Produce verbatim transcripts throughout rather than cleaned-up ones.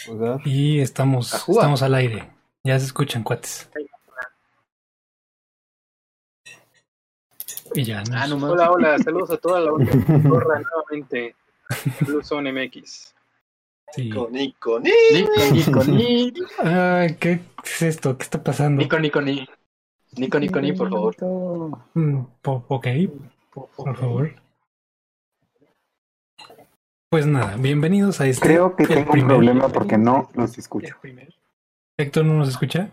Jugar. Y estamos, estamos al aire. Ya se escuchan, cuates. Y ya. Ah, Nos... no hola, hola, saludos a toda la banda de Corra nuevamente. Blue Zone M X. Sí. Nico, Nico, Nico, Nico, Nico, Nico. Ay, ¿qué es esto? ¿Qué está pasando? Nico, Nico, Nico. Nico, Nico, Nico, por favor. Mm, po- ok, por favor. Pues nada, bienvenidos a este. Creo que tengo primer... un problema porque no los escucho. ¿Héctor no nos escucha?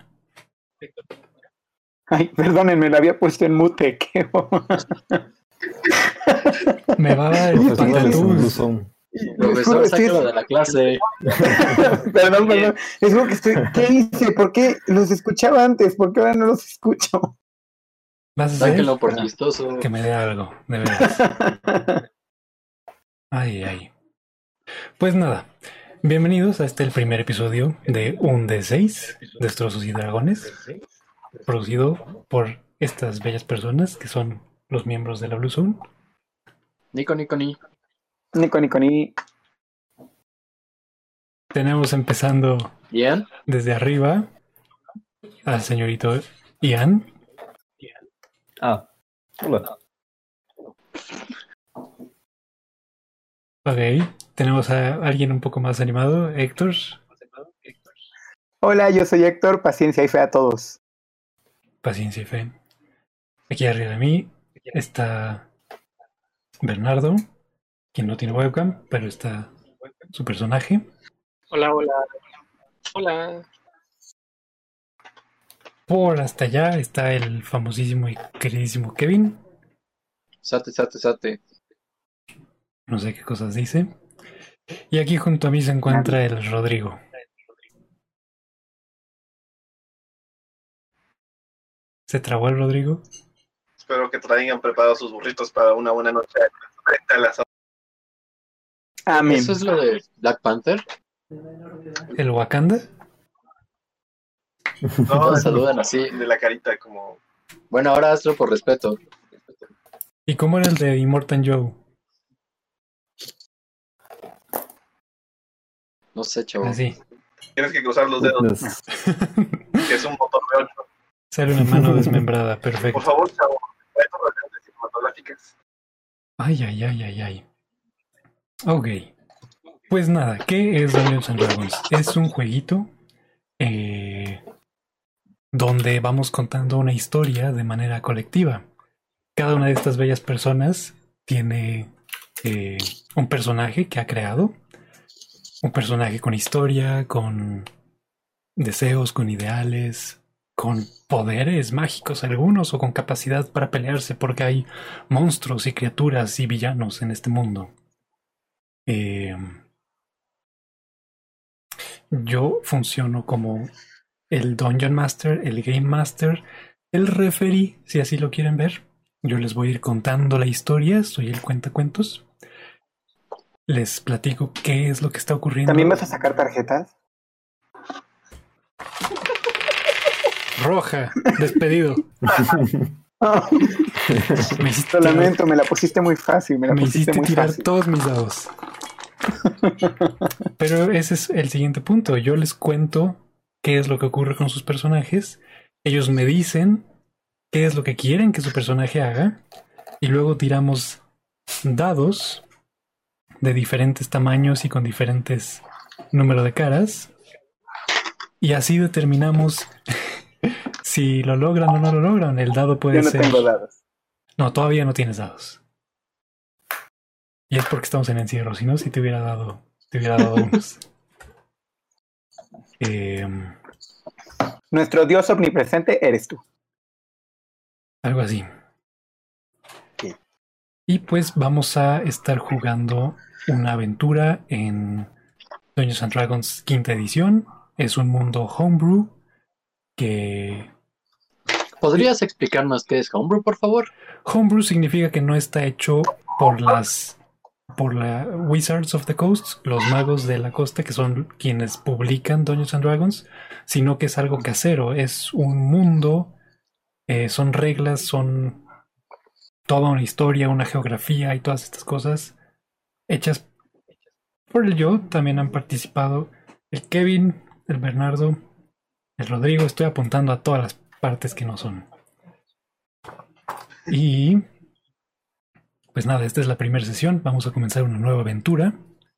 Ay, perdónenme, la había puesto en mute. ¿Qué? Me va a dar el patatús. Profesor, sácalo de la clase. Perdón, perdón. Es como que estoy. ¿Qué hice? ¿Por qué los escuchaba antes? ¿Por qué ahora no los escucho? ¿Vas a Sáquenlo por chistoso. Que me dé algo, de verdad. Ay, ay. Pues nada, bienvenidos a este el primer episodio de un D seis, Destrozos y Dragones, producido por estas bellas personas que son los miembros de la Blue Zone. Nico, Nico, Nico. Nico, Nico, ni. Tenemos empezando Ian. Desde arriba al señorito Ian. Ah, hola. Ok, tenemos a alguien un poco más animado, Héctor. Hola, yo soy Héctor, paciencia y fe a todos. Paciencia y fe. Aquí arriba de mí está Bernardo, quien no tiene webcam, pero está su personaje. Hola, hola. Hola. Por hasta allá está el famosísimo y queridísimo Kevin. Sate, sate, sate. No sé qué cosas dice. Y aquí junto a mí se encuentra el Rodrigo. ¿Se trabó el Rodrigo? Espero que traigan preparados sus burritos para una buena noche frente a las... Amén. ¿Eso es lo de Black Panther? ¿El Wakanda? No, Todos saludan así. De la carita como... Bueno, ahora hazlo por respeto. ¿Y cómo era el de Immortan Joe? No sé, chavo. Así. Tienes que cruzar los dedos, que es un botón de ocho. Sale una mano desmembrada, perfecto. Por favor, chavo, trae tus referencias cinematográficas. Ay, ay, ay, ay, ay. Ok. Pues nada, ¿qué es Dungeons and Dragons? Es un jueguito eh, donde vamos contando una historia de manera colectiva. Cada una de estas bellas personas tiene eh, un personaje que ha creado. Un personaje con historia, con deseos, con ideales, con poderes mágicos algunos o con capacidad para pelearse porque hay monstruos y criaturas y villanos en este mundo. Eh, yo funciono como el Dungeon Master, el Game Master, el referee, si así lo quieren ver. Yo les voy a ir contando la historia, soy el cuentacuentos. Les platico qué es lo que está ocurriendo. ¿También vas a sacar tarjetas? Roja, despedido. Me hiciste Lo tirar, lamento, me la pusiste muy fácil. Me la me pusiste hiciste muy tirar fácil. todos mis dados. Pero ese es el siguiente punto. Yo les cuento qué es lo que ocurre con sus personajes. Ellos me dicen qué es lo que quieren que su personaje haga. Y luego tiramos dados de diferentes tamaños y con diferentes número de caras. Y así determinamos si lo logran o no lo logran. El dado puede Yo no ser... tengo dados. No, todavía no tienes dados. Y es porque estamos en encierro. Si no, si te hubiera dado, te hubiera dado unos. Eh, Nuestro Dios omnipresente eres tú. algo así. Sí. Y pues vamos a estar jugando una aventura en Dungeons and Dragons quinta edición. Es un mundo homebrew que... ¿Podrías explicarnos qué es Homebrew, por favor? Homebrew significa que no está hecho por las... por la Wizards of the Coast, los magos de la costa, que son quienes publican Dungeons and Dragons, sino que es algo casero, es un mundo, eh, son reglas, son toda una historia, una geografía y todas estas cosas hechas por el yo. También han participado el Kevin, el Bernardo, el Rodrigo. Estoy apuntando a todas las partes que no son. Y pues nada, esta es la primera sesión. Vamos a comenzar una nueva aventura.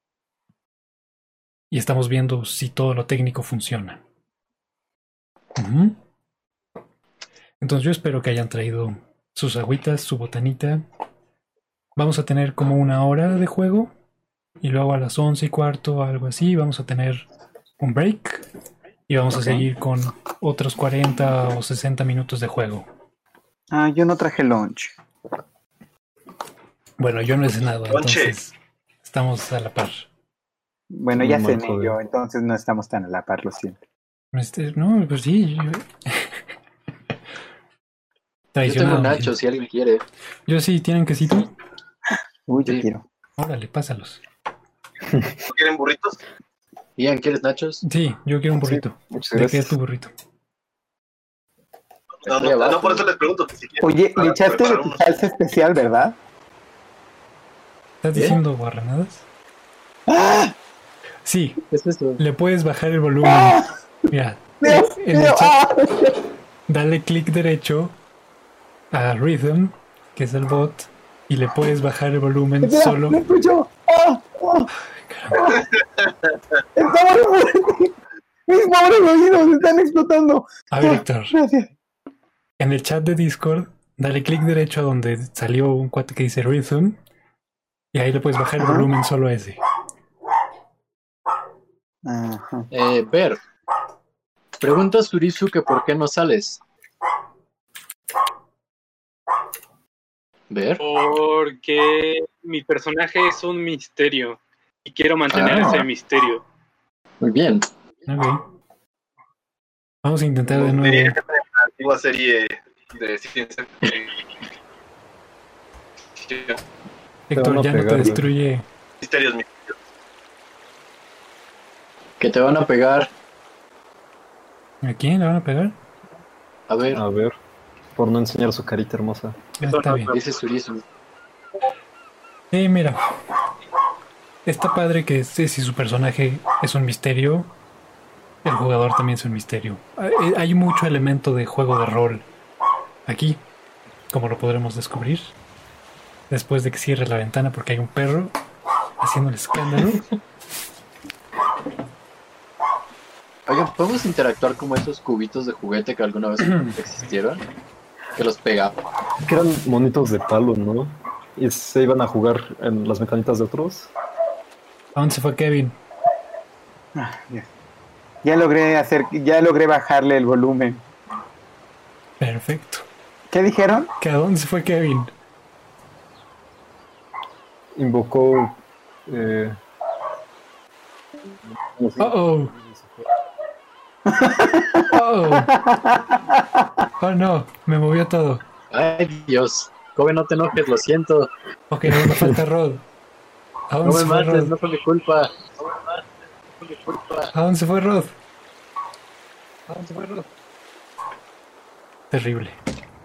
Y estamos viendo si todo lo técnico funciona. Uh-huh. Entonces yo espero que hayan traído sus agüitas, su botanita. Vamos a tener como una hora de juego. Y luego a las once y cuarto, algo así, vamos a tener un break. Y vamos okay. a seguir con otros cuarenta o sesenta minutos de juego. Ah, yo no traje lunch. Bueno, yo no he cenado, entonces estamos a la par. Bueno, ya cené yo, entonces no estamos tan a la par, lo siento. Este, no, pues sí. Yo... yo tengo nachos, si alguien quiere. Yo sí, ¿tienen quesito? Uy, yo sí. quiero. Órale, pásalos. ¿Quieren burritos? Ian, ¿quieres nachos? Sí, yo quiero un burrito. Sí, ¿de qué es tu burrito? No, no, no, por eso les pregunto. Si Oye, le echaste de tu salsa especial, ¿verdad? ¿Estás ¿Eh? diciendo guarranadas? ¡Ah! Sí, ¿qué es esto? Le puedes bajar el volumen. ¡Ah! Mira, Dios, en el Dios, chat, ¡ah! dale clic derecho a Rhythm, que es el bot, y le puedes bajar el volumen Espera, solo. ¡Me escucho! ¡Ah! ¡Ah! ¡Ah! ¡Está muy fuerte! ¡Mis pobres oídos están explotando! A ver, Héctor. Gracias. En el chat de Discord, dale clic derecho a donde salió un cuate que dice Rhythm, y ahí le puedes bajar el volumen solo a ese. Ajá. Eh, Ver, pregunta a Surisu que por qué no sales. Ver. Porque mi personaje es un misterio y quiero mantener ah. ese misterio. Muy bien. Ok. Vamos a intentar de nuevo. Diría que es una antigua serie de ciencia. Héctor, ya no te destruye. Misterios, misterios. Que te van a pegar. ¿A quién le van a pegar? A ver. A ver. Por no enseñar su carita hermosa. Ya está bien. Dice Surisu. Eh, mira. Está padre que si su personaje es un misterio, el jugador también es un misterio. Hay mucho elemento de juego de rol aquí, como lo podremos descubrir después de que cierre la ventana porque hay un perro haciendo el escándalo. Oigan, ¿podemos interactuar como esos cubitos de juguete que alguna vez existieron? Que los pegaban. Que eran monitos de palo, ¿no? Y se iban a jugar en las ventanitas de otros. ¿A dónde se fue Kevin? Ah, ya. ya logré hacer, ya logré bajarle el volumen. Perfecto. ¿Qué dijeron? ¿Que a dónde se fue Kevin? Invocó. Eh... Oh oh. Oh. Oh no, me movió todo. Ay Dios, Kobe, no te enojes, lo siento. Ok, no me falta Rod. ¿A dónde no se me fue mates, Rod? no fue mi culpa. No me mates, no fue mi culpa. ¿A dónde se fue Rod? ¿A dónde se fue Rod? Terrible.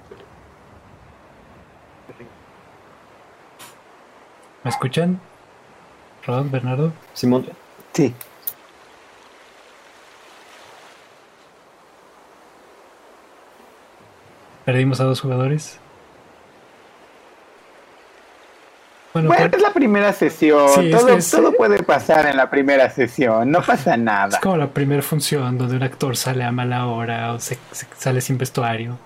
¿Me escuchan? Rod, Bernardo. Simón. Sí. Perdimos a dos jugadores. Bueno, bueno por... es la primera sesión. Sí, todo, es, es... todo puede pasar en la primera sesión. No pasa nada. Es como la primera función donde un actor sale a mala hora o se, se sale sin vestuario.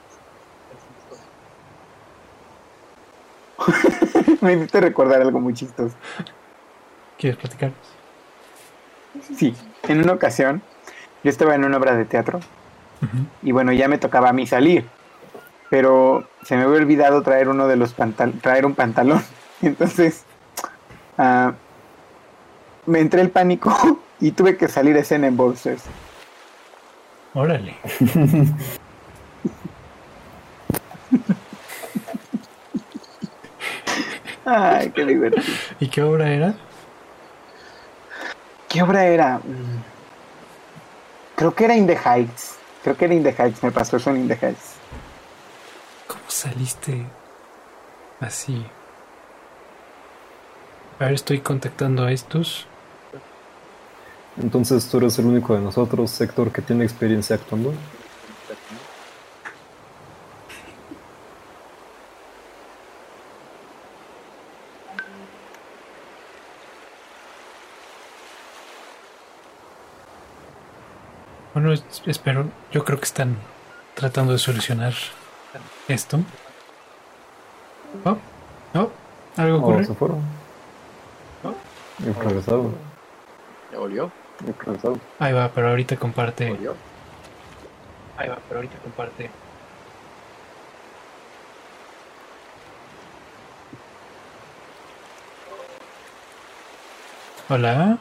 Me hiciste recordar algo muy chistoso. ¿Quieres platicar? Sí, en una ocasión yo estaba en una obra de teatro uh-huh. y bueno, ya me tocaba a mí salir, pero se me había olvidado traer uno de los pantal- traer un pantalón. Entonces uh, me entré el pánico y tuve que salir a escena en boxers. Órale. Ay, qué divertido. ¿Y qué obra era? ¿Qué obra era? Creo que era In the Heights. Creo que era In the Heights. Me pasó eso en In the Heights. ¿Cómo saliste así? A ver, estoy contactando a estos. Entonces tú eres el único de nosotros, Héctor, que tiene experiencia actuando. Bueno, es- espero, yo creo que están tratando de solucionar esto. Oh, oh, algo Oh, ocurre. se fueron. Oh. Y regresaron. ¿Ya volvió? Y regresaron. Ahí va, pero ahorita comparte. ¿Volvió? Ahí va, pero ahorita comparte. Hola.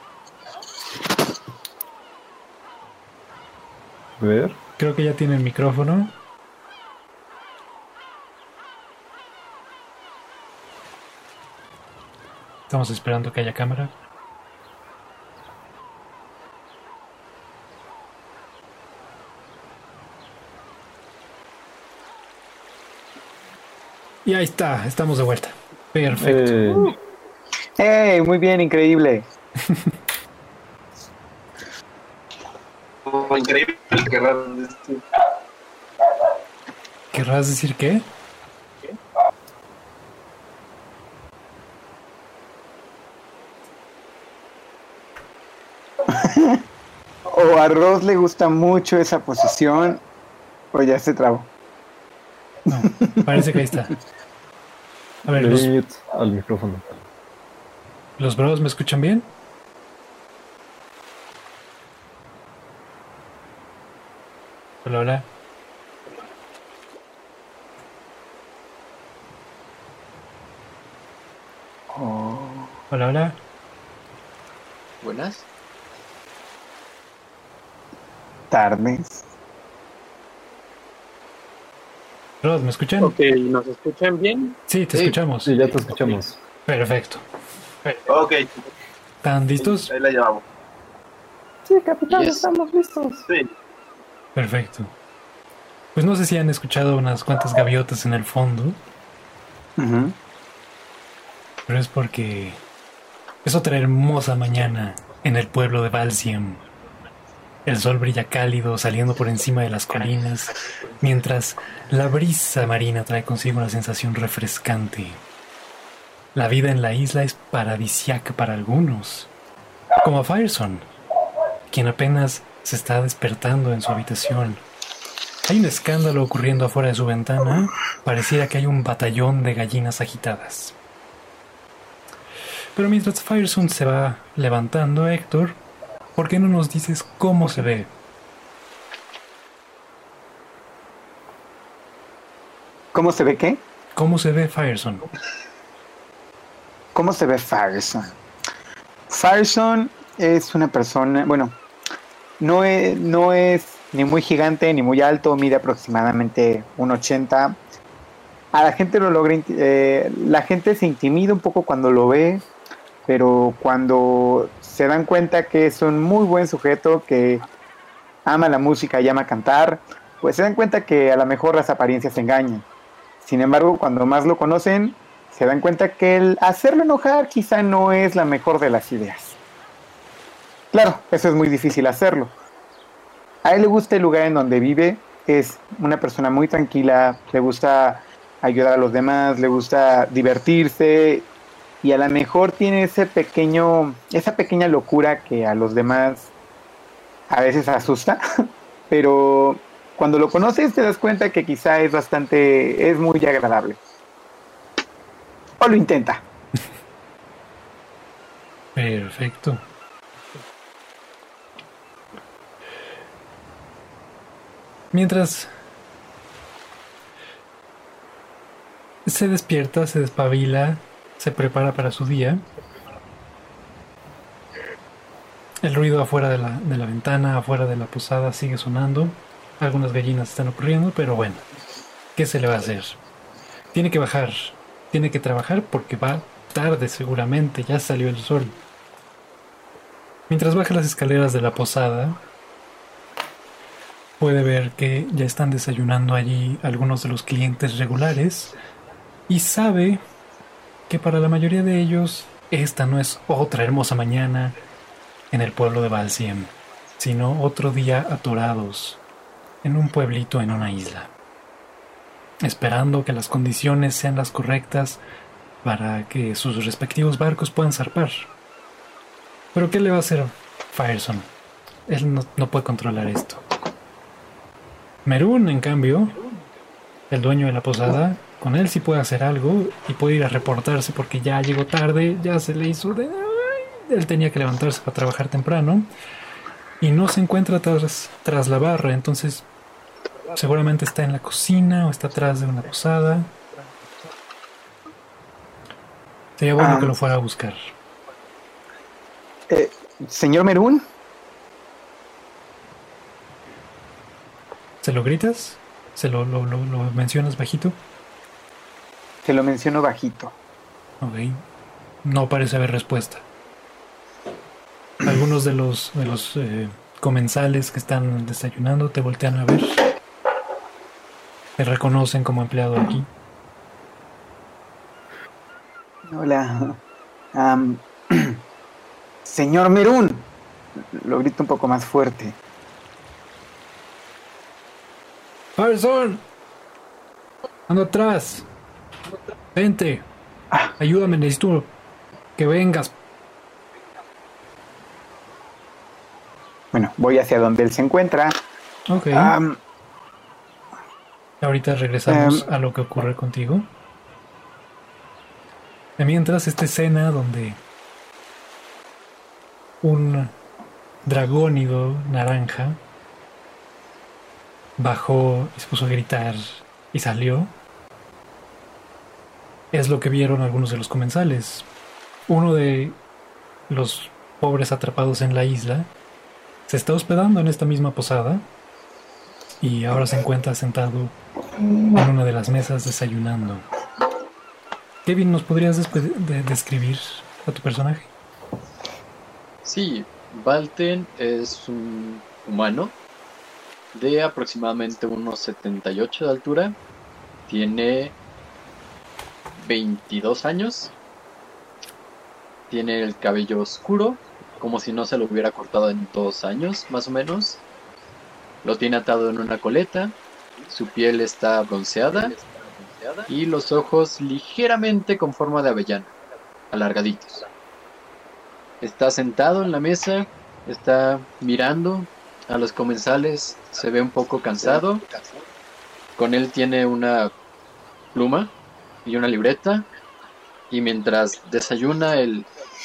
A ver. Creo que ya tiene el micrófono. Estamos esperando que haya cámara. Y ahí está, estamos de vuelta. Perfecto. Eh, ¡Ey! Muy bien, increíble. Oh, increíble, qué raro. Este, ¿Querrás decir qué? O a Ross le gusta mucho esa posición, o ya se trabó. No, parece que ahí está. A ver, los, Limit al micrófono. los bros, ¿me escuchan bien? Hola, hola. Oh, Hola, hola. ¿Buenas? tardes. Bros, ¿me escuchan? Ok, ¿nos escuchan bien? Sí, te Sí. escuchamos. Sí, ya te escuchamos. Perfecto. ok, ¿Están listos? ahí la llevamos. Sí, capitán, Yes. estamos listos. Sí. Perfecto. Pues no sé si han escuchado unas cuantas gaviotas en el fondo, Ujú. pero es porque es otra hermosa mañana en el pueblo de Valsiam. El sol brilla cálido saliendo por encima de las colinas, mientras la brisa marina trae consigo una sensación refrescante. La vida en la isla es paradisiaca para algunos, como a Fireson, quien apenas se está despertando en su habitación. Hay un escándalo ocurriendo afuera de su ventana. Pareciera que hay un batallón de gallinas agitadas. Pero mientras Fireson se va levantando, Héctor, ¿por qué no nos dices cómo se ve? ¿Cómo se ve qué? ¿Cómo se ve Fireson? ¿Cómo se ve Farson? Farson es una persona, bueno, no es, no es ni muy gigante ni muy alto, mide aproximadamente uno ochenta. A la gente lo logra, eh, la gente se intimida un poco cuando lo ve, pero cuando se dan cuenta que es un muy buen sujeto, que ama la música y ama cantar, pues se dan cuenta que a lo mejor las apariencias engañan. Sin embargo, cuando más lo conocen, se dan cuenta que el hacerlo enojar quizá no es la mejor de las ideas. Claro, eso es muy difícil hacerlo. A él le gusta el lugar en donde vive, es una persona muy tranquila, le gusta ayudar a los demás, le gusta divertirse y a lo mejor tiene ese pequeño, esa pequeña locura que a los demás a veces asusta, pero cuando lo conoces te das cuenta que quizá es bastante, es muy agradable. O lo intenta. Perfecto. Mientras se despierta, se despabila, se prepara para su día, el ruido afuera de la, de la ventana, afuera de la posada sigue sonando. Algunas gallinas están ocurriendo, pero bueno, ¿qué se le va a hacer? Tiene que bajar, tiene que trabajar porque va tarde seguramente, ya salió el sol. Mientras baja las escaleras de la posada, puede ver que ya están desayunando allí algunos de los clientes regulares y sabe que para la mayoría de ellos esta no es otra hermosa mañana, en el pueblo de Balsiem, sino otro día atorados en un pueblito en una isla, esperando que las condiciones sean las correctas para que sus respectivos barcos puedan zarpar. Pero ¿qué le va a hacer Fireson? Él no, no puede controlar esto. Merún, en cambio, el dueño de la posada, con él sí puede hacer algo y puede ir a reportarse porque ya llegó tarde, ya se le hizo de... Él tenía que levantarse para trabajar temprano y no se encuentra tras, tras la barra, entonces seguramente está en la cocina o está atrás de una posada. Sería bueno um, que lo fuera a buscar. Eh, ¿Señor Merún? ¿Se lo gritas? ¿Se lo, lo, lo, lo mencionas bajito? Se lo menciono bajito. Ok. No parece haber respuesta. Algunos de los, de los eh, comensales que están desayunando te voltean a ver. Te reconocen como empleado aquí. Hola. Um, Señor Merún. Lo grito un poco más fuerte. Fireson, ando atrás. Vente. Ayúdame, necesito que vengas. Bueno, voy hacia donde él se encuentra. Ok. Um, Ahorita regresamos um, a lo que ocurre contigo. De mientras, esta escena donde un dragónido naranja bajó y se puso a gritar y salió, es lo que vieron algunos de los comensales. Uno de los pobres atrapados en la isla se está hospedando en esta misma posada y ahora se encuentra sentado en una de las mesas desayunando. Kevin, ¿nos podrías despe- de- describir a tu personaje? Sí, Valten es un humano de aproximadamente unos setenta y ocho de altura. Tiene veintidós años. Tiene el cabello oscuro, como si no se lo hubiera cortado en dos años, más o menos. Lo tiene atado en una coleta. Su piel está bronceada y los ojos ligeramente con forma de avellana, alargaditos. Está sentado en la mesa, está mirando a los comensales, se ve un poco cansado. Con él tiene una pluma y una libreta, y mientras desayuna el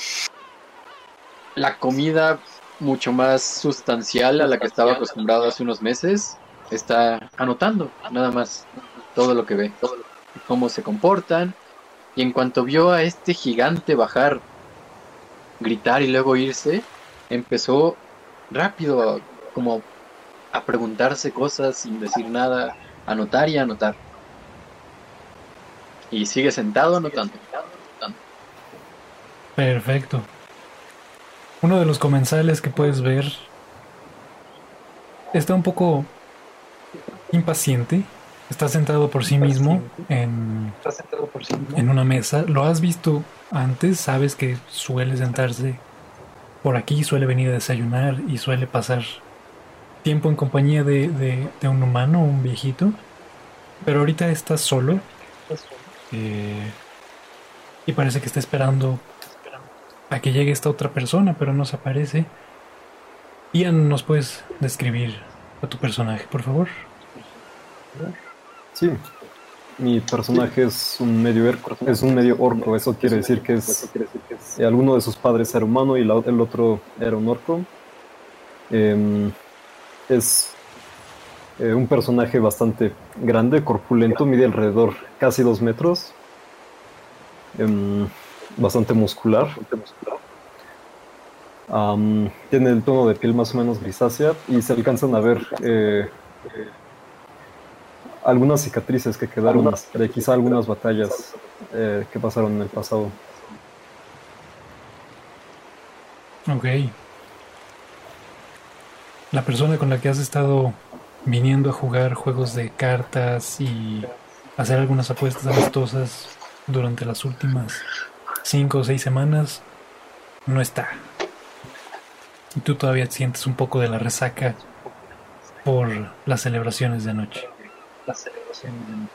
la comida mucho más sustancial a la que estaba acostumbrado hace unos meses, está anotando nada más todo lo que ve, cómo se comportan. Y en cuanto vio a este gigante bajar, gritar y luego irse, empezó rápido a, como a preguntarse cosas sin decir nada, anotar y anotar. Y sigue sentado anotando. Perfecto. Uno de los comensales que puedes ver está un poco impaciente. Está sentado por sí mismo en, en una mesa. Lo has visto antes, sabes que suele sentarse por aquí, suele venir a desayunar y suele pasar tiempo en compañía de, de, de un humano, un viejito. Pero ahorita está solo. Eh, y parece que está esperando a que llegue esta otra persona, pero no se aparece. Ian, ¿nos puedes describir a tu personaje, por favor? Sí, mi personaje es un medio orco, es un medio orco. Eso quiere decir que es eh, alguno de sus padres era humano y la, el otro era un orco. Eh, es eh, un personaje bastante grande, corpulento, mide alrededor casi dos metros. Eh, bastante muscular. Um, tiene el tono de piel más o menos grisácea y se alcanzan a ver eh, eh, algunas cicatrices que quedaron de quizá algunas batallas eh, que pasaron en el pasado. Ok. La persona con la que has estado viniendo a jugar juegos de cartas y hacer algunas apuestas amistosas durante las últimas cinco o seis semanas no está. Y tú todavía sientes un poco de la resaca por las celebraciones de anoche. Las celebraciones de anoche.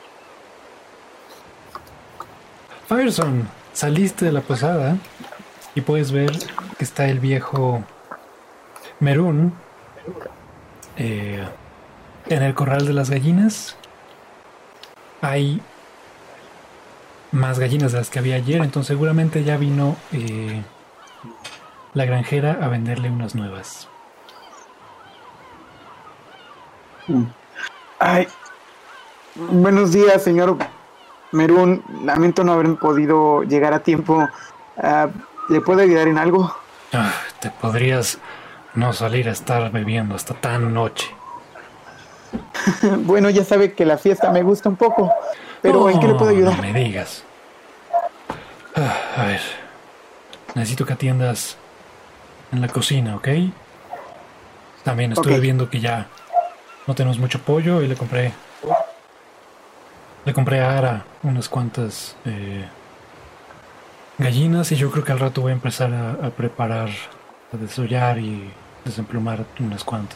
Fireson, saliste de la posada y puedes ver que está el viejo Merún eh, en el corral de las gallinas. Hay más gallinas de las que había ayer, entonces seguramente ya vino eh, la granjera a venderle unas nuevas. Ay, buenos días, señor Merún. Lamento no haber podido llegar a tiempo. Uh, ¿Le puedo ayudar en algo? Ah, te podrías no salir a estar bebiendo hasta tan noche. Bueno, ya sabe que la fiesta me gusta un poco, pero oh, ¿en qué le puedo ayudar? No me digas. Ah, a ver, necesito que atiendas en la cocina, ¿ok? También estuve okay. viendo que ya no tenemos mucho pollo y le compré le compré a Ara unas cuantas eh, gallinas y yo creo que al rato voy a empezar a, a preparar, a desollar y desemplumar unas cuantas.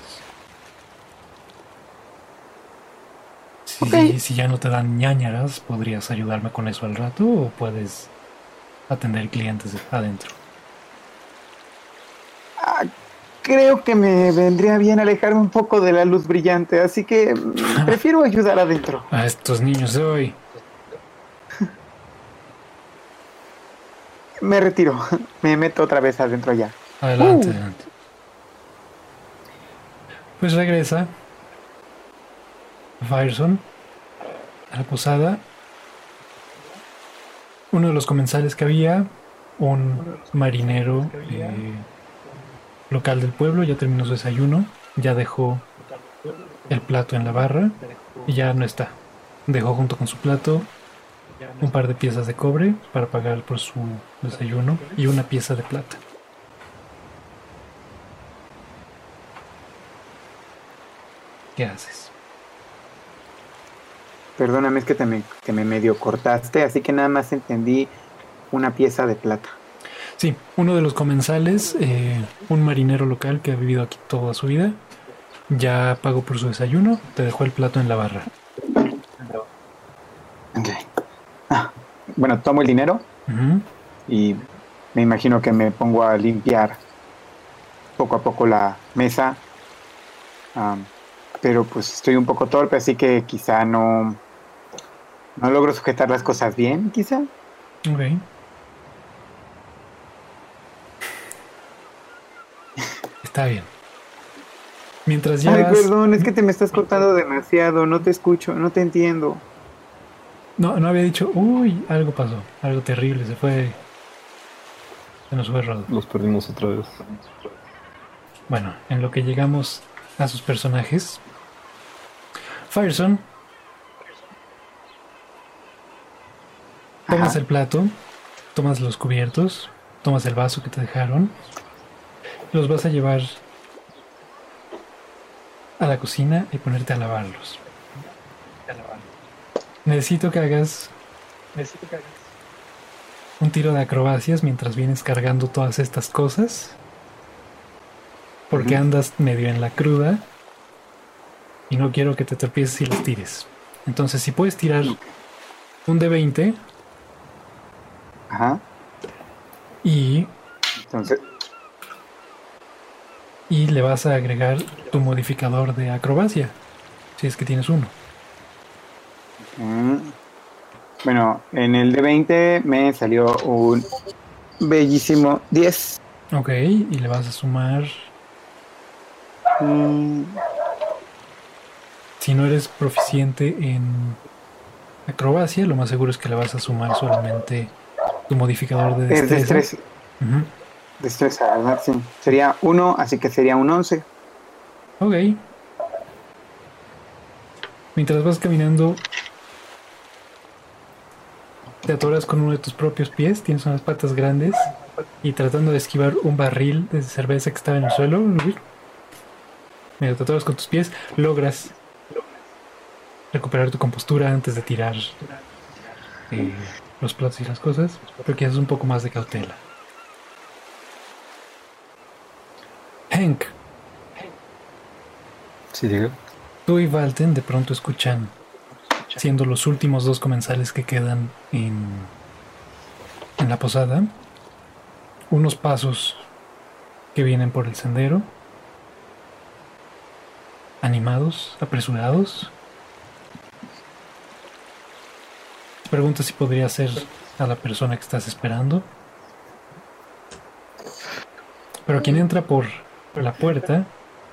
Si, okay. si ya no te dan ñañaras, ¿podrías ayudarme con eso al rato o puedes atender clientes adentro? Ah, creo que me vendría bien alejarme un poco de la luz brillante, así que prefiero ayudar adentro. A estos niños de hoy. Me retiro, me meto otra vez adentro ya. Adelante, uh. adelante. Pues regresa Fireson a la posada. Uno de los comensales que había, un marinero eh, local del pueblo, ya terminó su desayuno, ya dejó el plato en la barra y ya no está. Dejó junto con su plato un par de piezas de cobre para pagar por su desayuno y una pieza de plata. ¿Qué haces? Perdóname, es que te me, te me medio cortaste, así que nada más entendí una pieza de plata. Sí, uno de los comensales, eh, un marinero local que ha vivido aquí toda su vida, ya pagó por su desayuno, te dejó el plato en la barra. Ok. Ah, bueno, tomo el dinero uh-huh. y me imagino que me pongo a limpiar poco a poco la mesa. Um, pero pues estoy un poco torpe, así que quizá no, no logro sujetar las cosas bien, quizá. Ok. Está bien. Mientras ya. Ay, perdón, es que te me estás cortando demasiado, no te escucho, no te entiendo. No, no había dicho, uy, algo pasó, algo terrible, se fue. Se nos fue Rod. Los perdimos otra vez. Bueno, en lo que llegamos a sus personajes. Fireson, tomas Ajá. el plato, tomas los cubiertos, tomas el vaso que te dejaron, los vas a llevar a la cocina y ponerte a lavarlos. Necesito que hagas, necesito que hagas un tiro de acrobacias mientras vienes cargando todas estas cosas, porque uh-huh. andas medio en la cruda. Y no quiero que te tropieces y los tires. Entonces, si puedes tirar un de veinte. Ajá. Y. Entonces. Y le vas a agregar tu modificador de acrobacia. Si es que tienes uno. Mm. Bueno, en el de veinte me salió un bellísimo diez. Ok, y le vas a sumar. Mm. Si no eres proficiente en acrobacia, lo más seguro es que le vas a sumar solamente tu modificador de destreza. Es destreza. Uh-huh. Destreza, ¿verdad? Sí. Sería uno, así que sería un once. Ok. Mientras vas caminando, te atoras con uno de tus propios pies, tienes unas patas grandes, y tratando de esquivar un barril de cerveza que estaba en el suelo, mientras te atoras con tus pies, logras recuperar tu compostura antes de tirar eh, los platos y las cosas, pero que haces un poco más de cautela. Hank, Sí, diga. tú y Valten de pronto escuchan, siendo los últimos dos comensales que quedan en, en la posada, unos pasos que vienen por el sendero, animados, apresurados. Te pregunto si podría ser a la persona que estás esperando. Pero quien entra por la puerta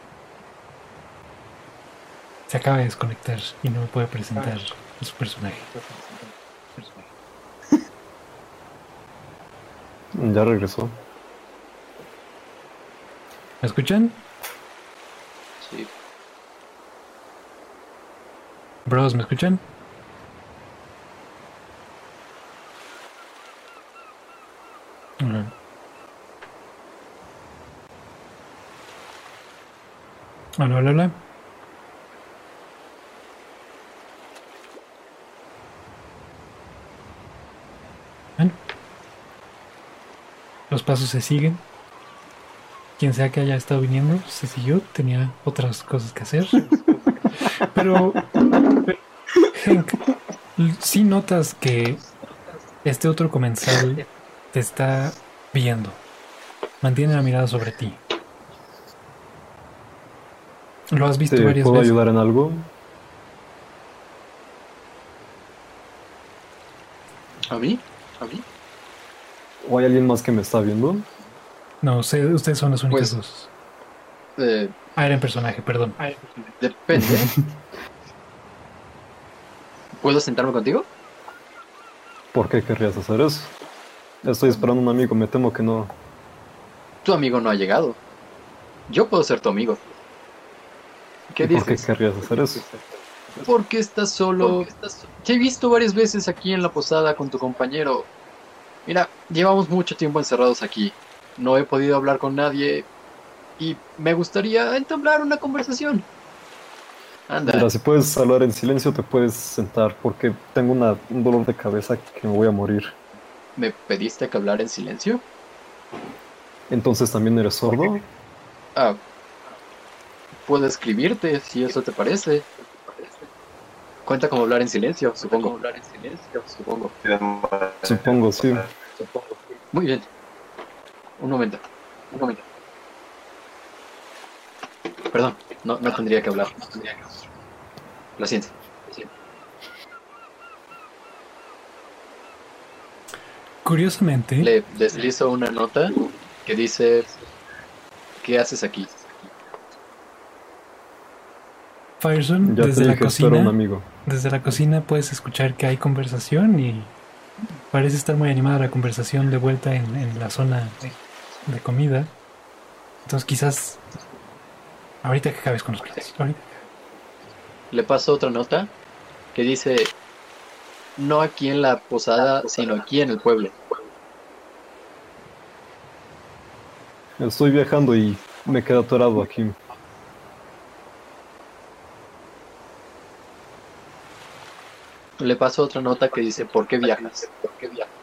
se acaba de desconectar y no me puede presentar a su personaje. Ya regresó. ¿Me escuchan? Sí. Bros, ¿me escuchan? Hola. Hola, hola, hola. Bueno. Los pasos se siguen. Quien sea que haya estado viniendo, se siguió. Tenía otras cosas que hacer. Pero, pero Hank, sí notas que este otro comensal te está viendo. Mantiene la mirada sobre ti. Lo has visto ¿Te varias puedo veces. ayudar en algo? ¿A mí? ¿A mí? ¿O hay alguien más que me está viendo? No, sé, ustedes son las únicas Pues- dos. Eh, Ah, era en personaje, perdón. depende. ¿Puedo sentarme contigo? ¿Por qué querrías hacer eso? Estoy esperando a un amigo, me temo que no. Tu amigo no ha llegado. Yo puedo ser tu amigo. ¿Qué ¿Y ¿Por qué dices? querrías hacer eso? Porque estás solo. Te he visto varias veces aquí en la posada con tu compañero. Mira, llevamos mucho tiempo encerrados aquí. No he podido hablar con nadie. Y me gustaría entablar una conversación. Anda, Mira, si puedes hablar en silencio, te puedes sentar, porque tengo una, un dolor de cabeza que me voy a morir. ¿me pediste que hablar en silencio? Entonces, ¿también eres sordo? Ah, puedo escribirte si eso te parece. Cuenta como hablar en silencio, supongo. Hablar en silencio, supongo. Supongo, sí. Muy bien. Un momento. Un momento. Perdón, no, no tendría que hablar. No tendría que hablar. Lo siento. Lo siento. Curiosamente, Le deslizo una nota que dice: ¿qué haces aquí? Firezone, Ya desde te la dije, espero un cocina, amigo. desde la cocina puedes escuchar que hay conversación y parece estar muy animada la conversación de vuelta en, en la zona de comida. Entonces quizás ahorita que acabes con los platos. Ahorita. Le paso otra nota que dice: no aquí en la posada, sino aquí en el pueblo. Estoy viajando y me quedé atorado aquí. Le paso otra nota que dice: ¿por qué viajas? ¿Por qué viajas?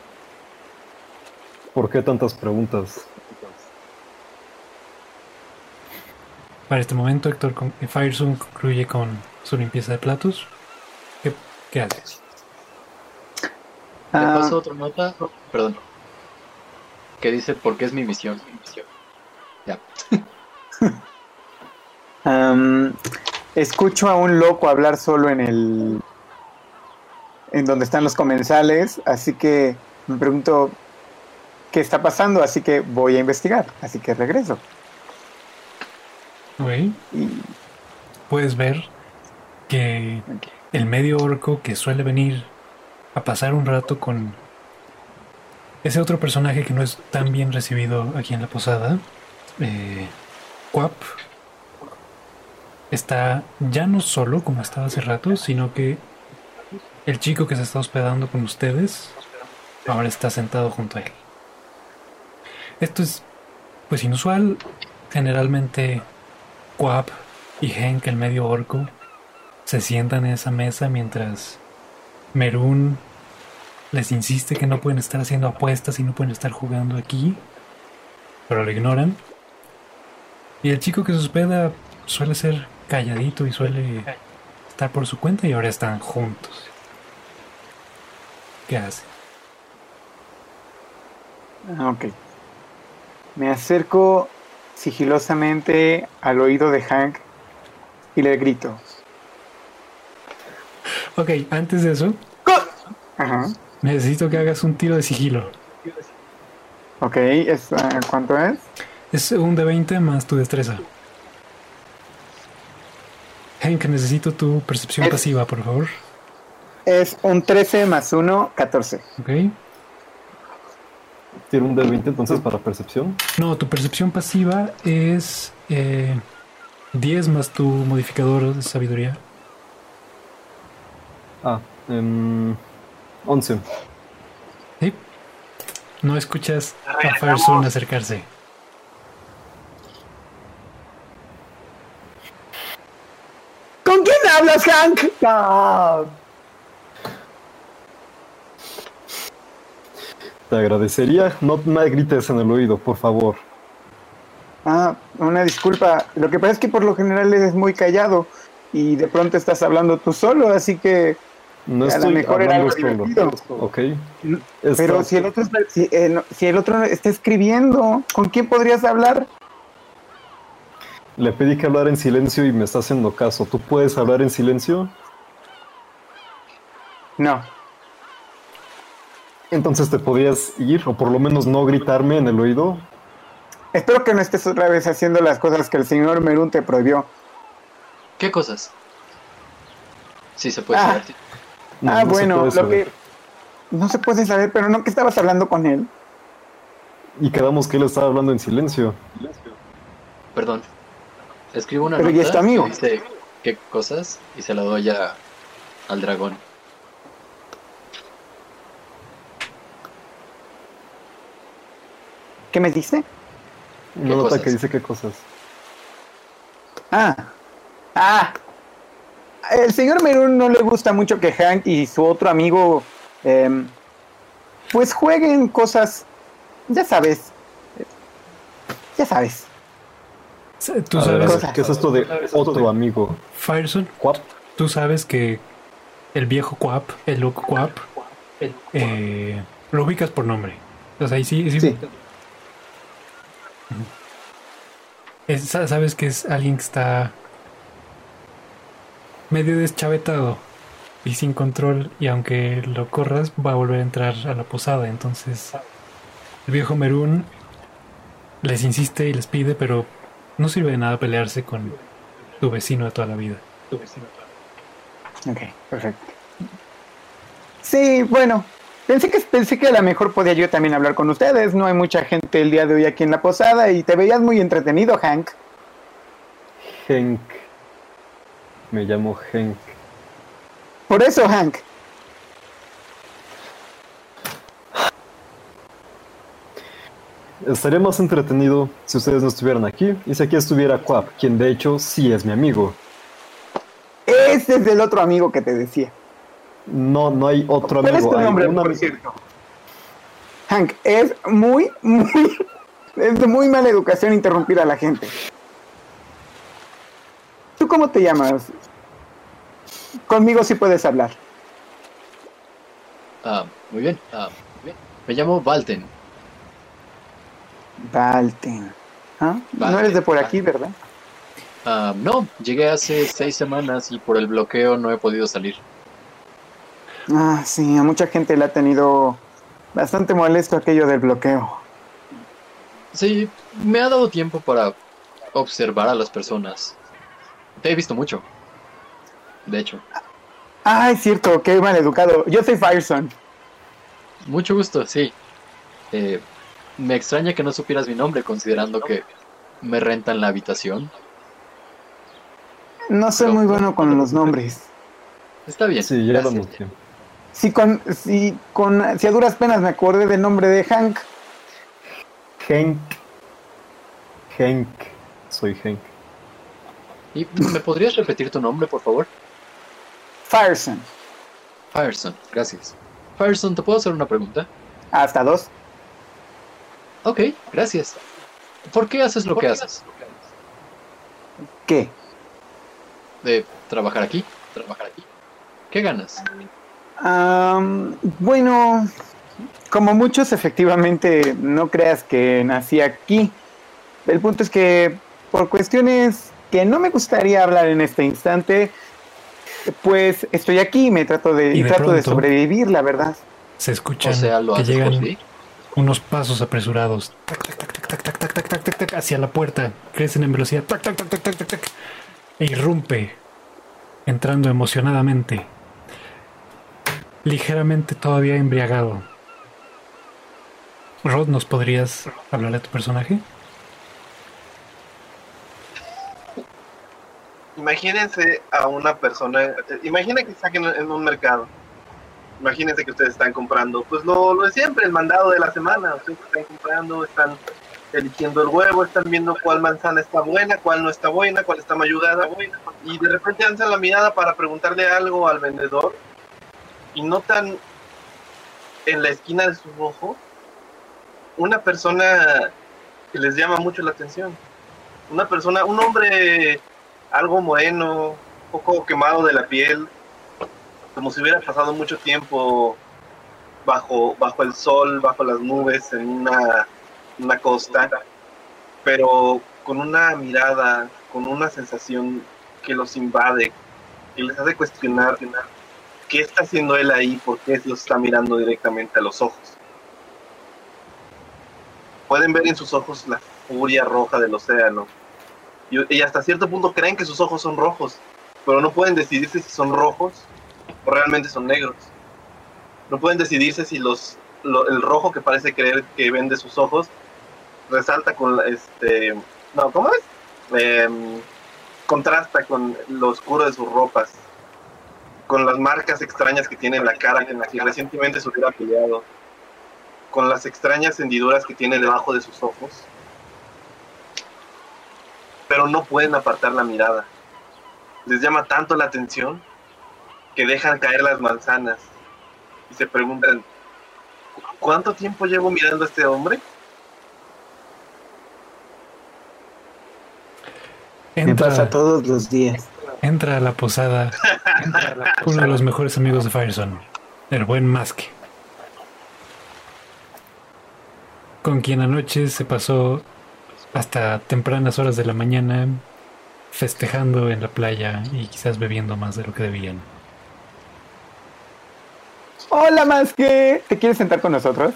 ¿Por qué tantas preguntas? Para este momento, Héctor, con- eh, Firezone concluye con su limpieza de platos. ¿Qué, qué haces? Le Ah, paso otra nota, perdón, que dice: porque es mi misión. Mi misión. Ya. am, escucho a un loco hablar solo en el en donde están los comensales, así que me pregunto qué está pasando, así que voy a investigar, así que regreso. Ok. Y Puedes ver que el medio orco que suele venir a pasar un rato con ese otro personaje que no es tan bien recibido aquí en la posada, eh, Quap, está ya no solo como estaba hace rato, sino que el chico que se está hospedando con ustedes ahora está sentado junto a él. Esto es pues inusual. Generalmente Quap y Henk, el medio orco, se sientan en esa mesa mientras Merún les insiste que no pueden estar haciendo apuestas y no pueden estar jugando aquí, pero lo ignoran. Y el chico que se hospeda suele ser calladito y suele estar por su cuenta y ahora están juntos. ¿Qué hace? Ah, ok. Me acerco sigilosamente al oído de Hank y le grito. Ok, antes de eso, Ajá. necesito que hagas un tiro de sigilo. Ok, es, uh, ¿cuánto es? Es un de veinte más tu destreza. Hank, necesito tu percepción Es- pasiva, por favor. Es un trece más uno, catorce. Ok. Tiene un D veinte entonces para percepción. No, tu percepción pasiva es eh, diez más tu modificador de sabiduría. Ah, em, once. ¿Sí? No escuchas a Firestone acercarse. ¿Con quién hablas, Hank? Ah. Te agradecería. No me grites en el oído, por favor. Ah, una disculpa. Lo que pasa es que por lo general eres muy callado y de pronto estás hablando tú solo, así que No a lo estoy mejor era algo hablando solo. divertido. Ok. Pero Está- si el otro está, si, eh, no, si el otro está escribiendo, ¿con quién podrías hablar? Le pedí que hablara en silencio y me está haciendo caso. ¿Tú puedes hablar en silencio? No. Entonces te podías ir, o por lo menos no gritarme en el oído. Espero que no estés otra vez haciendo las cosas que el señor Merún te prohibió. ¿Qué cosas? Sí, se puede Ah. saber. No, ah, no se bueno, puede lo saber. que no se puede saber, pero no que estabas hablando con él. Y quedamos que él estaba hablando en silencio. Perdón. Escribo una Pero nota ¿y es tu amigo? que dice qué cosas y se la doy a, al dragón. ¿Qué me dice? Una nota cosas? que dice qué cosas. Ah. Ah. El señor Merún no le gusta mucho que Hank y su otro amigo em, pues jueguen cosas, ya sabes. Ya sabes. Tú A ver, sabes, Cosas. ¿qué es esto de otro amigo? Firestone, ¿Cuap? tú sabes que el viejo Quap, el loco Quap, eh, lo ubicas por nombre. O sea, ahí sí, sí, Sí. Es- sa- sabes que es alguien que está medio deschavetado y sin control, y aunque lo corras va a volver a entrar a la posada. Entonces el viejo Merún les insiste y les pide, pero no sirve de nada pelearse con tu vecino de toda la vida. Ok, perfecto. Sí, bueno, pensé que pensé que a lo mejor podía yo también hablar con ustedes. No hay mucha gente el día de hoy aquí en la posada y te veías muy entretenido, Hank. Hank. Me llamo Hank. Por eso, Hank. Estaría más entretenido si ustedes no estuvieran aquí y si aquí estuviera Quap, quien de hecho sí es mi amigo. Ese es el otro amigo que te decía. No, no hay otro ¿Cuál es amigo. tu hay nombre, un por am- cierto? Hank, es muy, muy, es de muy mala educación interrumpir a la gente. ¿Tú cómo te llamas? Conmigo sí puedes hablar. Ah, muy bien. Ah, muy bien. Me llamo Valten. Valten. ¿Ah? No Valten, eres de por aquí, Valten. ¿verdad? Ah, no, llegué hace seis semanas y por el bloqueo no he podido salir. Ah, sí, a mucha gente le ha tenido bastante molesto aquello del bloqueo. Sí, me ha dado tiempo para observar a las personas. Te he visto mucho. De hecho, Ah, es cierto, qué mal educado. Yo soy Firestone. mucho gusto, sí. Eh, me extraña que no supieras mi nombre considerando que me rentan la habitación. No soy No, muy no, bueno no con te los preocupes. nombres. Está bien. Sí, ya lo gracias. noté. Si con, si con, si a duras penas me acordé del nombre de Hank. Hank. Hank. Soy Hank. ¿Y me podrías repetir tu nombre, por favor? Firestone. Firestone, gracias. Firestone, ¿te puedo hacer una pregunta? Hasta dos. Ok, gracias. ¿Por qué haces lo que haces? ¿Qué? De trabajar aquí, trabajar aquí. ¿Qué ganas? Um, bueno, como muchos, efectivamente, no creas que nací aquí. El punto es que, por cuestiones que no me gustaría hablar en este instante, pues estoy aquí, me trato de, Y y de trato de pronto- sobrevivir, la verdad. Se escuchan O sea, lo que haces por llegan sí. unos pasos apresurados tac, tac, tac, tac, tac, tac, tac, tac, tac, tac, hacia la puerta. Crecen en velocidad tac, tac, tac, tac, tac, tac, tac, e irrumpe, entrando emocionadamente, ligeramente todavía embriagado. Rod, ¿nos podrías hablar de tu personaje? Imagínense a una persona, eh, imaginen que están en, en un mercado. Imagínense que ustedes están comprando, pues lo, lo de siempre, el mandado de la semana. Ustedes están comprando, están eligiendo el huevo, están viendo cuál manzana está buena, cuál no está buena, cuál está mayugada, y de repente alzan la mirada para preguntarle algo al vendedor y notan en la esquina de sus ojos una persona que les llama mucho la atención. Una persona, un hombre algo moreno, un poco quemado de la piel, como si hubiera pasado mucho tiempo bajo, bajo el sol, bajo las nubes, en una, una costa, pero con una mirada, con una sensación que los invade, que les hace cuestionar qué está haciendo él ahí, por qué los está mirando directamente a los ojos. Pueden ver en sus ojos la furia roja del océano, y, y hasta cierto punto creen que sus ojos son rojos, pero no pueden decidirse si son rojos o realmente son negros. No pueden decidirse si los lo, el rojo que parece creer que ven de sus ojos resalta con este no, ¿cómo es? Eh, contrasta con lo oscuro de sus ropas, con las marcas extrañas que tiene en la cara, en la que recientemente se hubiera peleado, con las extrañas hendiduras que tiene debajo de sus ojos, pero no pueden apartar la mirada. Les llama tanto la atención que dejan caer las manzanas y se preguntan, ¿cuánto tiempo llevo mirando a este hombre? Me Entra, pasa todos los días. entra a la posada uno de los mejores amigos de Firezone, el buen Mask, con quien anoche se pasó hasta tempranas horas de la mañana festejando en la playa y quizás bebiendo más de lo que debían. Hola, Maske, ¿te quieres sentar con nosotros?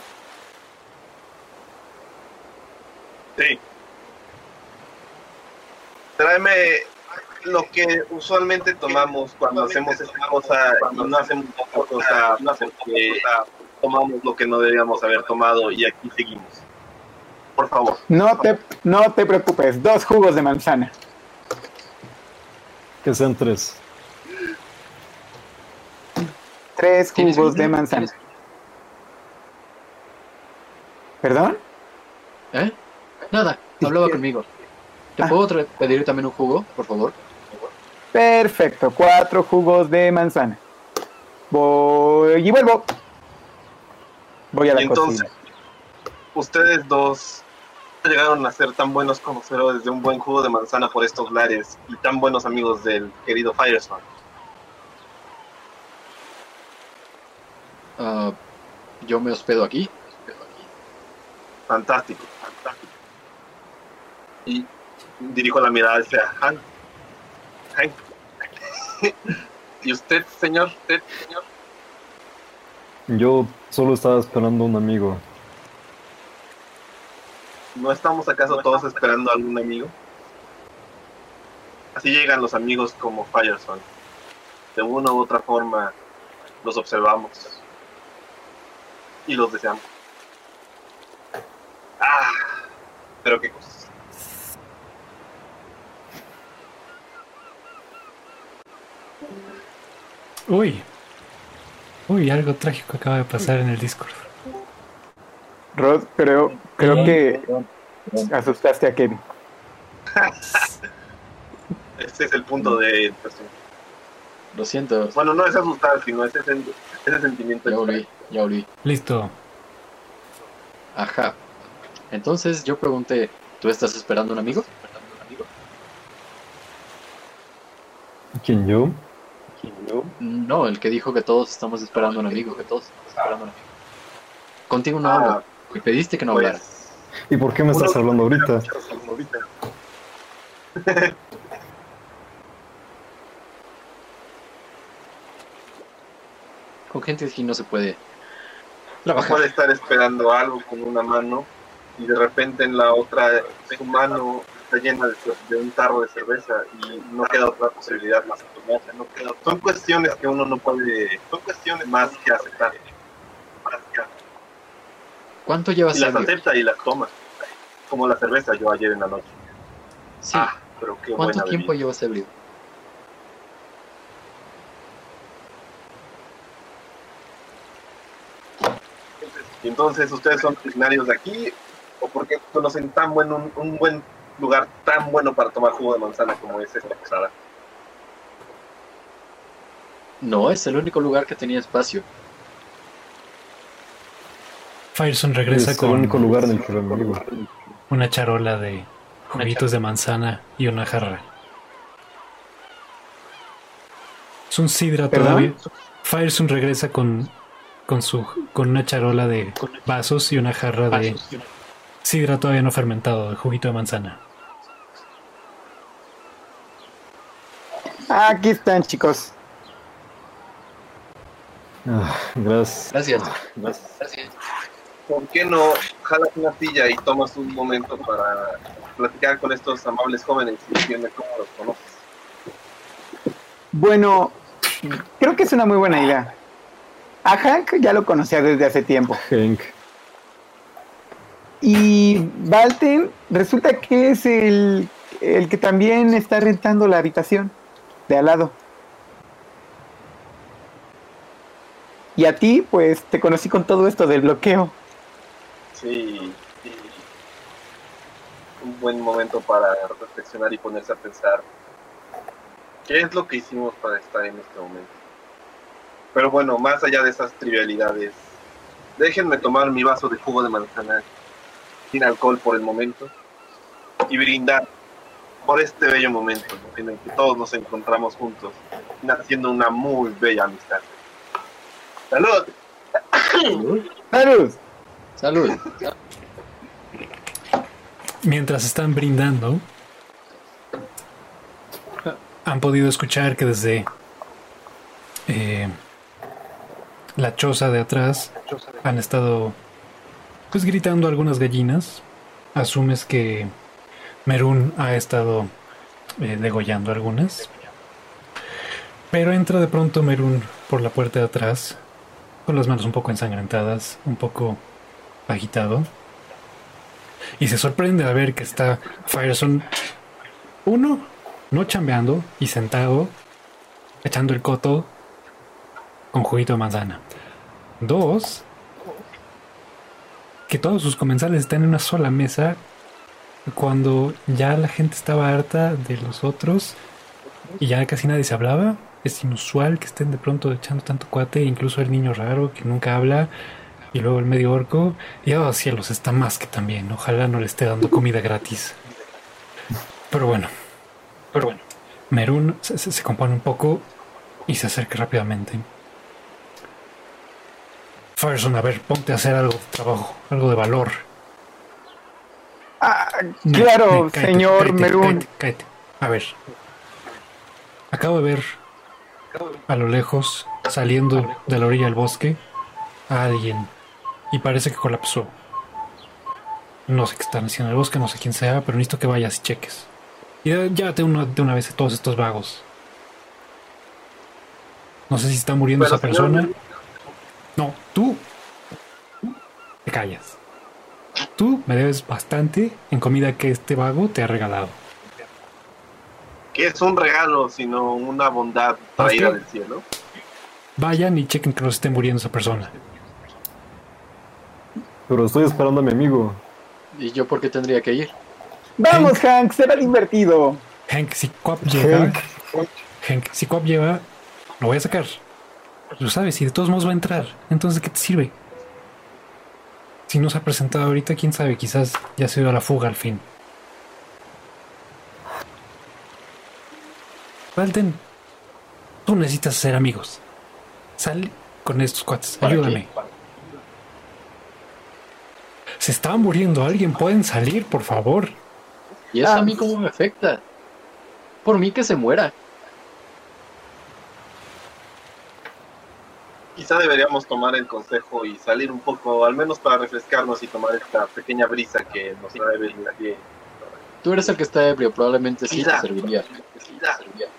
Sí. Tráeme lo que usualmente tomamos cuando hacemos esta cosa y no hacemos otra cosa, no hacemos que tomamos lo que no debíamos haber tomado y aquí seguimos. Por favor. No te, no te preocupes, dos jugos de manzana. Que sean tres. Tres ¿Tienes jugos vino? de manzana. ¿Tienes- ¿Perdón? ¿Eh? Nada, hablaba conmigo. ¿Te Ah. puedo tra- pedir también un jugo, por favor? Perfecto, cuatro jugos de manzana. Voy y vuelvo. Voy a la Y entonces, cocina. ustedes dos llegaron a ser tan buenos conocedores de un buen jugo de manzana por estos lares y tan buenos amigos del querido Firestone. Ah, yo me hospedo aquí. Fantástico, fantástico. Y dirijo la mirada hacia Han. Han. ¿Y usted, señor? ¿Usted, señor? Yo solo estaba esperando a un amigo. ¿No estamos acaso todos esperando a algún amigo? Así llegan los amigos como Firestone. De una u otra forma los observamos y los deseamos. Ah, pero qué cosas. Uy, uy, algo trágico acaba de pasar en el Discord. Rod, creo, creo Sí. que asustaste a Kevin. Ese es el punto de... pues, Lo siento, bueno, no es asustar, sino ese, sen- ese sentimiento. ya volví, ya volví. Listo. Ajá. Entonces yo pregunté, ¿tú estás esperando un amigo? ¿Quién, yo? No, el que dijo que todos estamos esperando a un amigo, que todos estamos esperando a un amigo. Contigo no Ah, hablo. Me pediste que no hablara. Pues, ¿Y por qué me estás hablando ahorita? Con gente así no se puede no trabajar. puede estar esperando algo con una mano y de repente en la otra su mano está llena de, de un tarro de cerveza y no queda otra posibilidad más que tomarse. No queda. Son cuestiones que uno no puede, son cuestiones más que aceptar. Más que ¿Cuánto llevas y las ebrio? acepta y las toma. Como la cerveza yo ayer en la noche. Sí. Ah, pero qué ¿Cuánto buena tiempo bebida. llevas ebrio? Y entonces, ¿ustedes son originarios de aquí? ¿O porque conocen tan buen, un, un buen lugar tan bueno para tomar jugo de manzana como es esta posada? No, es el único lugar que tenía espacio. Fireson regresa Es el con único lugar en el que me vivo. una charola de juguitos de manzana y una jarra. Es un sidra ¿Perdón? todavía. Fireson regresa con, con, su, con una charola de vasos y una jarra de sidra todavía no fermentado, de juguito de manzana. Ah, aquí están, chicos. Ah, gracias. Gracias. Gracias. Gracias. ¿Por qué no jalas una silla y tomas un momento para platicar con estos amables jóvenes y decirme cómo los conoces? Bueno, creo que es una muy buena idea. A Hank ya lo conocía desde hace tiempo. Hank. Y Valten resulta que es el, el que también está rentando la habitación de al lado. Y a ti, pues, te conocí con todo esto del bloqueo. Sí, sí. Un buen momento para reflexionar y ponerse a pensar qué es lo que hicimos para estar en este momento. Pero bueno, más allá de esas trivialidades, déjenme tomar mi vaso de jugo de manzana sin alcohol por el momento y brindar por este bello momento, ¿no?, en el que todos nos encontramos juntos, haciendo una muy bella amistad. ¡Salud! ¡Salud! Salud. Mientras están brindando, han podido escuchar que desde eh, la choza de atrás han estado pues gritando algunas gallinas. Asumes que Merún ha estado eh, degollando algunas, pero entra de pronto Merún por la puerta de atrás con las manos un poco ensangrentadas, un poco agitado, y se sorprende a ver que está Fireson, uno, no chambeando y sentado echando el coto con juguito de manzana. Dos, que todos sus comensales están en una sola mesa cuando ya la gente estaba harta de los otros y ya casi nadie se hablaba. Es inusual que estén de pronto echando tanto cuate, incluso el niño raro que nunca habla, y luego el medio orco. Y oh cielos, está más que también. Ojalá no le esté dando comida gratis. Pero bueno, pero bueno. Merún se, se, se compone un poco y se acerca rápidamente. Fireson, a ver, ponte a hacer algo de trabajo, algo de valor. Ah, Ne- claro, ne- cállate, señor cállate, Merún. cállate, cállate. A ver. Acabo de ver a lo lejos, saliendo de la orilla del bosque, a alguien. Y parece que colapsó. No sé qué están haciendo en el bosque, no sé quién sea, pero necesito que vayas y cheques. Y ya- llévate una, de una vez a todos estos vagos. No sé si está muriendo Pero, esa persona. señor, No, tú. Te callas. Tú me debes bastante en comida que este vago te ha regalado. que es un regalo, sino una bondad traída ¿Hostia? del cielo. Vayan y chequen que no se esté muriendo esa persona. Pero estoy esperando a mi amigo. ¿Y yo por qué tendría que ir? Vamos, Hank, será divertido. Hank, si Quap llega, Hank. Hank, si Quap lleva, lo voy a sacar. Lo sabes, y de todos modos va a entrar. Entonces, ¿qué te sirve? Si no se ha presentado ahorita, quién sabe, quizás ya se dio a la fuga al fin. Valten, Tú necesitas ser amigos. Sal con estos cuates. Ayúdame. qué? Se está muriendo alguien. ¿Pueden salir, por favor? ¿Y eso Ah. a mí cómo me afecta? Por mí que se muera. Quizá deberíamos tomar el consejo y salir un poco, al menos para refrescarnos y tomar esta pequeña brisa que nos trae la piel. Tú eres el que está ebrio, probablemente sí te Quizá. serviría. Quizá.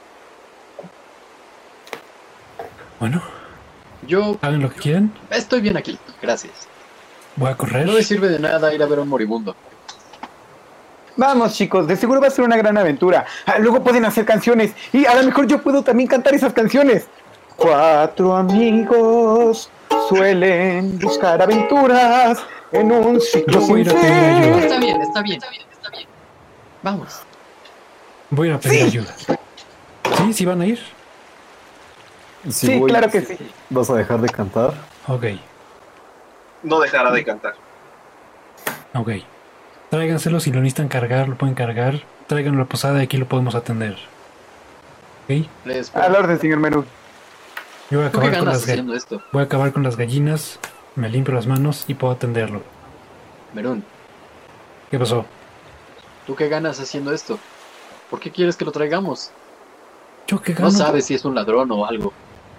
Bueno, Yo hagan lo que quieran. estoy bien aquí, gracias. Voy a correr. No me sirve de nada ir a ver a un moribundo. Vamos, chicos, de seguro va a ser una gran aventura. Ah, luego pueden hacer canciones y a lo mejor yo puedo también cantar esas canciones. Cuatro amigos suelen buscar aventuras en un ciclo Yo voy a sin ir a pedir fin. ayuda. Está bien, está bien, está bien. Vamos. Voy a ir a pedir ayuda. ¿Sí? ¿Sí van a ir? Si Sí, voy, claro que sí. ¿vas a dejar de cantar? Ok, No dejará de cantar. ok. Tráiganselo, si lo necesitan cargar, lo pueden cargar. Tráiganlo a la posada y aquí lo podemos atender. ¿Ok? Les Al orden, señor Menú. Yo voy a ¿Tú qué acabar con ganas las ga- haciendo esto? voy a acabar con las gallinas, me limpio las manos y puedo atenderlo. Merún, ¿Qué pasó? ¿tú qué ganas haciendo esto? ¿Por qué quieres que lo traigamos? Yo qué gano. No sabes si es un ladrón o algo.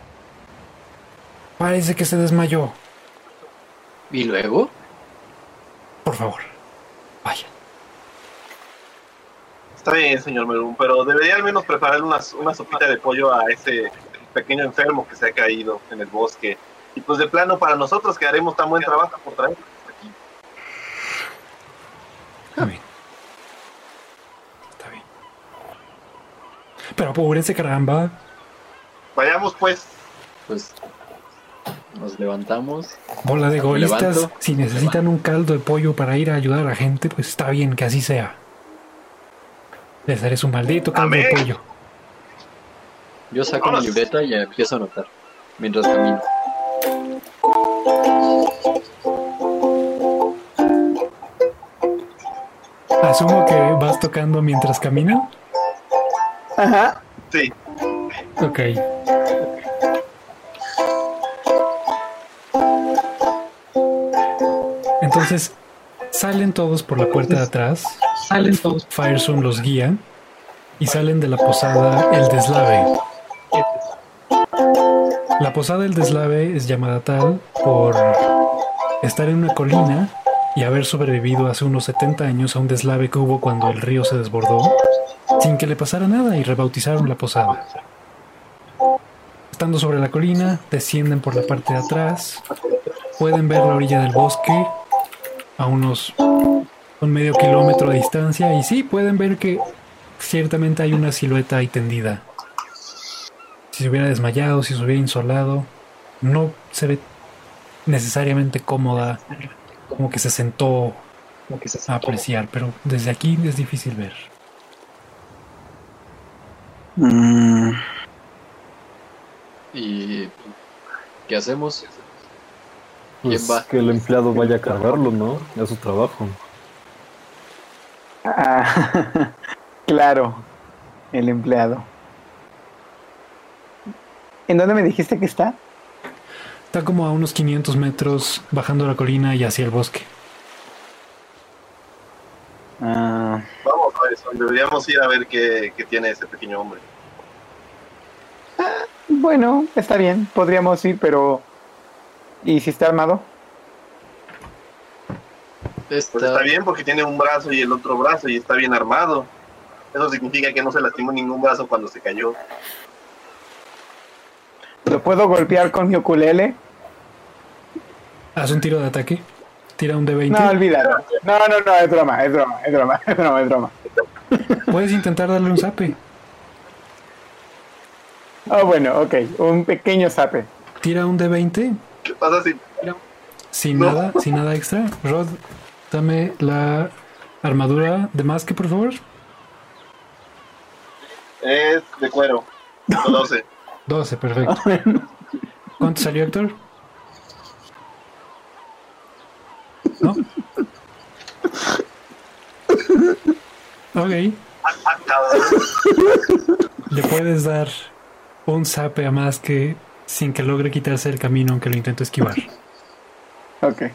Parece que se desmayó. ¿Y luego? Por favor, vaya. Está bien, señor Melún, pero debería al menos preparar una, una sopita de pollo a ese pequeño enfermo que se ha caído en el bosque. Y pues de plano para nosotros que haremos tan buen trabajo por traerlo aquí. Está bien. Está bien. Pero apúrense, caramba. Vayamos pues. Pues nos levantamos. Bola de egoístas. levanto. Si necesitan un caldo de pollo para ir a ayudar a la gente, pues está bien que así sea. Les daré su maldito caldo de Amén. pollo. Yo saco mi libreta y empiezo a anotar mientras camino. Asumo que vas tocando mientras camina. Ajá. Sí. Ok. Entonces, salen todos por la puerta de atrás. Salen todos. Firezone los guía. Y salen de la posada El Deslave. La posada El Deslave es llamada tal por estar en una colina y haber sobrevivido hace unos setenta años a un deslave que hubo cuando el río se desbordó, sin que le pasara nada, y rebautizaron la posada. Estando sobre la colina, descienden por la parte de atrás, pueden ver la orilla del bosque a unos un medio kilómetro de distancia, y sí, pueden ver que ciertamente hay una silueta ahí tendida. Si se hubiera desmayado, si se hubiera insolado, no se ve necesariamente cómoda, como que se sentó a apreciar, pero desde aquí es difícil ver. Mm, ¿Y qué hacemos? ¿Quién Pues va? que el empleado vaya a cargarlo, ¿no? Es su trabajo. ah, claro, el empleado. ¿En dónde me dijiste que está? Está como a unos quinientos metros bajando la colina y hacia el bosque. Ah, Vamos a eso. Deberíamos ir a ver qué, qué tiene ese pequeño hombre. bueno, está bien, podríamos ir, pero... ¿Y si está armado? Pues Está, está bien porque tiene un brazo y el otro brazo y está bien armado. Eso significa que no se lastimó ningún brazo cuando se cayó. ¿Lo puedo golpear con mi ukulele? Haz un tiro de ataque. Tira un D veinte. No, olvídalo. No, no, no, es broma, es broma, es broma, es broma, es broma. Puedes intentar darle un zape. Oh, bueno, ok, un pequeño zape. Tira un D veinte. ¿Qué pasa si Sin No. nada, sin nada extra. Rod, dame la armadura de Maske, por favor. es de cuero? doce. doce, perfecto. ¿Cuánto salió, Héctor? ¿No? Ok. Ah, cabrón. Le puedes dar un zape a más que sin que logre quitarse el camino aunque lo intento esquivar. Ok.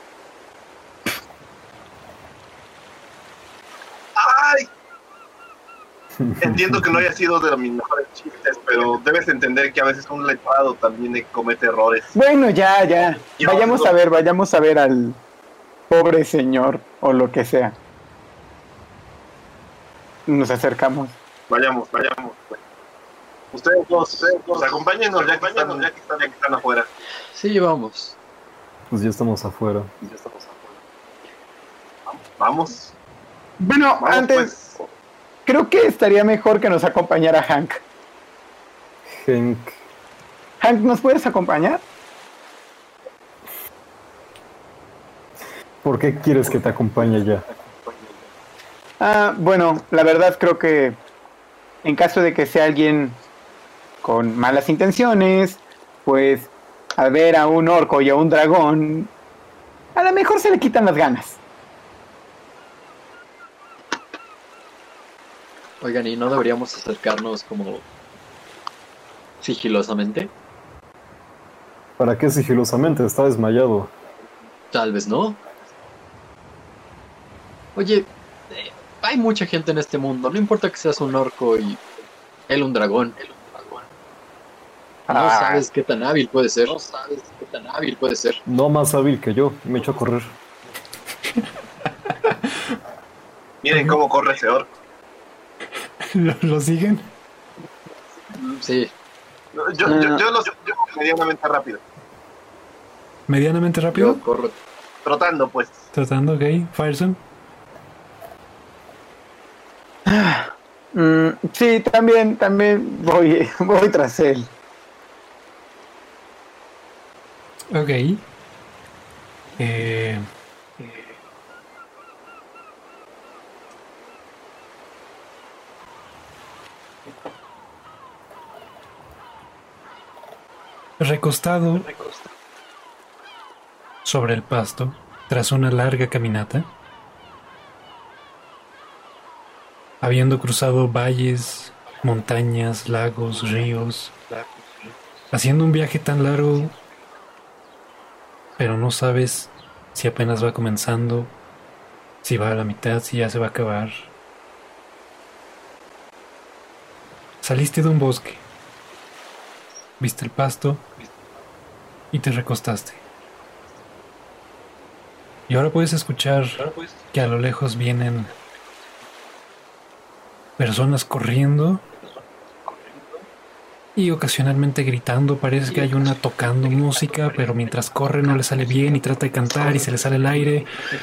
¡Ay! Entiendo que no haya sido de mis mejores chistes, pero debes entender que a veces un letrado también comete errores. Bueno, ya, ya. Yo- Vayamos a ver, vayamos a ver al pobre señor o lo que sea. Nos acercamos. Vayamos, vayamos. Ustedes dos, ustedes dos, acompáñenos ya que están, ya que están, ya que están afuera. Sí, vamos. Pues ya estamos afuera. Vamos. Bueno, Vamos, antes, pues. creo que estaría mejor que nos acompañara Hank. Hank, Hank, ¿nos puedes acompañar? ¿por qué quieres que te acompañe ya? Ah, bueno, la verdad creo que en caso de que sea alguien con malas intenciones, pues al ver a un orco y a un dragón, a lo mejor se le quitan las ganas. Oigan, ¿y no deberíamos acercarnos como sigilosamente? ¿Para qué sigilosamente? Está desmayado. Tal vez no. Oye, eh, hay mucha gente en este mundo. No importa que seas un orco y él un dragón. No Ah. sabes qué tan hábil puede ser. No sabes qué tan hábil puede ser. No más hábil que yo. Me echo a correr. Miren cómo corre ese orco. ¿Lo, lo siguen? Sí, Yo, yo, yo lo yo medianamente rápido. ¿Medianamente rápido? yo corro. Trotando, pues. Tratando, ok. Firestone. Mm, sí, también, también voy, voy tras él. Ok. Eh, recostado sobre el pasto, tras una larga caminata, habiendo cruzado valles, montañas, lagos, ríos, haciendo un viaje tan largo, pero no sabes si apenas va comenzando, si va a la mitad, si ya se va a acabar. Saliste de un bosque, viste el pasto y te recostaste. Y ahora puedes escuchar que a lo lejos vienen personas corriendo y ocasionalmente gritando. Parece que hay una tocando música, pero mientras corre no le sale bien y trata de cantar y se le sale el aire.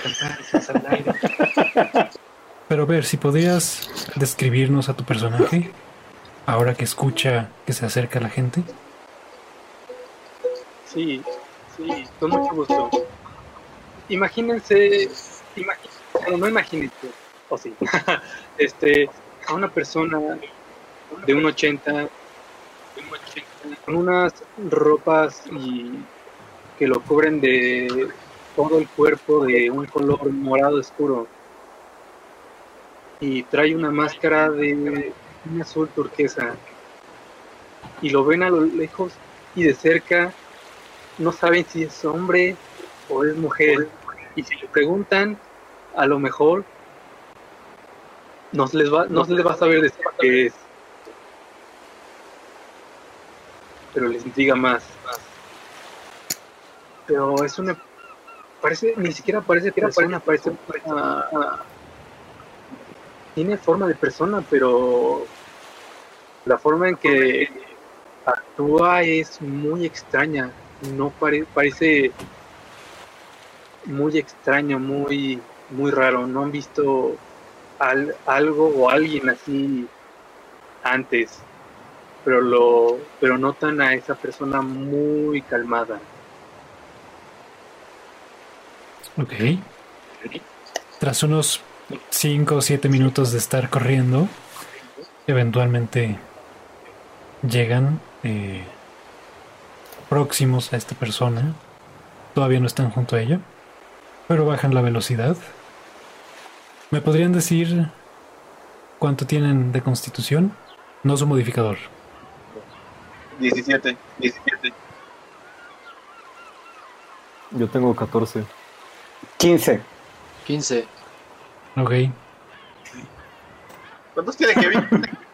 Pero a ver, si podrías describirnos a tu personaje ahora que escucha que se acerca la gente. Sí, sí, con mucho gusto. Imagínense, imagi- bueno, no imagínense, o sí, este, a una persona de un ochenta, con unas ropas y que lo cubren de todo el cuerpo de un color morado oscuro y trae una máscara de un azul turquesa y lo ven a lo lejos y de cerca no saben si es hombre o es mujer, y si le preguntan, a lo mejor no se les va, no se les va a saber decir qué es, pero les intriga más. Pero es una, parece, ni siquiera parece persona, parece una, tiene forma de persona, pero la forma en que actúa es muy extraña. No pare, parece muy extraño, muy muy raro. No han visto al, algo o alguien así antes, pero lo pero notan a esa persona muy calmada. Ok. Tras unos cinco o siete minutos de estar corriendo, eventualmente llegan eh, próximos a esta persona. Todavía no están junto a ella, pero bajan la velocidad. ¿Me podrían decir cuánto tienen de constitución? No su modificador. diecisiete. diecisiete. Yo tengo catorce. quince. quince. Ok. ¿Cuántos tiene Kevin?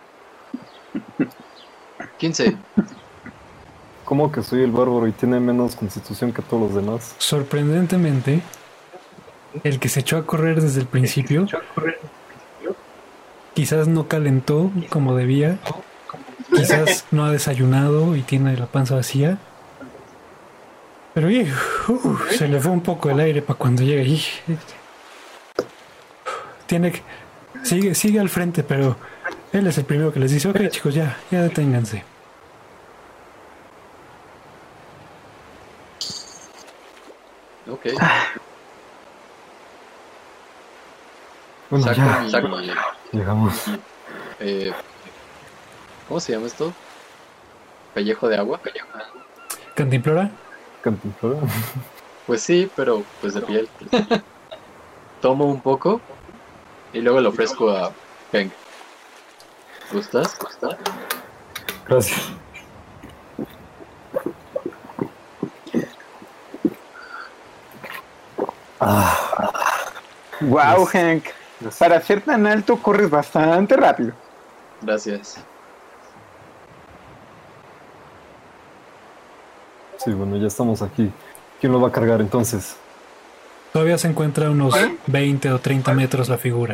quince. ¿Cómo que soy el bárbaro y tiene menos constitución que todos los demás? Sorprendentemente, el que se echó a correr desde el principio, quizás no calentó como debía, quizás no ha desayunado y tiene la panza vacía, pero uh, se le fue un poco el aire para cuando llegue ahí. Tiene que... Sigue, sigue al frente, pero él es el primero que les dice, ok chicos, ya, ya deténganse. Ok. Bueno, Saco ya mi- saco- llegamos. eh, ¿Cómo se llama esto? ¿Pellejo de agua? ¿Cantimplora? Cantimplora. Pues sí, pero pues de piel. Tomo un poco y luego le ofrezco a Peng. ¿Gustas? ¿Gustas? Gracias. Ah, Wow, Yes. Hank. Yes. Para ser tan alto corres bastante rápido. Gracias. sí, bueno, ya estamos aquí. ¿Quién lo va a cargar entonces? Todavía se encuentra a unos veinte o treinta metros la figura.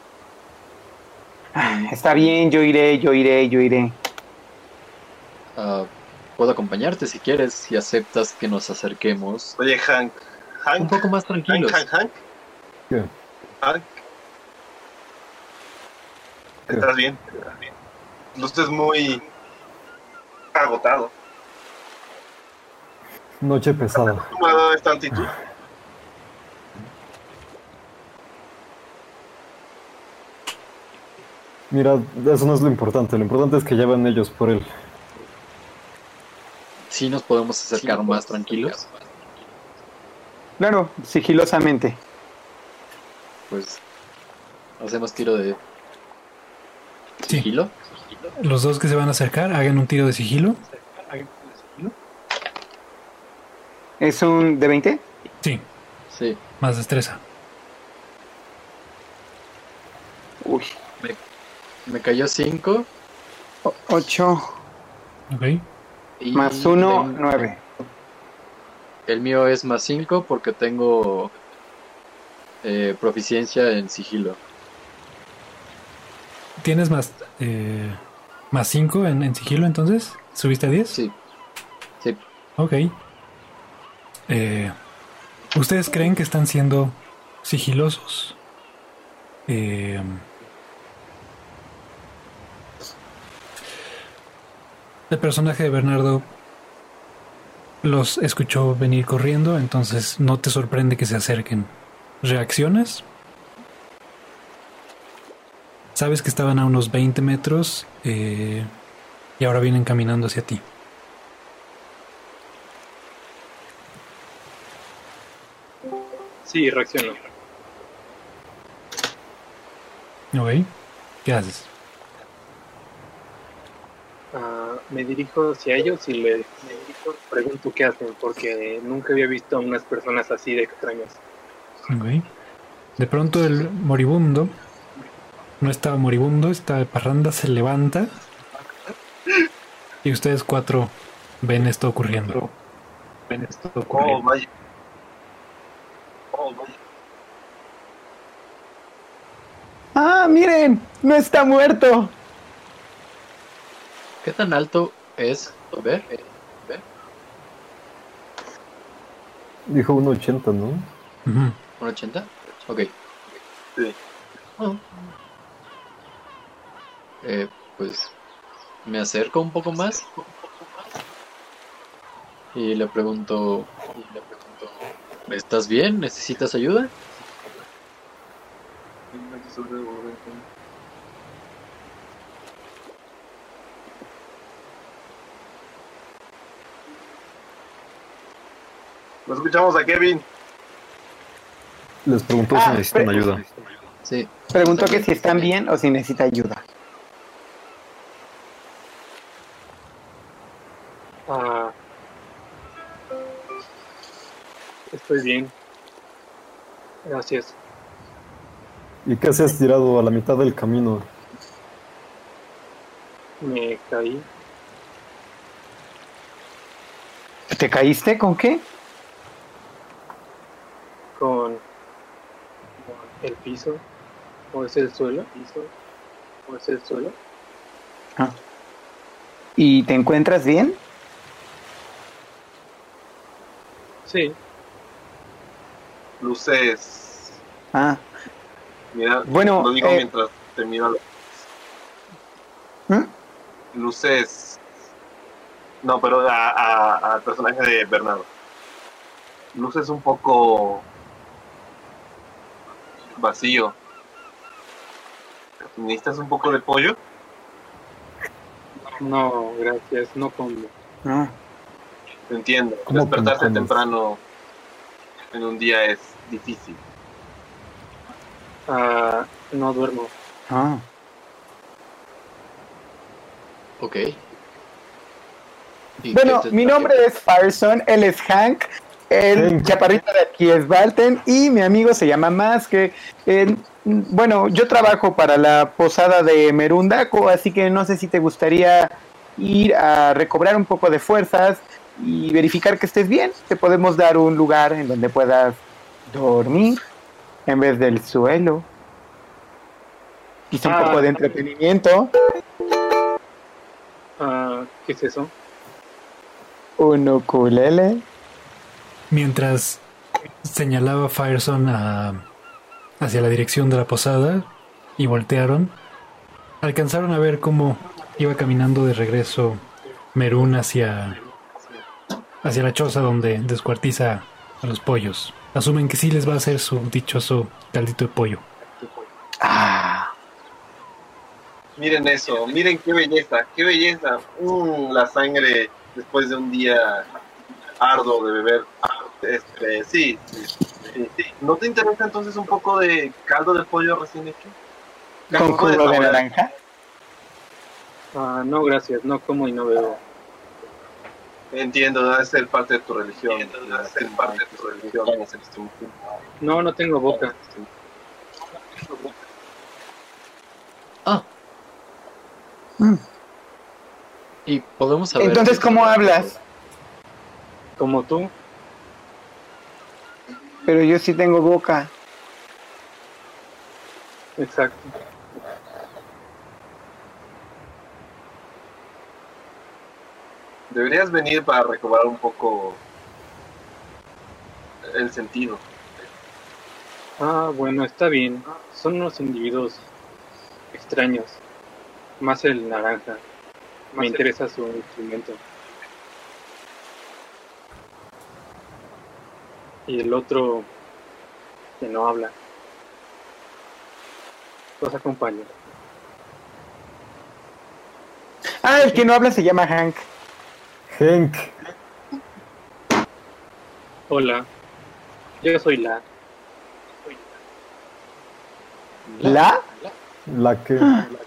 Está bien, yo iré, yo iré, yo iré. Ah, puedo acompañarte si quieres, si aceptas que nos acerquemos Oye, Hank. Hank. un poco más Hank, tranquilos. Hank, Hank. ¿Qué? Hank. ¿Qué? ¿Estás bien? ¿Estás bien? Usted es muy agotado. Noche pesada. ¿Cómo ha dado esta altitud? Mira, eso no es lo importante. Lo importante es que ya van ellos por él. Sí nos podemos acercar más tranquilos. Claro, sigilosamente. Pues hacemos tiro de Sí. sigilo. Los dos que se van a acercar, hagan un tiro de sigilo. ¿Es un de veinte? Sí, Sí. más destreza. Uy, Me cayó cinco ocho Ok. y más uno, el- nueve. El mío es más cinco porque tengo eh, proficiencia en sigilo. ¿Tienes más eh, más cinco en, en sigilo entonces? ¿Subiste a diez? Sí. Sí. Ok. Eh, ¿Ustedes creen que están siendo sigilosos? Eh, el personaje de Bernardo los escuchó venir corriendo, entonces no te sorprende que se acerquen. ¿Reaccionas? Sabes que estaban a unos veinte metros eh, y ahora vienen caminando hacia ti. Sí, reacciono. Ok. ¿Qué haces? Ah, me dirijo hacia ellos y les pregunto qué hacen, porque nunca había visto a unas personas así de extrañas. Ok. De pronto el moribundo no estaba moribundo, estaba de parranda, se levanta y ustedes cuatro ven esto ocurriendo. Ven esto Oh, ocurriendo. vaya. Oh, vaya. ¡Ah, miren! ¡No está muerto! ¿Qué tan alto es? ¿Ver? ¿Ver? Dijo uno ochenta, ¿no? Ujú. ¿un ochenta? Ok. Sí. Oh. Eh, pues me acerco un poco más y le pregunto, y le pregunto, ¿estás bien? ¿Necesitas ayuda? Lo escuchamos a Kevin. Les preguntó Ah, si necesitan pero- ayuda. Sí. Preguntó que si están bien o si necesita ayuda. Estoy bien. Gracias. ¿Y qué has tirado a la mitad del camino? Me caí ¿Te caíste con qué? con el piso. ¿O es el suelo? ¿Piso? ¿O es el suelo? Ah. ¿Y te encuentras bien? Sí. Luces. Ah, Mira, Bueno, lo digo eh, mientras te miro. ¿Mm? Luces. No, pero a- a- al personaje de Bernardo. Luces un poco vacío. ¿Necesitas un poco de pollo? No, gracias. No como. No. Entiendo. ¿Cómo Despertarse comes? temprano en un día es difícil. Ah, no duermo. Ah. Ok. ¿Y Bueno, qué te- mi nombre es Farson, él es Hank, el Hank. chaparrito de aquí es Valten y mi amigo se llama Más, que eh, bueno, yo trabajo para la posada de Merundaco, así que no sé si te gustaría ir a recobrar un poco de fuerzas y verificar que estés bien. Te podemos dar un lugar en donde puedas dormir en vez del suelo. Quizá un Ah. poco de entretenimiento. Ah, ¿qué es eso? Un ukulele. Mientras señalaba Fireson a, hacia la dirección de la posada y voltearon, alcanzaron a ver cómo iba caminando de regreso Merún hacia, hacia la choza donde descuartiza a los pollos. Asumen que sí les va a hacer su dichoso caldito de pollo. Ah. Miren eso, miren qué belleza, qué belleza. Mm, la sangre después de un día arduo de beber. Este, sí, sí, sí, sí. ¿No te interesa entonces un poco de caldo de pollo recién hecho? Con Caldo de jugo de sabor. naranja. Ah, no, gracias. No como y no bebo. Entiendo, debe ser parte de tu religión. Debe ser parte de tu religión. No, no tengo boca. Ah. Mm. Y podemos saber. Entonces, ¿cómo hablas? Como tú. Pero yo sí tengo boca. Exacto. Deberías venir para recobrar un poco el sentido. Ah, bueno, está bien. Son unos individuos extraños. Más el naranja. Me interesa su instrumento. Y el otro que no habla. Los acompaño. Ah, el que no habla se llama Hank. Hank, Hola. Yo soy la. ¿La? la que...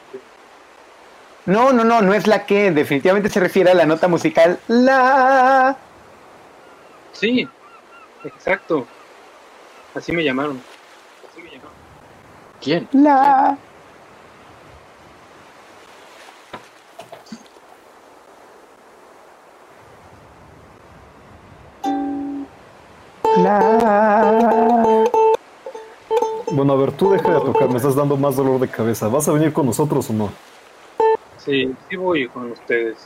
No, no, no, no es la que. Definitivamente se refiere a la nota musical La. Sí, exacto. Así me llamaron. Así me llamaron. ¿Quién? La. La. Bueno, a ver, tú deja de tocar, me estás dando más dolor de cabeza. ¿Vas a venir con nosotros o no? Sí, sí voy con ustedes.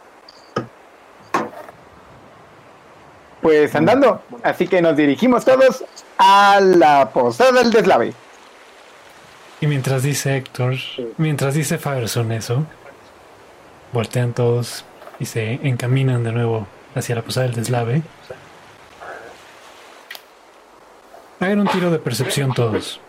Pues andando. Así que nos dirigimos todos a la posada del deslave. Y mientras dice Héctor, mientras dice Fireson eso, voltean todos y se encaminan de nuevo hacia la posada del deslave. Hagan un tiro de percepción todos.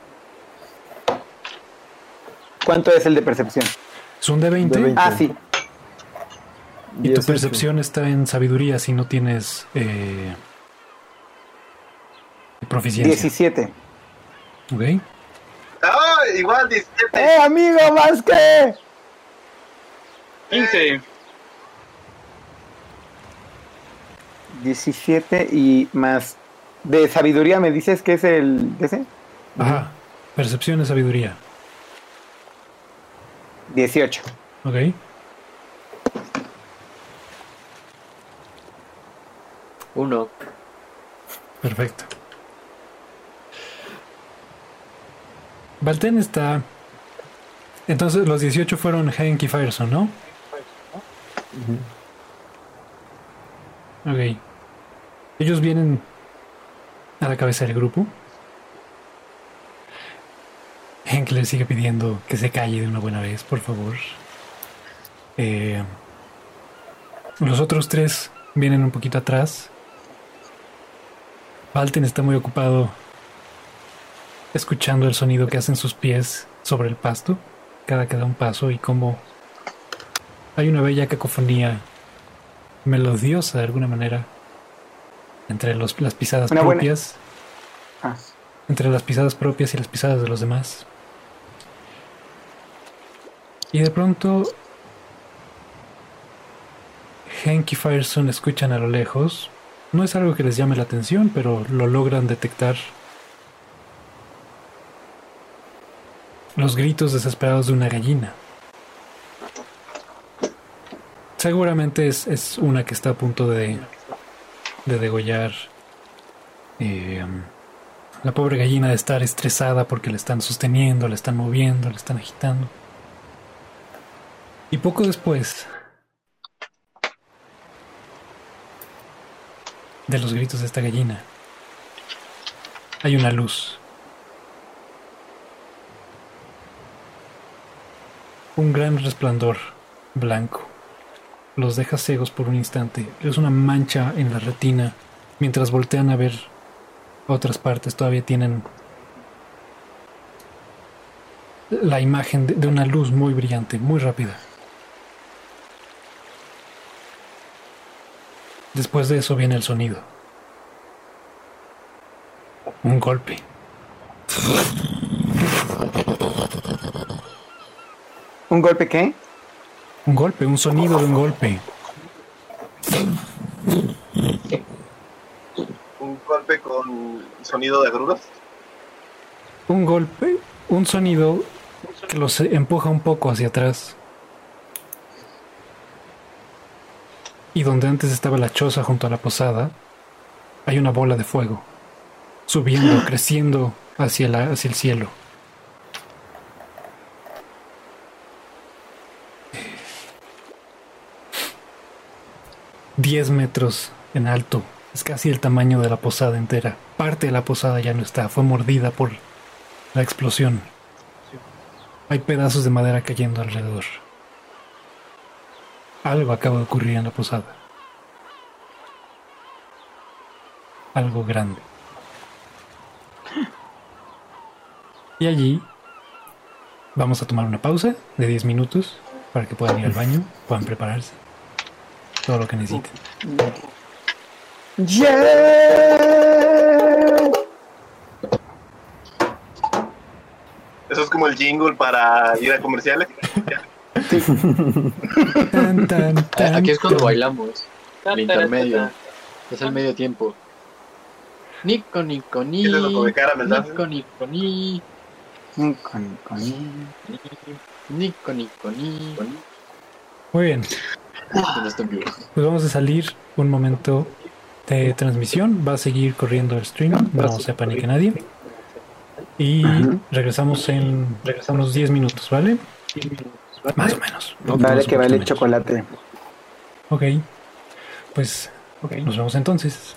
¿Cuánto es el de percepción? ¿Es un de veinte? De veinte. Ah, sí. Y tu dieciocho. percepción está en sabiduría si no tienes eh, proficiencia. diecisiete. ¿Ok? ¡Ah! Igual diecisiete. ¡Eh, amigo, más que! quince. diecisiete y más De sabiduría, ¿me dices que es el ese? Ajá. Percepción de sabiduría. dieciocho. Ok. Uno. Perfecto. Valten está... Entonces los dieciocho fueron Hank y Fireson, ¿no? Ujú. Ok. Ellos vienen a la cabeza del grupo. Hank le sigue pidiendo que se calle de una buena vez, por favor. Eh, los otros tres vienen un poquito atrás. Valten está muy ocupado escuchando el sonido que hacen sus pies sobre el pasto cada que da un paso y cómo hay una bella cacofonía melodiosa de alguna manera entre los, las pisadas Una buena- propias, Ah. entre las pisadas propias y las pisadas de los demás. Y de pronto Hank y Fireson escuchan a lo lejos. No es algo que les llame la atención, pero lo logran detectar. Los gritos desesperados de una gallina. Seguramente es, es una que está a punto de, de degollar. Eh, la pobre gallina de estar estresada porque le están sosteniendo, le están moviendo, le están agitando. Y poco después de los gritos de esta gallina, hay una luz. Un gran resplandor blanco. Los deja ciegos por un instante. Es una mancha en la retina. Mientras voltean a ver otras partes, todavía tienen la imagen de, de una luz muy brillante, muy rápida. Después de eso viene el sonido. Un golpe. ¿Un golpe qué? Un golpe, un sonido de un golpe. Un golpe con sonido de agruras. Un golpe, un sonido que los empuja un poco hacia atrás. Y donde antes estaba la choza junto a la posada, hay una bola de fuego, subiendo, creciendo hacia, la, hacia el cielo. Diez metros en alto, es casi el tamaño de la posada entera. Parte de la posada ya no está, fue mordida por la explosión. Hay pedazos de madera cayendo alrededor. Algo acaba de ocurrir en la posada. Algo grande. Y allí vamos a tomar una pausa de diez minutos para que puedan ir al baño, puedan prepararse. Todo lo que necesiten. ¡Yeah! Eso es como el jingle para ir a comerciales. Tan, tan, tan, Aquí es cuando tan. bailamos. El intermedio. Es el medio tiempo. Nico, Nico, ni. Ese es lo de Caramel Dance. Nico, Nico, ni. Un con- con- Nico, Nico, ni. Muy bien, No está en vivo. pues vamos a salir un momento de transmisión. Va a seguir corriendo el stream, no se panique nadie. Y regresamos en regresamos unos diez minutos, ¿vale? Más o menos. No, Vale, un que vale el poquito menos. chocolate. Ok, pues nos vemos entonces.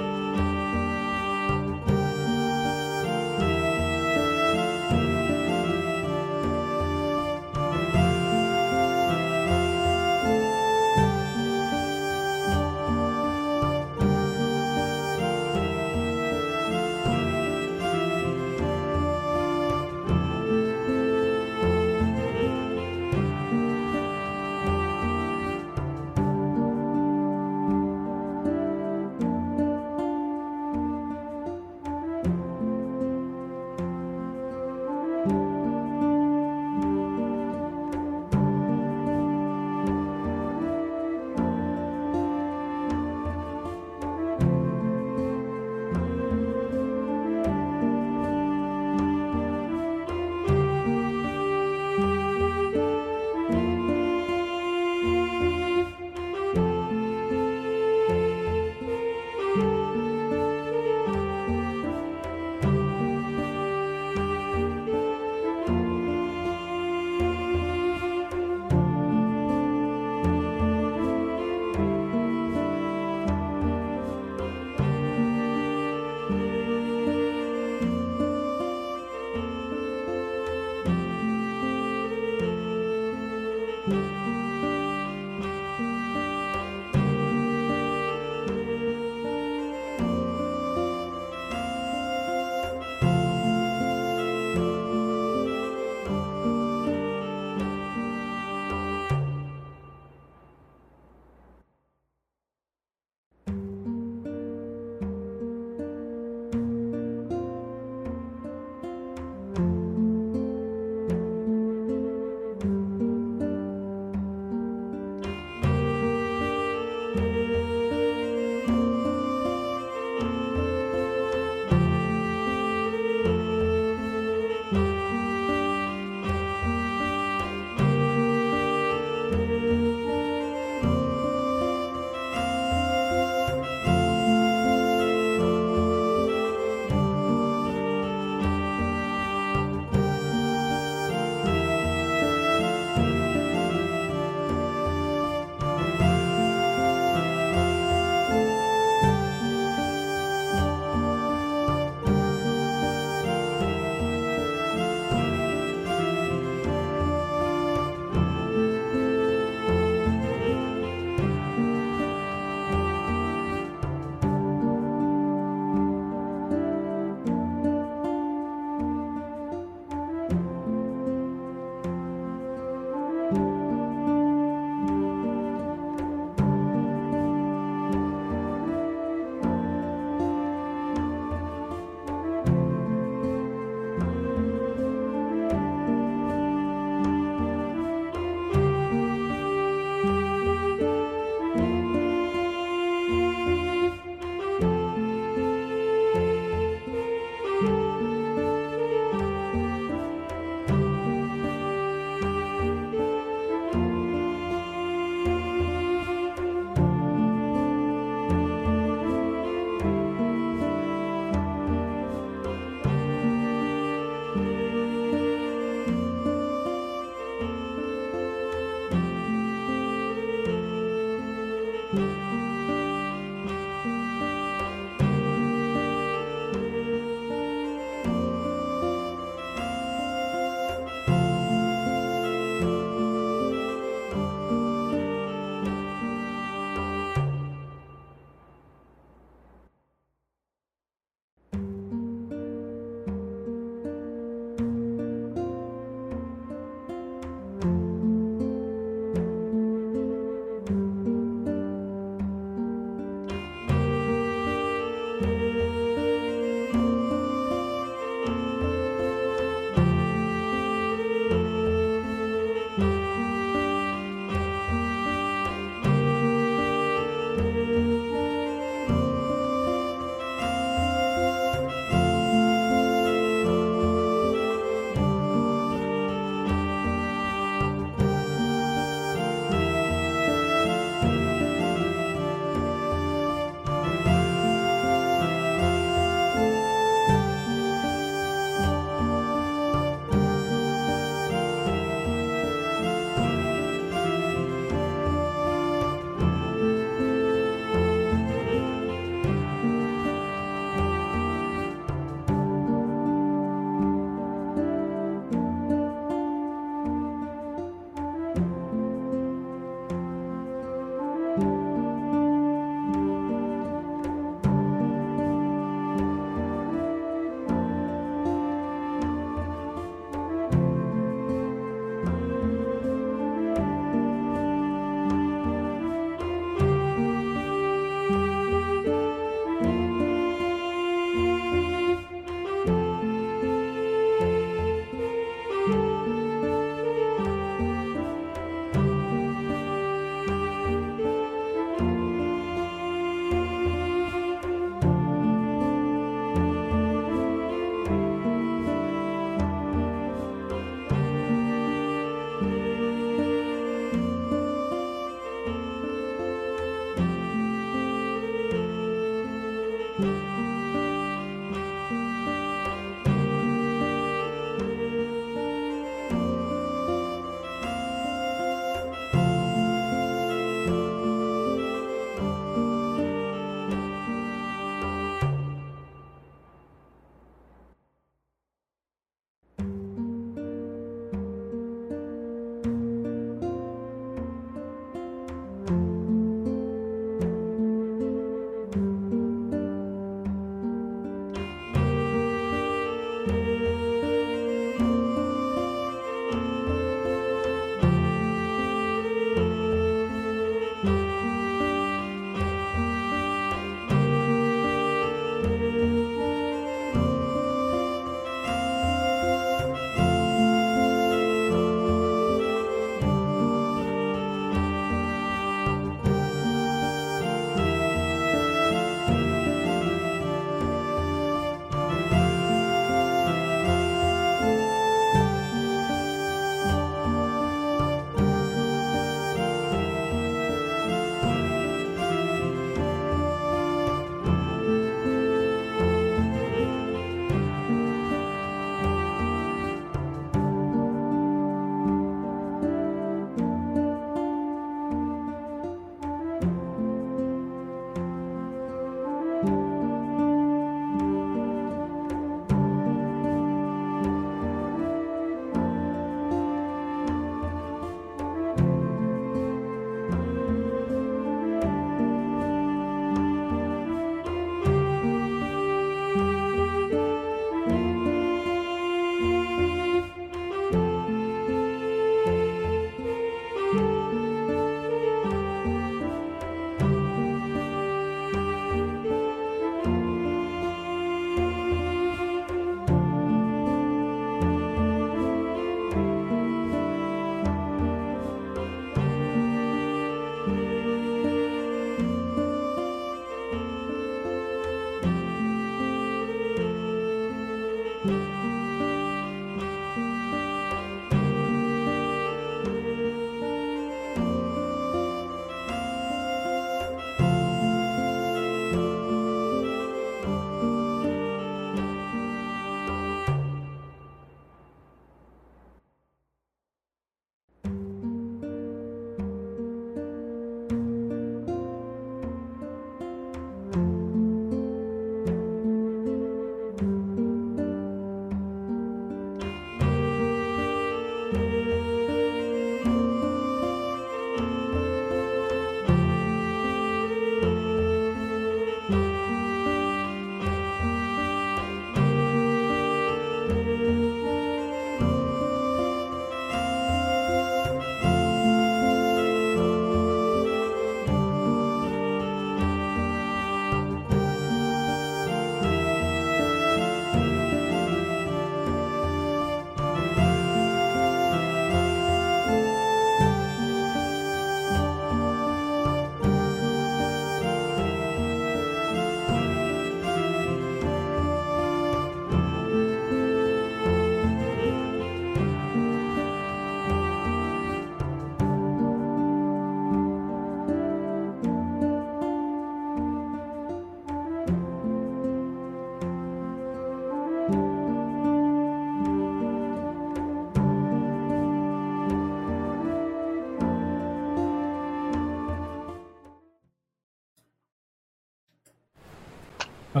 Ok.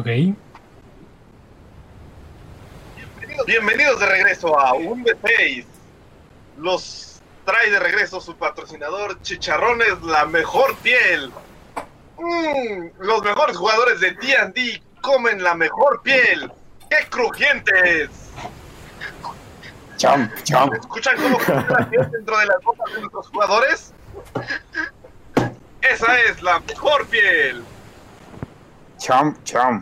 Bienvenidos, bienvenidos de regreso a un de seis. Los trae de regreso su patrocinador Chicharrones, la mejor piel. Mm, los mejores jugadores de D and D comen la mejor piel. ¡Qué crujientes! Chom, chom. ¿Escuchan cómo cruje la piel dentro de las botas de nuestros jugadores? Esa es la mejor piel. Chom, chom.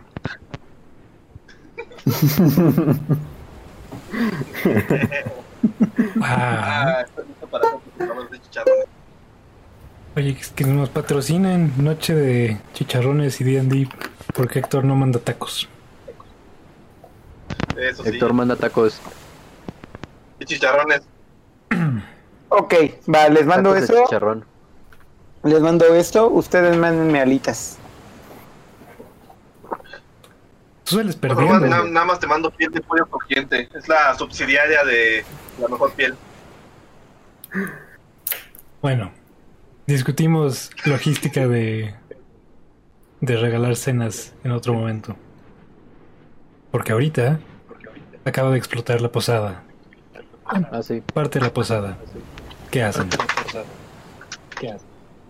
Ah, estoy listo para hacer patrocinadores de chicharrones. Oye, que nos patrocinen Noche de Chicharrones y D and D, porque Héctor no manda tacos. Eso sí. Héctor manda tacos. Y chicharrones. Ok, va, les mando Tacos de eso. chicharrón. Les mando esto. Ustedes mándenme alitas. Tú sueles Por perdiendo. favor, na- nada más te mando piel de pollo crujiente. Es la subsidiaria de la mejor piel. Bueno, discutimos logística de de regalar cenas en otro momento. Porque ahorita acaba de explotar la posada. Ah, sí. Parte de la posada. ¿Qué hacen? ¿Qué hacen?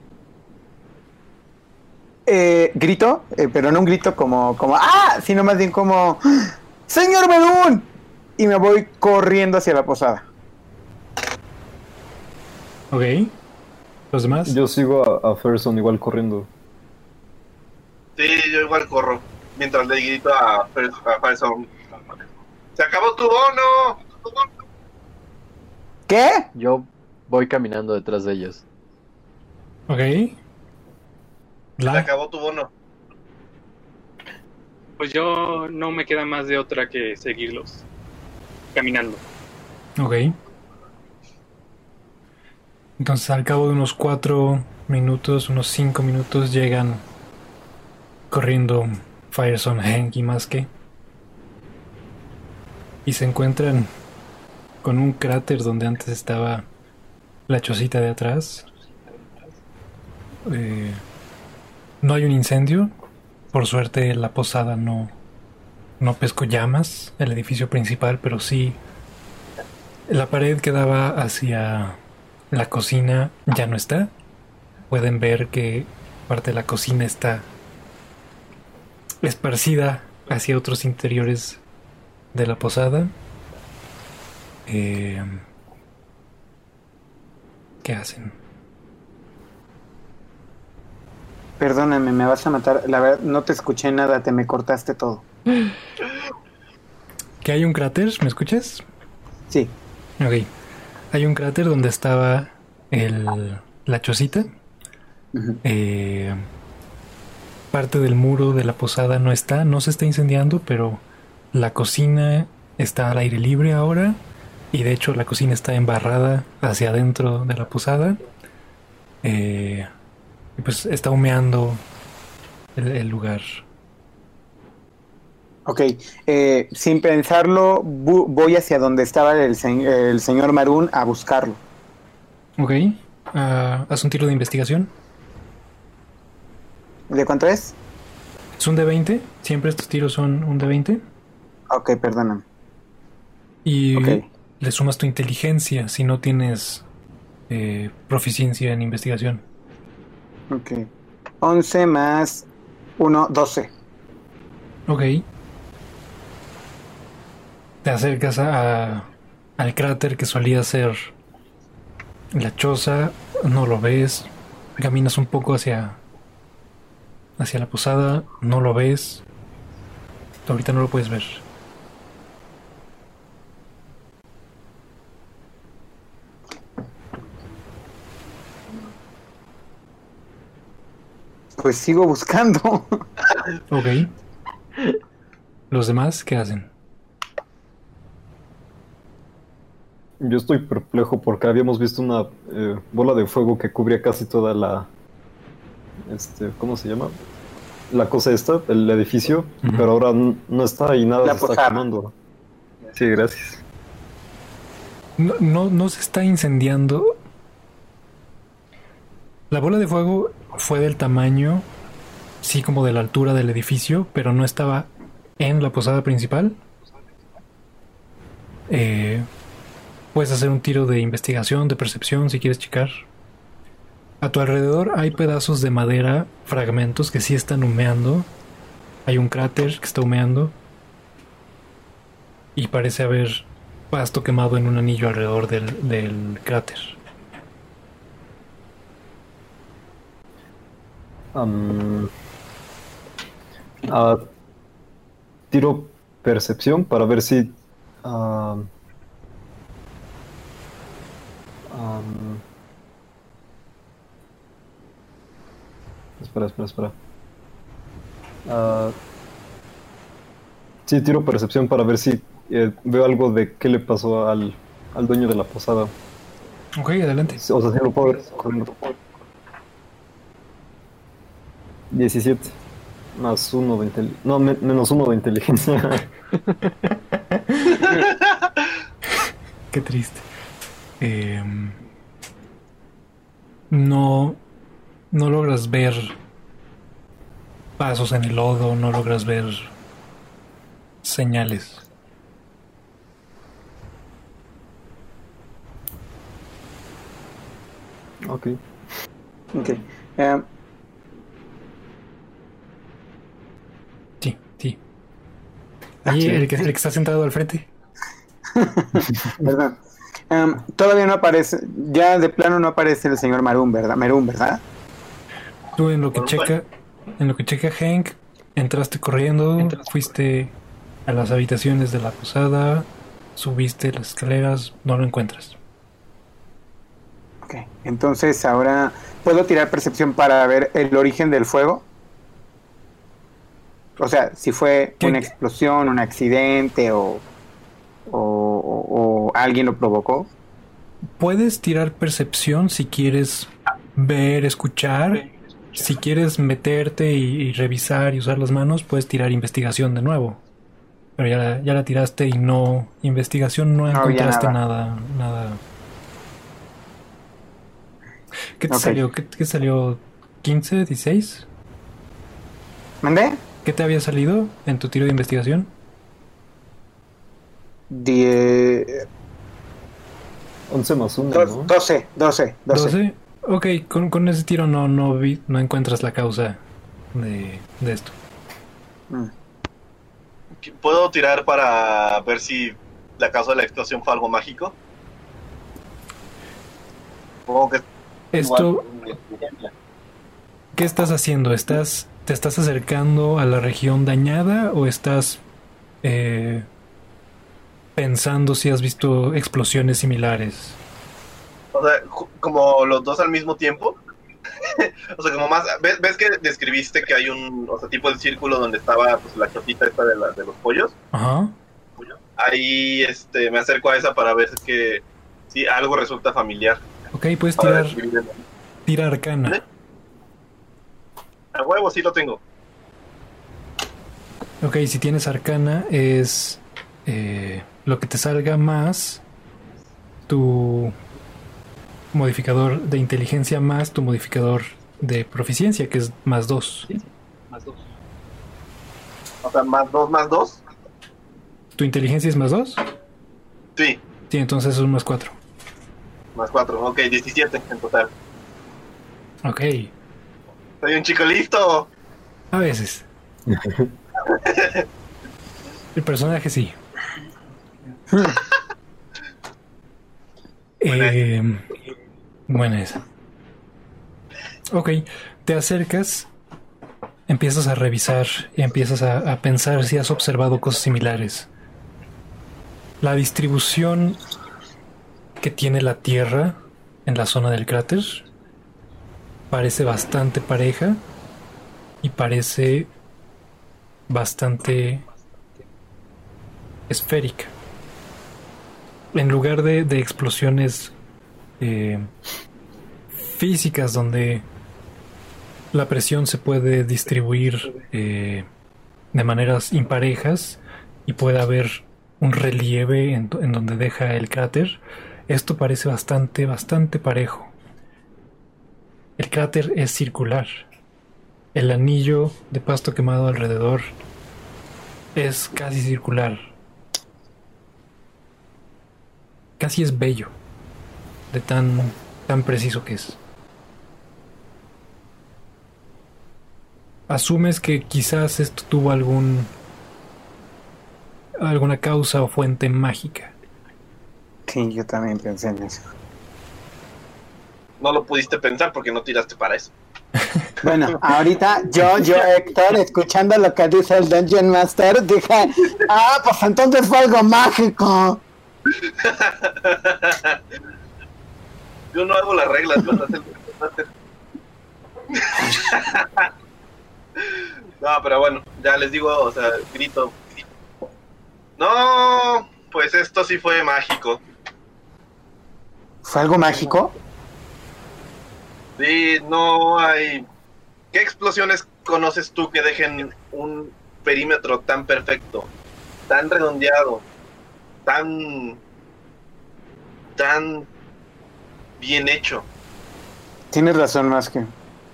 Eh, grito, eh, pero no un grito como, como ¡ah! Sino más bien como ¡Señor Melún! Y me voy corriendo hacia la posada. Ok. ¿Los demás? Yo sigo a, a Ferson igual corriendo. Sí, yo igual corro. Mientras le grito a Ferson. ¡Se acabó tu bono! ¿Qué? Yo voy caminando detrás de ellos. Ok. Se La... acabó tu bono. Pues yo no me queda más de otra que seguirlos caminando. Ok. Entonces al cabo de unos cuatro minutos, unos cinco minutos, llegan corriendo Fireson, Hank y Maske. Y se encuentran con un cráter donde antes estaba la chocita de atrás. Eh, no hay un incendio. Por suerte la posada no, no pescó llamas, el edificio principal, pero sí la pared que daba hacia la cocina ya no está. Pueden ver que parte de la cocina está esparcida hacia otros interiores de la posada. Eh, ¿Qué hacen? Perdóname, me vas a matar. La verdad, no te escuché nada, te me cortaste todo. ¿Que hay un cráter? ¿Me escuchas? Sí. Ok. Hay un cráter donde estaba el, la chocita. Uh-huh. Eh, parte del muro de la posada no está, no se está incendiando, pero la cocina está al aire libre ahora. Y de hecho la cocina está embarrada hacia adentro de la posada. Eh, y pues está humeando el, el lugar. Ok, eh, sin pensarlo, bu- voy hacia donde estaba el, se- el señor Marún a buscarlo. Ok. Uh, haz un tiro de investigación. ¿De cuánto es? Es un D veinte. Siempre estos tiros son un D veinte. Ok, perdóname. Y Ok. le sumas tu inteligencia si no tienes eh, proficiencia en investigación. Ok. once más uno, doce. Ok. Te acercas a, al cráter que solía ser la choza, no lo ves. Caminas un poco hacia, hacia la posada, no lo ves. Ahorita no lo puedes ver. Pues sigo buscando. Ok. ¿Los demás qué hacen? Yo estoy perplejo porque habíamos visto una eh, bola de fuego que cubría casi toda la... Este, ¿cómo se llama? La cosa esta, el edificio, Ujú. pero ahora n- no está y nada La se está posada. quemando. Sí, gracias. No, no, no se está incendiando. La bola de fuego fue del tamaño sí como de la altura del edificio, pero no estaba en la posada principal. Eh, puedes hacer un tiro de investigación, de percepción, si quieres checar. A tu alrededor hay pedazos de madera, fragmentos que sí están humeando. Hay un cráter que está humeando. Y parece haber pasto quemado en un anillo alrededor del, del cráter. Um, uh, tiro percepción para ver si... Uh, um, espera, espera, espera. Uh, sí, tiro percepción para ver si eh, veo algo de qué le pasó al, al dueño de la posada. Ok, adelante. O sea, si lo puedo ver corriendo. diecisiete. Más uno de inteligencia. No, me menos uno de inteligencia. Qué triste. Eh, no, no logras ver pasos en el lodo, no logras ver señales. Ok. Ok. Eh, Sí, sí. Ahí el que, el que está sentado al frente. Perdón. Um, todavía no aparece, ya de plano no aparece el señor Maroon, ¿verdad? Maroon, ¿verdad? Tú en lo que checa, en lo que checa Hank, entraste corriendo, fuiste a las habitaciones de la posada, subiste las escaleras, no lo encuentras. Ok, entonces ahora puedo tirar percepción para ver el origen del fuego. O sea, si fue ¿Qué? una explosión, un accidente o, o, o, o alguien lo provocó. Puedes tirar percepción si quieres ver, escuchar. Si quieres meterte y, y revisar y usar las manos, puedes tirar investigación de nuevo. Pero ya la, ya la tiraste y no... Investigación no No había encontraste nada. nada. nada. ¿Qué te Ok. salió? ¿Qué, qué salió? ¿quince? ¿dieciséis? ¿Mandé? ¿Qué te había salido en tu tiro de investigación? Die... once más uno, dos- ¿no? doce, doce, doce. ¿doce? Ok, con, con ese tiro no, no, vi, no encuentras la causa de, de esto. Mm. ¿Puedo tirar para ver si la causa de la explosión fue algo mágico? Supongo que Esto, igual- ¿qué estás haciendo? ¿Estás, ¿Te estás acercando a la región dañada o estás eh, pensando si has visto explosiones similares? O sea, ju- como los dos al mismo tiempo. O sea, como más... ¿ves, ves que describiste que hay un... O sea, tipo el círculo donde estaba pues, la chotita esta de, la, de los pollos? Ajá. Ahí este, me acerco a esa para ver si, que, si algo resulta familiar. Ok, puedes Para tirar, describir el- tira arcana. A huevo, sí lo tengo. Ok, si tienes arcana es eh, lo que te salga más tu modificador de inteligencia más tu modificador de proficiencia, que es más dos. O sea, más dos, más dos. ¿Tu inteligencia es más dos? Sí, Sí, entonces es un más cuatro. más cuatro. Ok, diecisiete en total. Ok, Soy un chico listo. a veces. El personaje sí. Eh, buena esa. Ok, te acercas, empiezas a revisar y empiezas a, a pensar si has observado cosas similares. La distribución que tiene la Tierra en la zona del cráter parece bastante pareja y parece bastante esférica. En lugar de, de explosiones eh, físicas donde la presión se puede distribuir eh, de maneras imparejas y puede haber un relieve en, en donde deja el cráter, esto parece bastante, bastante parejo. El cráter es circular. El anillo de pasto quemado alrededor es casi circular. Casi es bello, de tan, tan preciso que es. Asumes que quizás esto tuvo algún alguna causa o fuente mágica. Sí, yo también pensé en eso. No lo pudiste pensar porque no tiraste para eso. Bueno, ahorita yo, yo, Héctor, escuchando lo que dice el Dungeon Master, dije, ah, pues entonces fue algo mágico. Yo no hago las reglas, vas a hacer lo que No, pero bueno, ya les digo, o sea, grito. No, pues esto sí fue mágico. ¿Fue algo mágico? Sí, no hay... ¿Qué explosiones conoces tú que dejen un perímetro tan perfecto, tan redondeado, tan... tan bien hecho? Tienes razón, más que...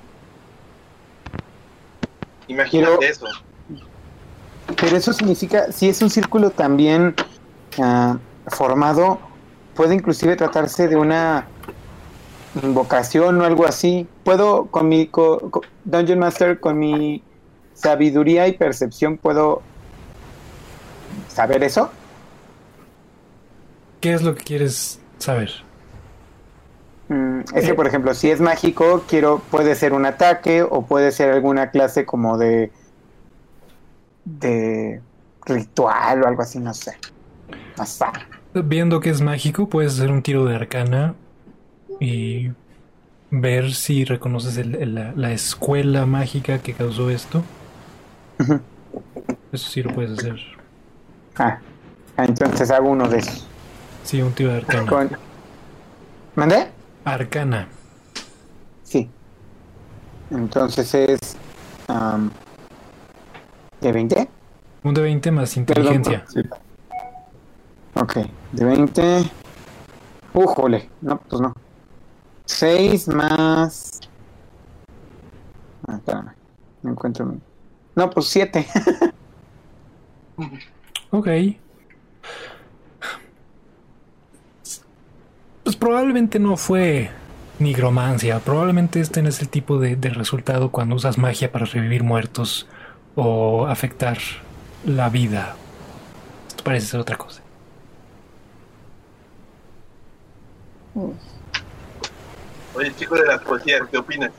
Imagínate Pero- eso. Pero eso significa, si es un círculo también ah, formado, puede inclusive tratarse de una invocación o algo así. ¿Puedo, con mi co- co- Dungeon Master, con mi sabiduría y percepción, puedo saber eso? ¿Qué es lo que quieres saber? Mm, es que, por ejemplo, si es mágico, quiero, puede ser un ataque o puede ser alguna clase como de de ritual o algo así, no sé. No sé. Viendo que es mágico, puedes hacer un tiro de arcana y ver si reconoces el- el- la, la escuela mágica que causó esto. Ujú. Eso sí lo puedes hacer. Ah, ah, entonces hago uno de esos. Sí, un tiro de arcana. Con... ¿Mandé? Arcana. Sí. Entonces es... am, ¿de veinte? Un de veinte más inteligencia. Sí. Ok, de veinte... ¡Újole! No, pues no. seis más... Ah, espérame. No encuentro... mi- No, pues siete. Ok. Pues probablemente no fue nigromancia. Probablemente este no es el tipo de, de resultado cuando usas magia para revivir muertos o afectar la vida. Esto parece ser otra cosa. Oye, chico de las poesías, ¿qué opinas?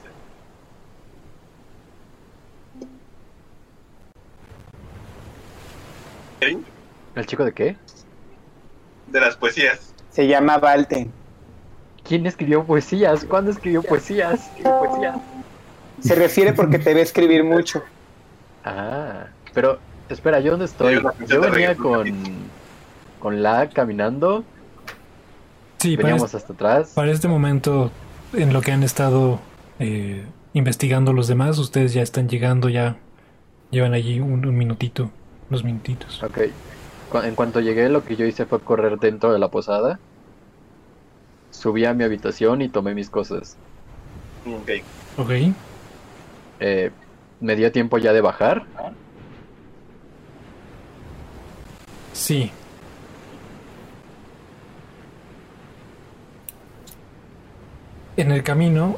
¿Kevin? ¿El chico de qué? De las poesías. Se llama Valte. ¿Quién escribió poesías? ¿Cuándo escribió poesías? ¿Qué poesías? Se refiere porque te ve escribir mucho. Ah, pero espera, ¿yo dónde estoy? Hay una canción Yo de venía reggaetón con aquí. con la caminando, Sí, para, veníamos es- hasta atrás. para este momento, en lo que han estado eh, investigando los demás, ustedes ya están llegando, ya llevan allí un, un minutito, unos minutitos. Ok. Cu- En cuanto llegué, lo que yo hice fue correr dentro de la posada. Subí a mi habitación y tomé mis cosas. Ok. Ok. Eh, me dio tiempo ya de bajar. Sí. En el camino,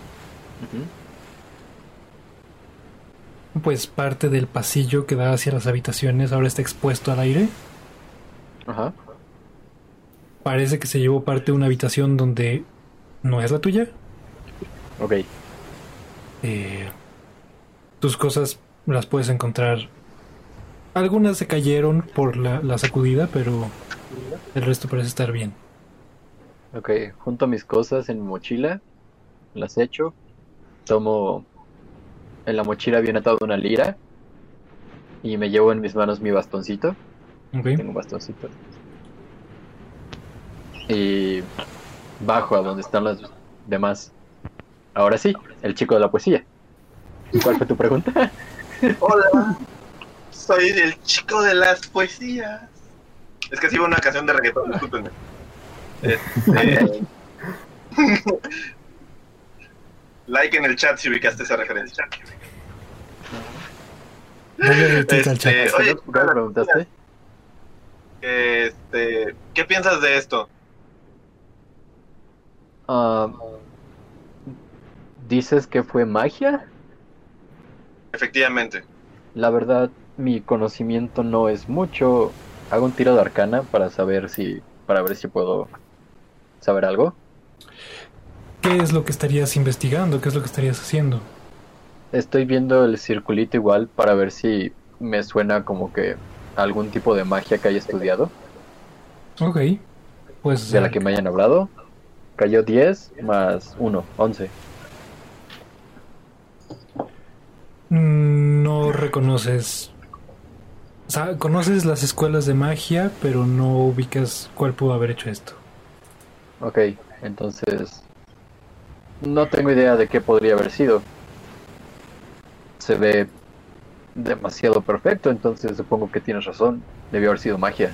Ujú. pues parte del pasillo que da hacia las habitaciones ahora está expuesto al aire. Ajá. Parece que se llevó parte de una habitación donde no es la tuya. Ok. Eh, tus cosas las puedes encontrar. Algunas se cayeron por la, la sacudida, pero el resto parece estar bien. Ok. Junto mis cosas en mi mochila. Las echo. Tomo... En la mochila viene atado una lira. Y me llevo en mis manos mi bastoncito. Ok. Tengo un bastoncito. Y bajo a donde están los demás. Ahora sí, el chico de la poesía. ¿Cuál fue tu pregunta? Hola, soy el chico de las poesías. Es que sigo una canción de reggaetón, discúlpenme. Este... like en el chat si ubicaste esa referencia. Dale retweet al chat. Este, oye, ¿Qué me preguntaste? este, ¿qué piensas de esto? Ah, ¿dices que fue magia? Efectivamente. La verdad, mi conocimiento no es mucho. Hago un tiro de arcana para saber si, para ver si puedo saber algo. ¿Qué es lo que estarías investigando? ¿Qué es lo que estarías haciendo? Estoy viendo el circulito igual para ver si me suena como que algún tipo de magia que haya estudiado, Ok. Pues de la que me hayan hablado. Cayó diez más uno, once. no reconoces. O sea, conoces las escuelas de magia, pero no ubicas cuál pudo haber hecho esto. Ok, entonces no tengo idea de qué podría haber sido. Se ve demasiado perfecto, entonces supongo que tienes razón. Debió haber sido magia.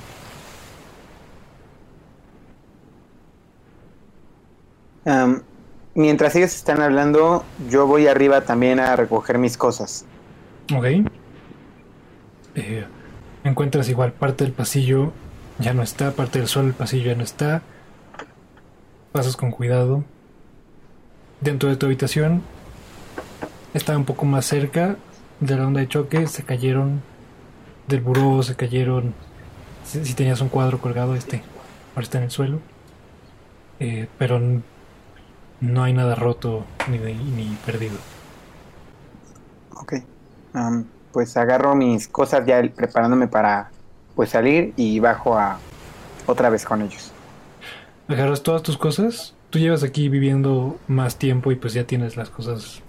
Am, mientras ellos están hablando, yo voy arriba también a recoger mis cosas. Ok. Eh, encuentras igual parte del pasillo ya no está, parte del suelo del pasillo ya no está. Pasas con cuidado. Dentro de tu habitación está un poco más cerca de la onda de choque. Se cayeron del buró, se cayeron. Si, si tenías un cuadro colgado, este ahora está en el suelo. Eh, pero n- no hay nada roto ni, de- ni perdido. Ok. Am, pues agarro mis cosas ya preparándome para pues salir y bajo a otra vez con ellos. Agarras todas tus cosas. Tú llevas aquí viviendo más tiempo y pues ya tienes las cosas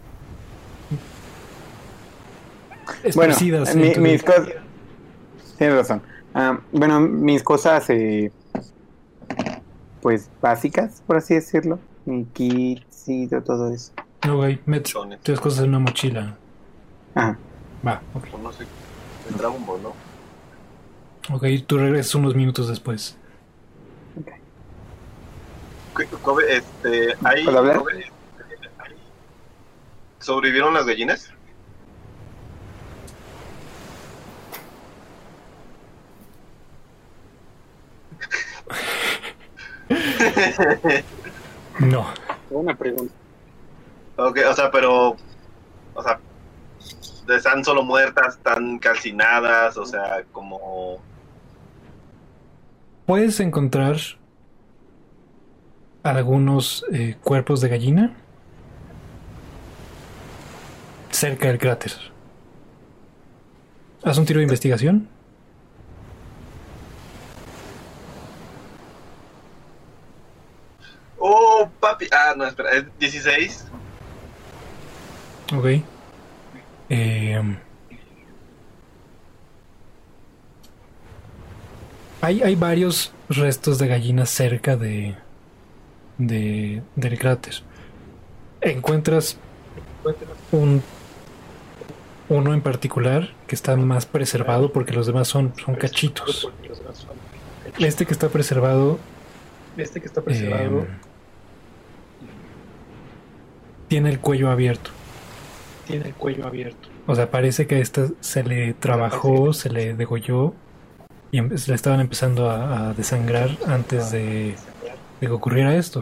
Bueno, esparcidas en mi- tu- mis cosas... Tienes razón. Am, bueno, mis cosas eh, pues básicas, por así decirlo. Mi kit, sí, de todo eso. Ok, metes Chones. tus cosas en una mochila. Ajá. Va, ok. O no sé, el Dragon Ball, ¿no? Ok, tú regresas unos minutos después. Qu- Kobe, este, ¿hay, ¿Puedo hablar? Kobe, este, ¿hay- ¿sobrevivieron las gallinas? No. Buena pregunta. Ok, o sea, pero, o sea, están solo muertas, están calcinadas, o sea, como... Puedes encontrar algunos eh, cuerpos de gallina cerca del cráter. Haz un tiro de investigación. Oh, papi, ah, no, espera, es dieciséis. Ok. Eh, hay, hay varios restos de gallinas cerca de, de del cráter. Encuentras un uno en particular que está más preservado porque los demás son, son cachitos. Este que está preservado, Este que está eh, preservado tiene el cuello abierto. tiene el cuello abierto. O sea, parece que a esta se le trabajó, se le degolló y em- le estaban empezando a, a desangrar antes de, de que ocurriera esto.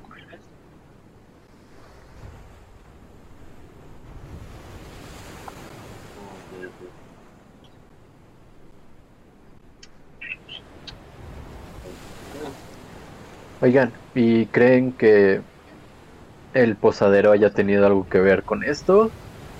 Oigan, ¿y creen que el posadero haya tenido algo que ver con esto?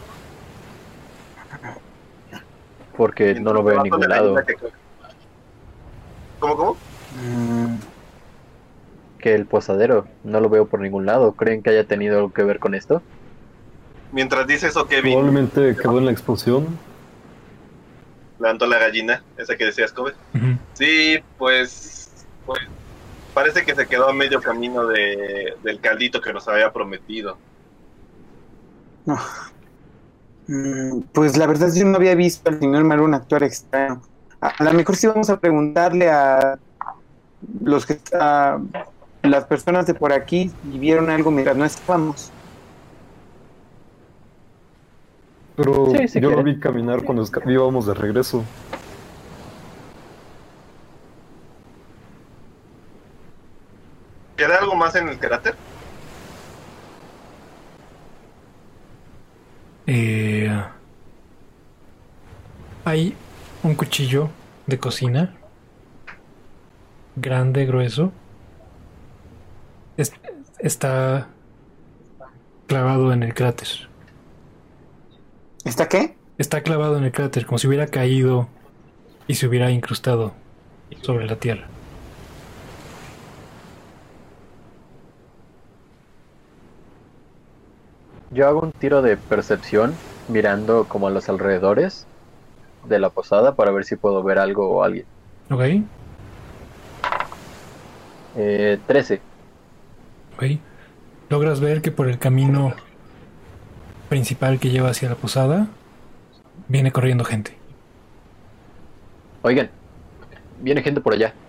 Porque no lo veo en ningún lado. ¿Cómo, cómo? Mm, Que el posadero, no lo veo por ningún lado. ¿Creen que haya tenido algo que ver con esto? Mientras dice eso, Kevin Probablemente quedó en la explosión. levantó la gallina, esa que decías, Kobe. Ujú. Sí, pues, pues parece que se quedó a medio camino de, del caldito que nos había prometido. no. Mm, Pues la verdad yo no había visto al señor Marún actuar extraño. A, a lo mejor sí vamos a preguntarle a los que a las personas de por aquí si vieron algo mientras no estábamos. Pero Sí, si yo lo quiere. vi caminar cuando esca- íbamos de regreso. ¿Queda algo más en el cráter? Eh, hay un cuchillo de cocina, grande, grueso. Es- está clavado en el cráter. ¿Está qué? Está clavado en el cráter, como si hubiera caído y se hubiera incrustado sobre la tierra. Yo hago un tiro de percepción mirando como a los alrededores de la posada para ver si puedo ver algo o alguien. ¿Ok? Eh, trece. ¿Ok? Logras ver que por el camino principal que lleva hacia la posada viene corriendo gente. Oigan, viene gente por allá.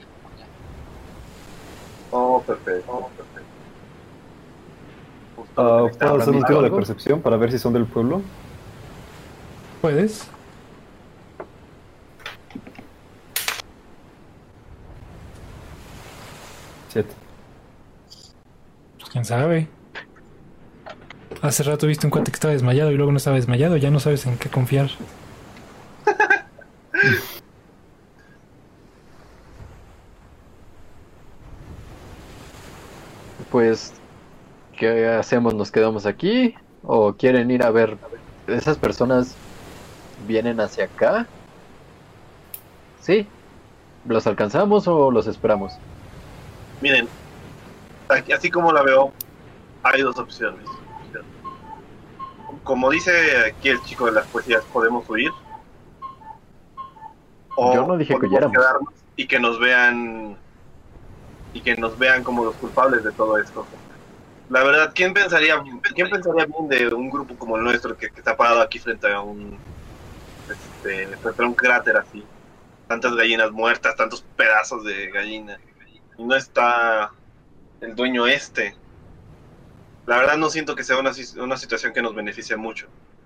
Oh, perfecto. Oh, perfecto. Justo Ah, lo que ¿Puedo necesitaba. hacer un visto tiro de algo? percepción para ver si son del pueblo? ¿Puedes? Siete. Pues quién sabe. Hace rato viste un cuate que estaba desmayado y luego no estaba desmayado. Ya no sabes en qué confiar. Pues, ¿qué hacemos? ¿Nos quedamos aquí? ¿O quieren ir a ver? ¿Esas personas vienen hacia acá? ¿Sí? ¿Los alcanzamos o los esperamos? Miren, aquí- así como la veo, hay dos opciones. Como dice aquí el chico de las poesías, podemos huir. O Yo no dije que podemos huyéramos. quedarnos y que nos vean y que nos vean como los culpables de todo esto. La verdad, ¿quién pensaría, quién pensaría bien de un grupo como el nuestro que, que está parado aquí frente a un este, frente a un cráter así? Tantas gallinas muertas, tantos pedazos de gallina. Y no está el dueño este. La verdad no siento que sea una, si- una situación que nos beneficie mucho.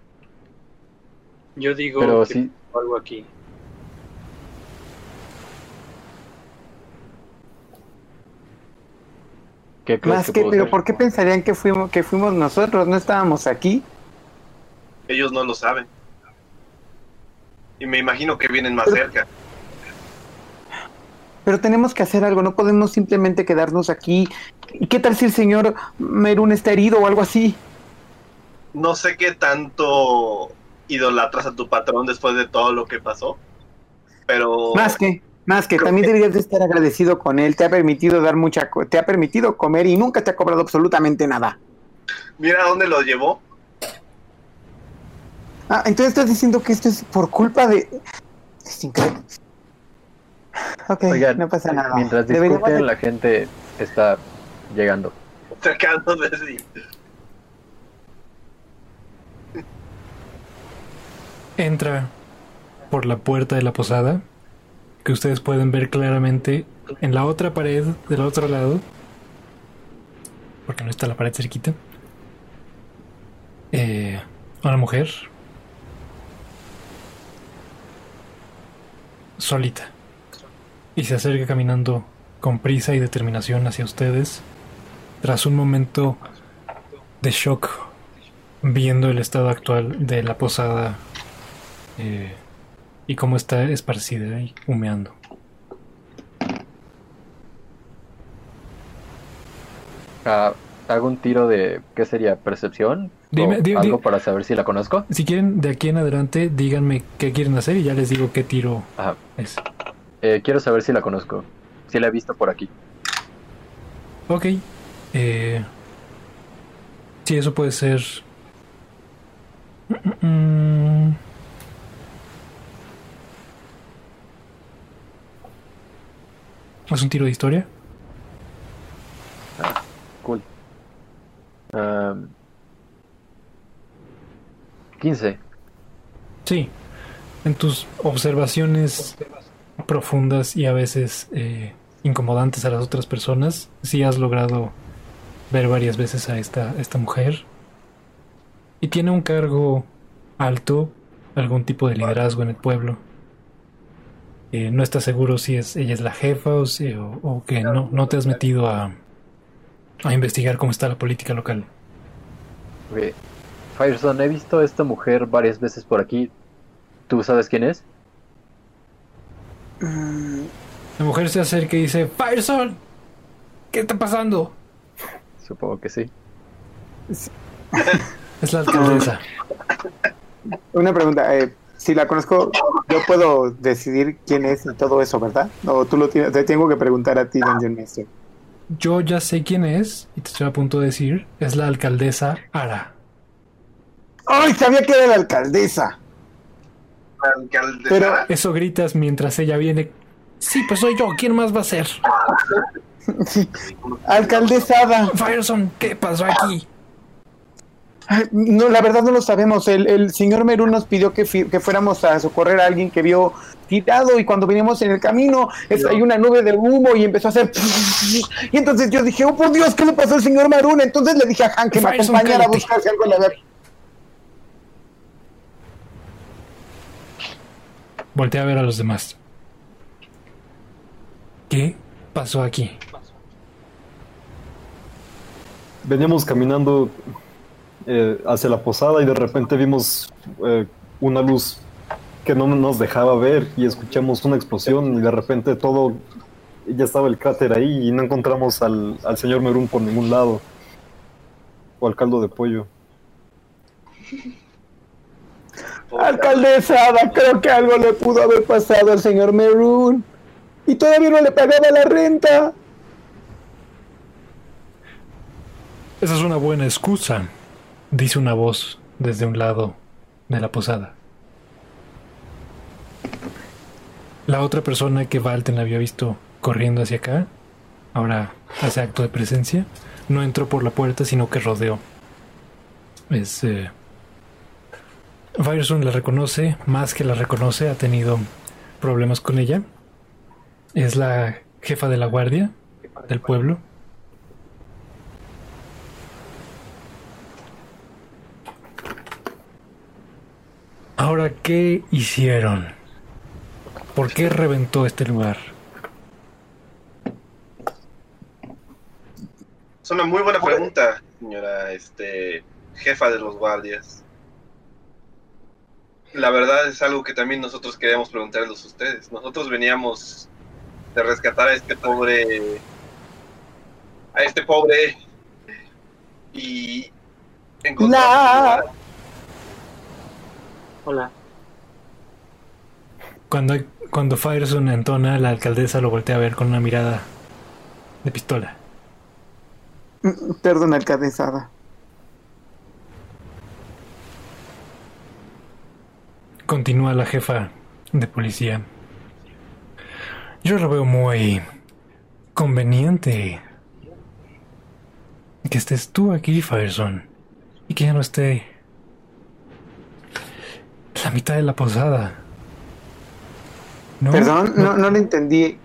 Yo digo Pero que sí, pasó algo aquí. ¿qué crees Más que que, puedo pero hacer? ¿por qué pensarían que fuimos, que fuimos nosotros? ¿No estábamos aquí? Ellos no lo saben. Y me imagino que vienen más Pero- cerca. Pero tenemos que hacer algo, no podemos simplemente quedarnos aquí. ¿Y qué tal si el señor Merún está herido o algo así? No sé qué tanto idolatras a tu patrón después de todo lo que pasó. Pero Más que, más que, Creo también que- deberías de estar agradecido con él. Te ha permitido dar mucha, co- te ha permitido comer y nunca te ha cobrado absolutamente nada. mira dónde lo llevó. Ah, entonces estás diciendo que esto es por culpa de... Es increíble. Ok, Oigan, no pasa nada. mientras Deberíamos discuten, de- la gente está llegando. Sacando de sí. Entra por la puerta de la posada, que ustedes pueden ver claramente en la otra pared del otro lado, porque no está la pared cerquita. Eh, una mujer solita y se acerca caminando con prisa y determinación hacia ustedes tras un momento de shock viendo el estado actual de la posada eh, y cómo está esparcida y humeando. Ah, hago un tiro de, ¿qué sería? ¿Percepción? Dime, ¿O di- algo di- para saber si la conozco? Si quieren, de aquí en adelante, díganme qué quieren hacer y ya les digo qué tiro Ajá. es. Eh, quiero saber si la conozco. Si la he visto por aquí. Ok. Eh, sí, eso puede ser... Mm, ¿es un tiro de historia? Cool. Um, quince. Sí. En tus observaciones profundas y a veces eh, incomodantes a las otras personas, sí has logrado ver varias veces a esta, esta mujer. Y tiene un cargo alto, algún tipo de liderazgo en el pueblo. Eh, no estás seguro si es ella es la jefa o, si, o, o que no, no te has metido a, a investigar cómo está la política local. Okay. Firestone, he visto a esta mujer varias veces por aquí. ¿Tú sabes quién es? La mujer se acerca y dice: Firestone, ¿qué está pasando? Supongo que sí. Es la alcaldesa. Una pregunta, eh, si la conozco, yo puedo decidir quién es y todo eso, ¿verdad? O tú lo tienes, te tengo que preguntar a ti, Dungeon Master. Yo ya sé quién es y te estoy a punto de decir, es la alcaldesa Ara. ¡Ay, sabía que era la alcaldesa! Alcaldesa. Pero Eso gritas mientras ella viene. Sí, pues soy yo, ¿quién más va a ser? alcaldesada. Firestone, ¿qué pasó aquí? Ay, no, la verdad no lo sabemos. El, el señor Merún nos pidió que, fi- que fuéramos a socorrer a alguien que vio tirado y cuando veníamos en el camino es, hay una nube de humo y empezó a hacer y entonces yo dije, oh por Dios, ¿qué le pasó al señor Merún? Entonces le dije a Han que me Firestone, acompañara a cállate. buscar si algo le había... Voltea a ver a los demás. ¿Qué pasó aquí? Veníamos caminando eh, hacia la posada y de repente vimos eh, una luz que no nos dejaba ver y escuchamos una explosión y de repente todo, ya estaba el cráter ahí y no encontramos al, al señor Merún por ningún lado. O al caldo de pollo. Alcaldesada, creo que algo le pudo haber pasado al señor Merún y todavía no le pagaba la renta. Esa es una buena excusa, dice una voz desde un lado de la posada. La otra persona que Valten había visto corriendo hacia acá, ahora hace acto de presencia, no entró por la puerta, sino que rodeó. Es... Eh... Firestone la reconoce, más que la reconoce, ha tenido problemas con ella. Es la jefa de la guardia del pueblo. Ahora, ¿qué hicieron? ¿Por qué reventó este lugar? Es una muy buena pregunta, señora este, jefa de los guardias. La verdad es algo que también nosotros queríamos preguntarles a ustedes. Nosotros veníamos de rescatar a este pobre... A este pobre... Y... encontramos La- un lugar. Hola. Cuando, cuando Firestone entona, la alcaldesa lo voltea a ver con una mirada de pistola. Perdón, alcaldesada. Continúa la jefa de policía. Yo lo veo muy conveniente que estés tú aquí, Firestone, y que ya no esté la mitad de la posada. ¿No? Perdón, no, no lo entendí.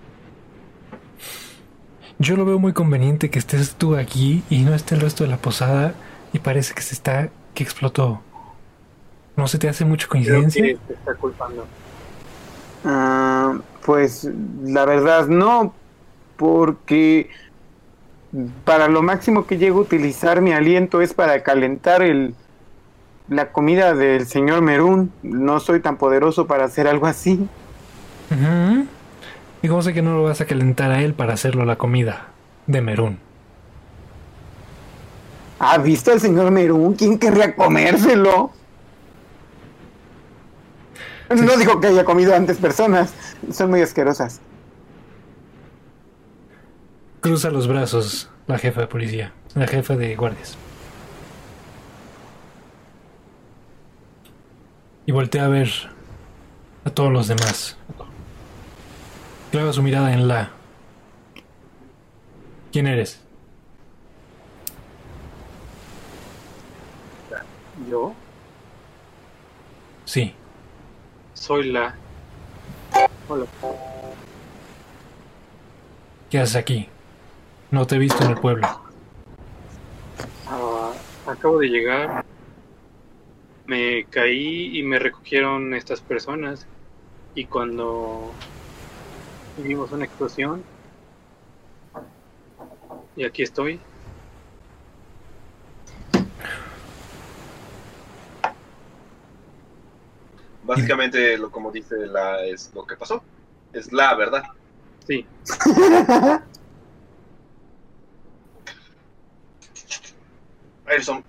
Yo lo veo muy conveniente que estés tú aquí y no esté el resto de la posada y parece que se está... que explotó. ¿No se te hace mucha Creo coincidencia? que te está culpando. Ah, pues la verdad no, porque para lo máximo que llego a utilizar mi aliento es para calentar el la comida del señor Merún. No soy tan poderoso para hacer algo así. Ujú. ¿Y cómo sé que no lo vas a calentar a él para hacerlo la comida de Merún? ¿Ha visto al señor Merún? ¿Quién querría comérselo? No digo que haya comido antes personas, son muy asquerosas. Cruza los brazos la jefa de policía, la jefa de guardias. Y voltea a ver a todos los demás. Clava su mirada en la... ¿Quién eres? Yo Sí. soy la... Hola. ¿Qué haces aquí? No te he visto en el pueblo. Ah, acabo de llegar me caí y me recogieron estas personas. Y cuando vimos una explosión, y aquí estoy. Básicamente, lo como dice la es lo que pasó. Es la verdad. Sí. Ayrson.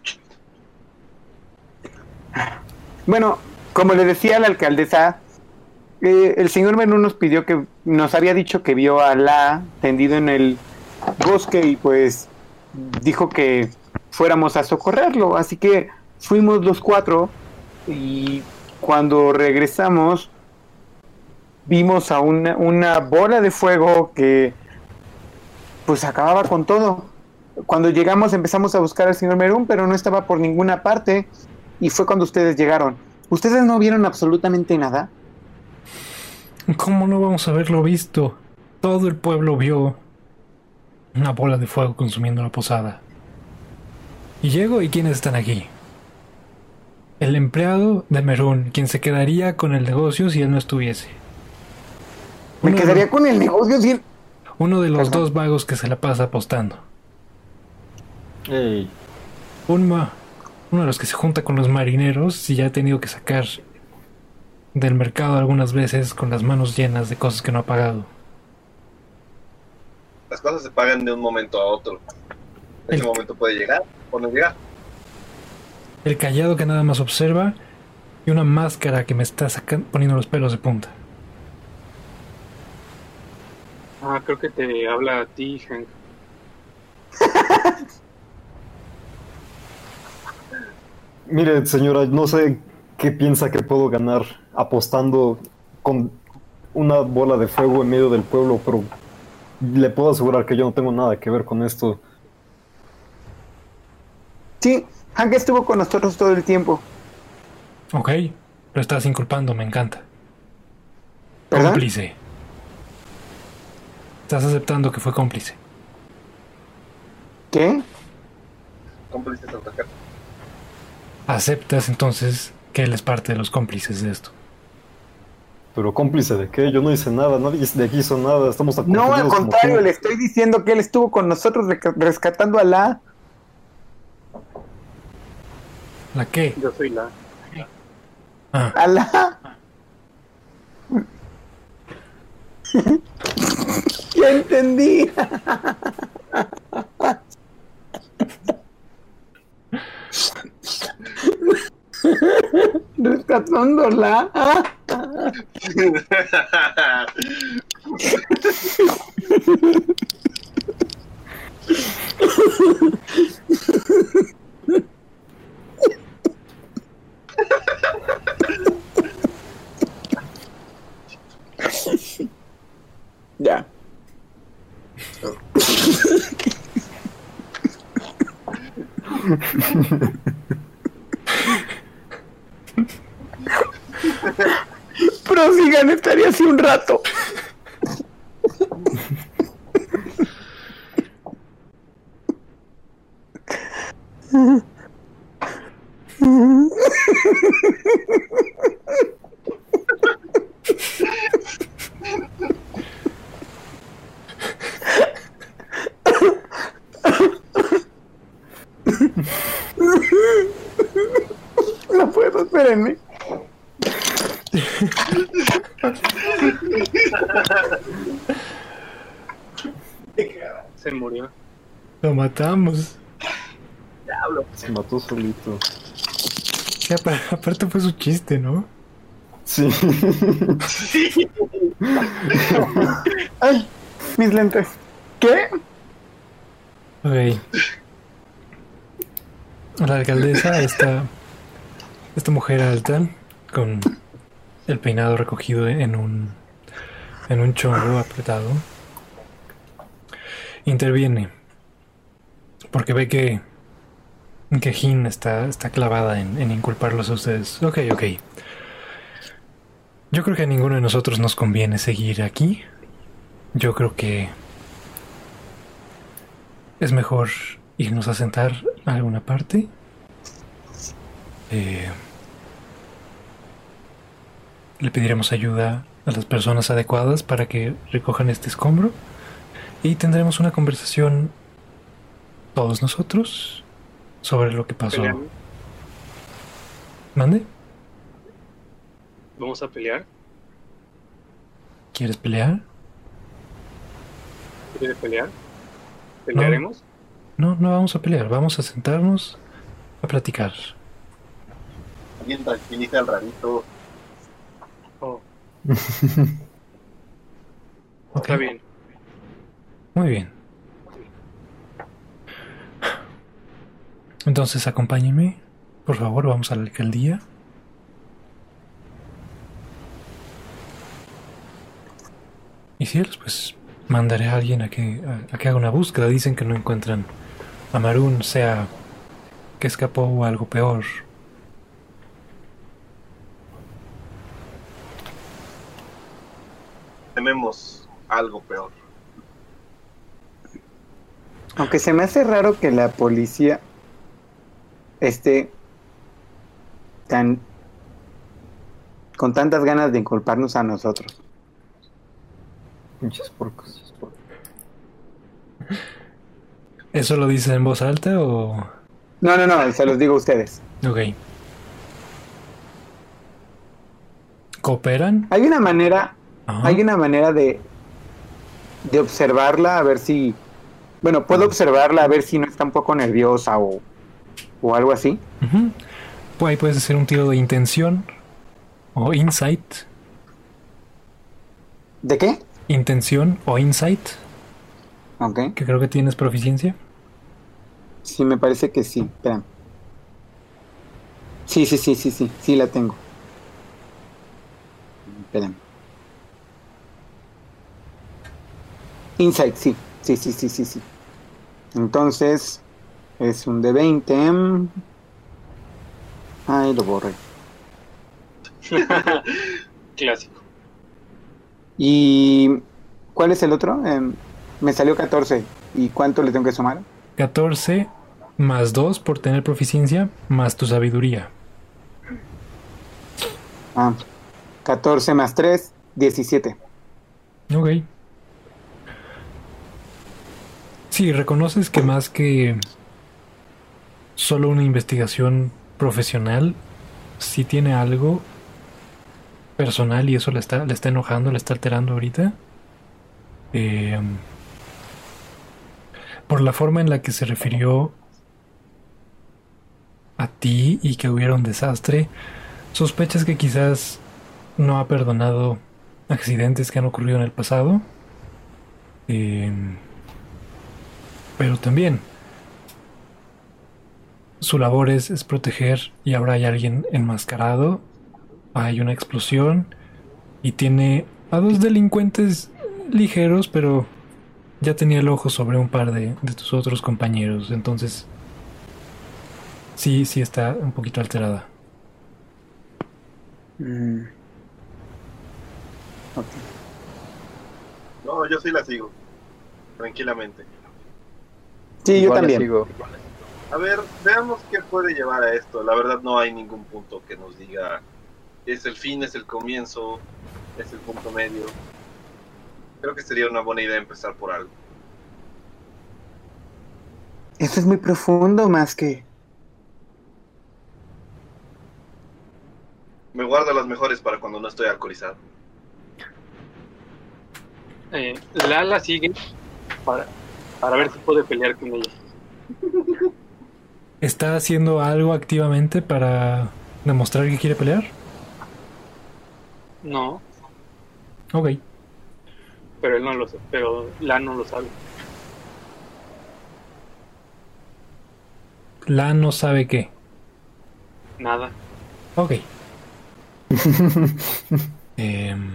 Bueno, como le decía a la alcaldesa, eh, el señor Menú nos pidió que nos había dicho que vio a La tendido en el bosque y pues dijo que fuéramos a socorrerlo, así que fuimos los cuatro y cuando regresamos vimos a una, una bola de fuego que pues acababa con todo. Cuando llegamos empezamos a buscar al señor Merún, pero no estaba por ninguna parte y fue cuando ustedes llegaron. ¿Ustedes no vieron absolutamente nada? ¿Cómo no vamos a haberlo visto? Todo el pueblo vio una bola de fuego consumiendo la posada. Y llego y ¿quiénes están aquí? El empleado de Merún, quien se quedaría con el negocio si él no estuviese. Me Uno quedaría de, con el negocio sin... Uno de los Perdón. dos vagos que se la pasa apostando. Ey, Un ma, uno de los que se junta con los marineros y ya ha tenido que sacar del mercado algunas veces con las manos llenas de cosas que no ha pagado. Las cosas se pagan de un momento a otro. Ese El- momento puede llegar o no llegar. El callado que nada más observa y una máscara que me está sacan- poniendo los pelos de punta. Ah, creo que te habla a ti, Hank. mire, señora, no sé qué piensa que puedo ganar apostando con una bola de fuego en medio del pueblo, pero le puedo asegurar que yo no tengo nada que ver con esto. Sí, Hank estuvo con nosotros todo el tiempo. Ok, lo estás inculpando, me encanta. ¿Verdad? Cómplice. Estás aceptando que fue cómplice. ¿Qué? Cómplices al rescate. Aceptas entonces que él es parte de los cómplices de esto. Pero cómplice de qué, yo no hice nada, nadie de aquí hizo nada, estamos tan No, al confundidos como contrario, tú. le estoy diciendo que él estuvo con nosotros reca- rescatando a La. ¿La qué? Yo soy la. Ah, A La. Ya entendí. Rescatándola. Ya. Prosigan, estaría así un rato. No puedo, espérenme. Se murió. lo matamos. Se mató solito. Sí, apa- aparte fue su chiste, ¿no? Sí. Ay, mis lentes. ¿Qué? Ok. La alcaldesa, esta, esta mujer alta, con el peinado recogido en un, en un chongo apretado, interviene. Porque ve que, que Jin está, está clavada en, en inculparlos a ustedes. Ok, ok. Yo creo que a ninguno de nosotros nos conviene seguir aquí. Yo creo que es mejor irnos a sentar a alguna parte. Eh, le pediremos ayuda a las personas adecuadas para que recojan este escombro y tendremos una conversación todos nosotros sobre lo que pasó. ¿Peleamos? ¿Mande? ¿Vamos a pelear? ¿Quieres pelear? ¿Quieres pelear? ¿Pelearemos? No, no vamos a pelear, vamos a sentarnos a platicar. Alguien tranquiliza al rarito. Oh, Ok, está bien. muy bien. Entonces acompáñenme, por favor, vamos a la alcaldía. Y cielos, pues mandaré a alguien a que, a, a que haga una búsqueda. Dicen que no encuentran a Maroon, sea que escapó o algo peor. Tememos algo peor. Aunque se me hace raro que la policía esté tan con tantas ganas de inculparnos a nosotros. Pinches porcos. ¿Eso lo dices en voz alta o...? No, no, no, se los digo a ustedes. Ok. ¿Cooperan? Hay una manera, Ajá. hay una manera de de observarla a ver si, bueno, puedo observarla a ver si no está un poco nerviosa o o algo así. Ujú. Pues ahí puedes hacer un tiro de intención o insight. ¿De qué? Intención o insight, Ok. que creo que tienes proficiencia. Sí, me parece que sí. Espera. Sí, sí, sí, sí, sí, sí la tengo. Espera. Insight, sí. Sí, sí, sí, sí, sí. Entonces, es un de veinte. Ay, lo borré. Clásico. ¿Y cuál es el otro? Em, me salió catorce. ¿Y cuánto le tengo que sumar? catorce más dos por tener proficiencia, más tu sabiduría. Ah, catorce más tres, diecisiete. Ok. Sí, reconoces que más que solo una investigación profesional, sí tiene algo personal y eso le está, le está enojando, le está alterando ahorita. Eh, por la forma en la que se refirió a ti y que hubiera un desastre, sospechas que quizás no ha perdonado accidentes que han ocurrido en el pasado. Eh, pero también su labor es, es proteger y ahora hay alguien enmascarado, hay una explosión y tiene a dos delincuentes ligeros, pero ya tenía el ojo sobre un par de, de tus otros compañeros, entonces sí, sí está un poquito alterada. Mm. Ok. No, yo sí la sigo. Tranquilamente. Sí, yo Igual le también. sigo. A ver, veamos qué puede llevar a esto. La verdad no hay ningún punto que nos diga es el fin, es el comienzo, es el punto medio. Creo que sería una buena idea empezar por algo. Esto es muy profundo más que... Me guardo las mejores para cuando no estoy alcoholizado. Eh, Lala sigue para, para ver si puede pelear con ella. ¿Está haciendo algo activamente para demostrar que quiere pelear? No, Ok. pero él no lo sabe, pero La no lo sabe. La no sabe qué. Nada. Ok. Em,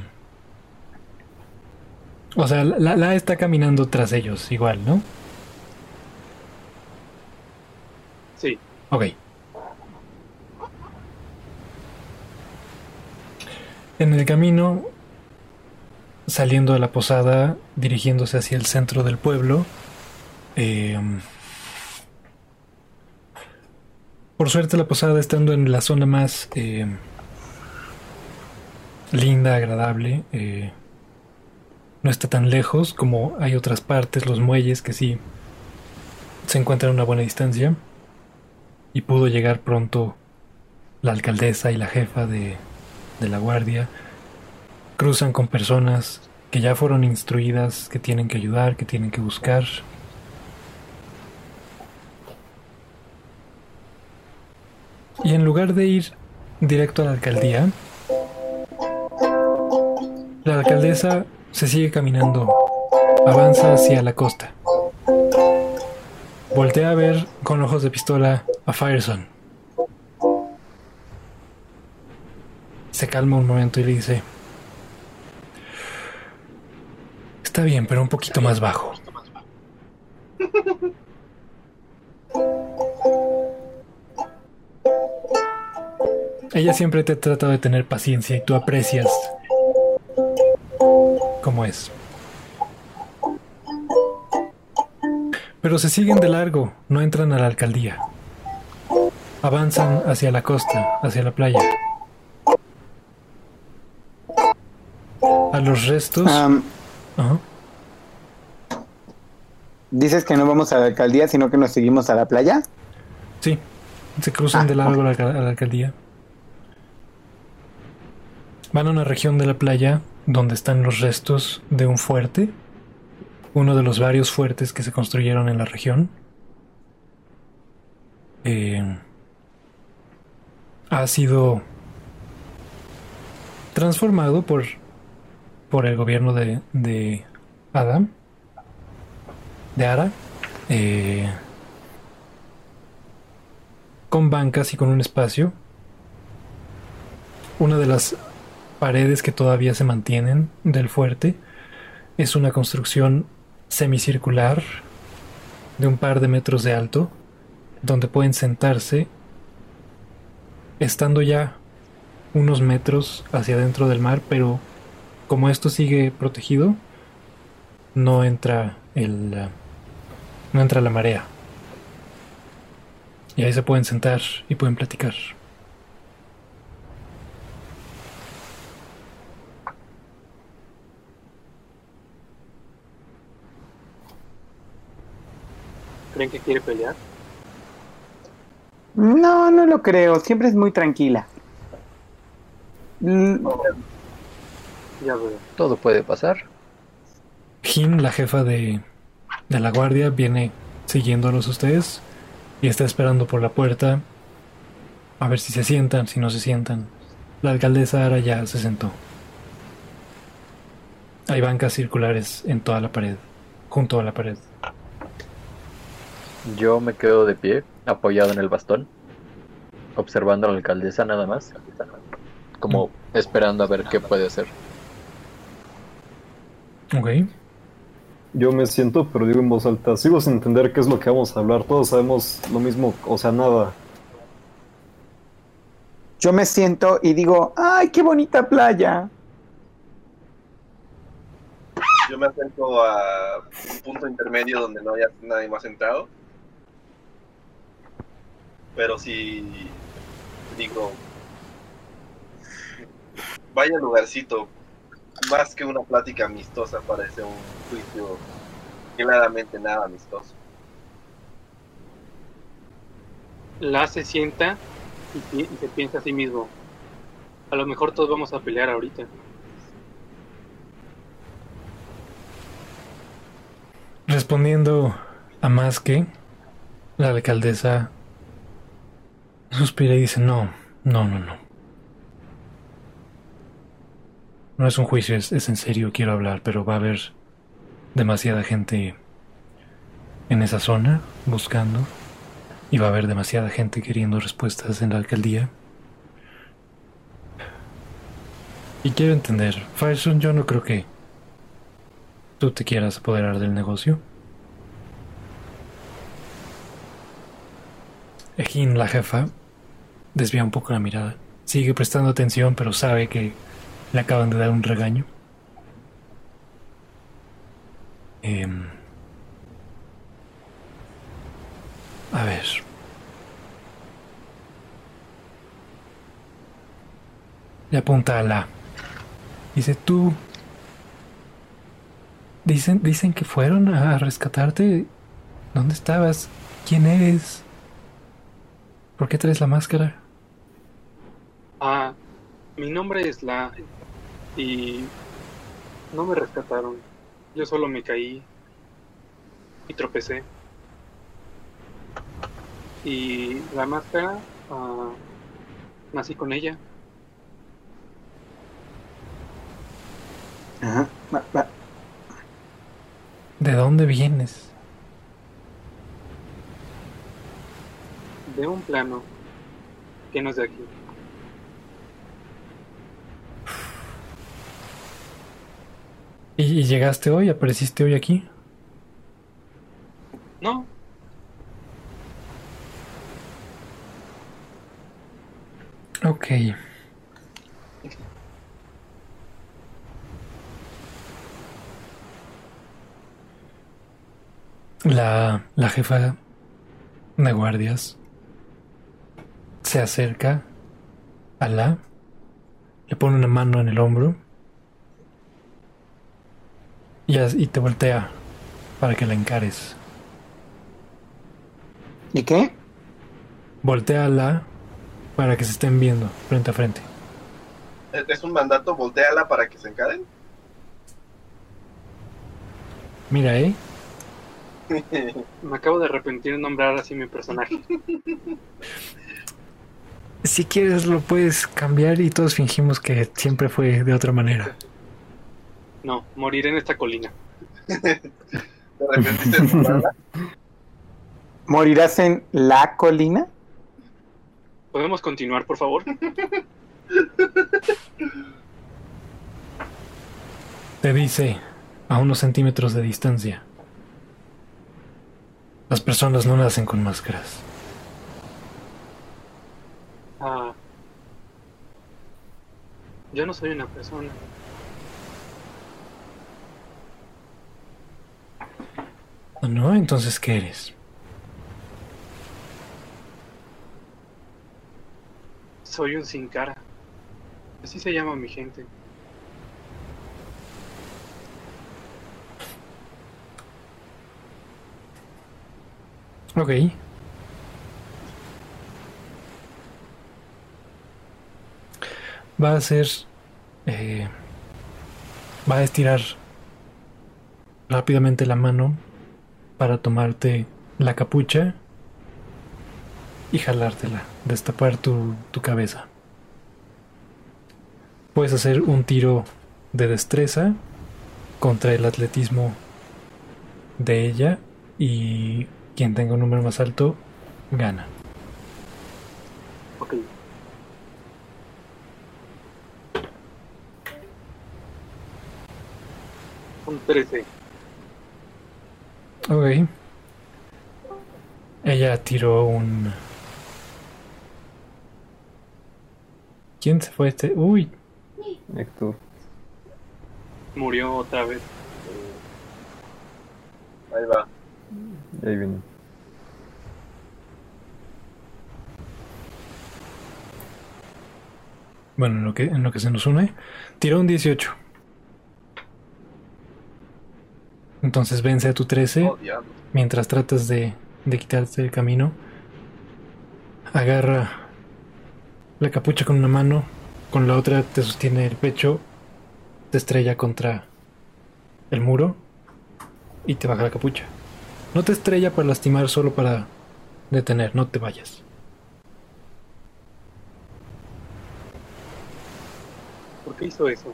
o sea, la, la está caminando tras ellos igual, ¿no? Sí. Ok. En el camino, saliendo de la posada, dirigiéndose hacia el centro del pueblo, eh, por suerte la posada estando en la zona más, eh, linda, agradable. Eh, no está tan lejos como hay otras partes, los muelles que sí se encuentran a una buena distancia. Y pudo llegar pronto la alcaldesa y la jefa de, de la guardia. Cruzan con personas que ya fueron instruidas, que tienen que ayudar, que tienen que buscar. Y en lugar de ir directo a la alcaldía, la alcaldesa se sigue caminando, avanza hacia la costa. Voltea a ver con ojos de pistola a Fireson. Se calma un momento y le dice: está bien, pero un poquito más bajo. Ella siempre te ha tratado de tener paciencia y tú aprecias cómo es. Pero se siguen de largo, no entran a la alcaldía. Avanzan hacia la costa, hacia la playa. A los restos... Um, Ajá. ¿Dices que no vamos a la alcaldía, sino que nos seguimos a la playa? Sí, se cruzan Ah, de largo ok. a la, a la alcaldía. Van a una región de la playa donde están los restos de un fuerte, uno de los varios fuertes que se construyeron en la región. Eh, ha sido transformado por, por el gobierno de, de Adam, de Ara, eh, con bancas y con un espacio. Una de las paredes que todavía se mantienen del fuerte es una construcción semicircular de un par de metros de alto, donde pueden sentarse estando ya unos metros hacia adentro del mar, pero como esto sigue protegido, no entra el uh, no entra la marea. Y ahí se pueden sentar y pueden platicar. ¿Creen que quiere pelear? No, no lo creo. Siempre es muy tranquila. Mm, Ya veo. Todo puede pasar. Jin, la jefa de, de la guardia, viene siguiéndolos a ustedes y está esperando por la puerta a ver si se sientan, si no se sientan. La alcaldesa Ara ya se sentó. Hay bancas circulares en toda la pared, junto a la pared. Yo me quedo de pie, apoyado en el bastón, observando a la alcaldesa nada más, como esperando a ver qué puede hacer. Ok. Yo me siento, pero digo en voz alta, sigo sin entender qué es lo que vamos a hablar. Todos sabemos lo mismo, o sea, nada. yo me siento y digo, ¡ay, qué bonita playa! Yo me acerco a un punto intermedio donde no haya nadie más sentado. Pero sí digo, vaya lugarcito, más que una plática amistosa, parece un juicio claramente nada amistoso. La se sienta y, pi- y se piensa a sí mismo. A lo mejor todos vamos a pelear ahorita. Respondiendo a más que, la alcaldesa suspira y dice: no, no, no, no. No es un juicio, es, es en serio, quiero hablar, pero va a haber demasiada gente en esa zona buscando y va a haber demasiada gente queriendo respuestas en la alcaldía. Y quiero entender, Fireson, yo no creo que tú te quieras apoderar del negocio. Ejin, la jefa, desvía un poco la mirada. Sigue prestando atención, pero sabe que le acaban de dar un regaño. Eh, a ver. Le apunta a la. Dice, tú... Dicen, dicen que fueron a rescatarte. ¿Dónde estabas? ¿Quién eres? ¿Por qué traes la máscara? Ah, mi nombre es La y no me rescataron. Yo solo me caí y tropecé. Y la máscara, ah, nací con ella. Ajá. Va, va. ¿De dónde vienes? De un plano que no es de aquí. ¿Y, y llegaste hoy? ¿Apareciste hoy aquí? No, Ok. La, la jefa de guardias se acerca a La, le pone una mano en el hombro y, as- y te voltea para que la encares. ¿Y qué? Voltea a La para que se estén viendo frente a frente. ¿Es un mandato? Voltéala para que se encaren. Mira, ¿eh? me acabo de arrepentir de nombrar así mi personaje. Si quieres lo puedes cambiar y todos fingimos que siempre fue de otra manera. No, moriré en esta colina. De repente se desmaya. ¿Morirás en la colina? ¿Podemos continuar, por favor? Te dice a unos centímetros de distancia. Las personas no nacen con máscaras. Ah, yo no soy una persona. ¿O no? Entonces, ¿qué eres? Soy un sin cara. Así se llama mi gente. Ok. Va a hacer... eh, va a estirar rápidamente la mano para tomarte la capucha y jalártela, destapar tu, tu cabeza. Puedes hacer un tiro de destreza contra el atletismo de ella y quien tenga un número más alto gana. Ok. Un trece. Ok. Ella tiró un... ¿Quién se fue este? Uy, Héctor. Murió otra vez. Ahí va. Ahí viene. bueno, en lo que, en lo que se nos une, tiró un dieciocho. Entonces vence a tu trece Oh, diablo. mientras tratas de, de quitarte el camino. Agarra la capucha con una mano, con la otra te sostiene el pecho, te estrella contra el muro y te baja la capucha. No te estrella para lastimar, solo para detener, no te vayas. ¿Por qué hizo eso?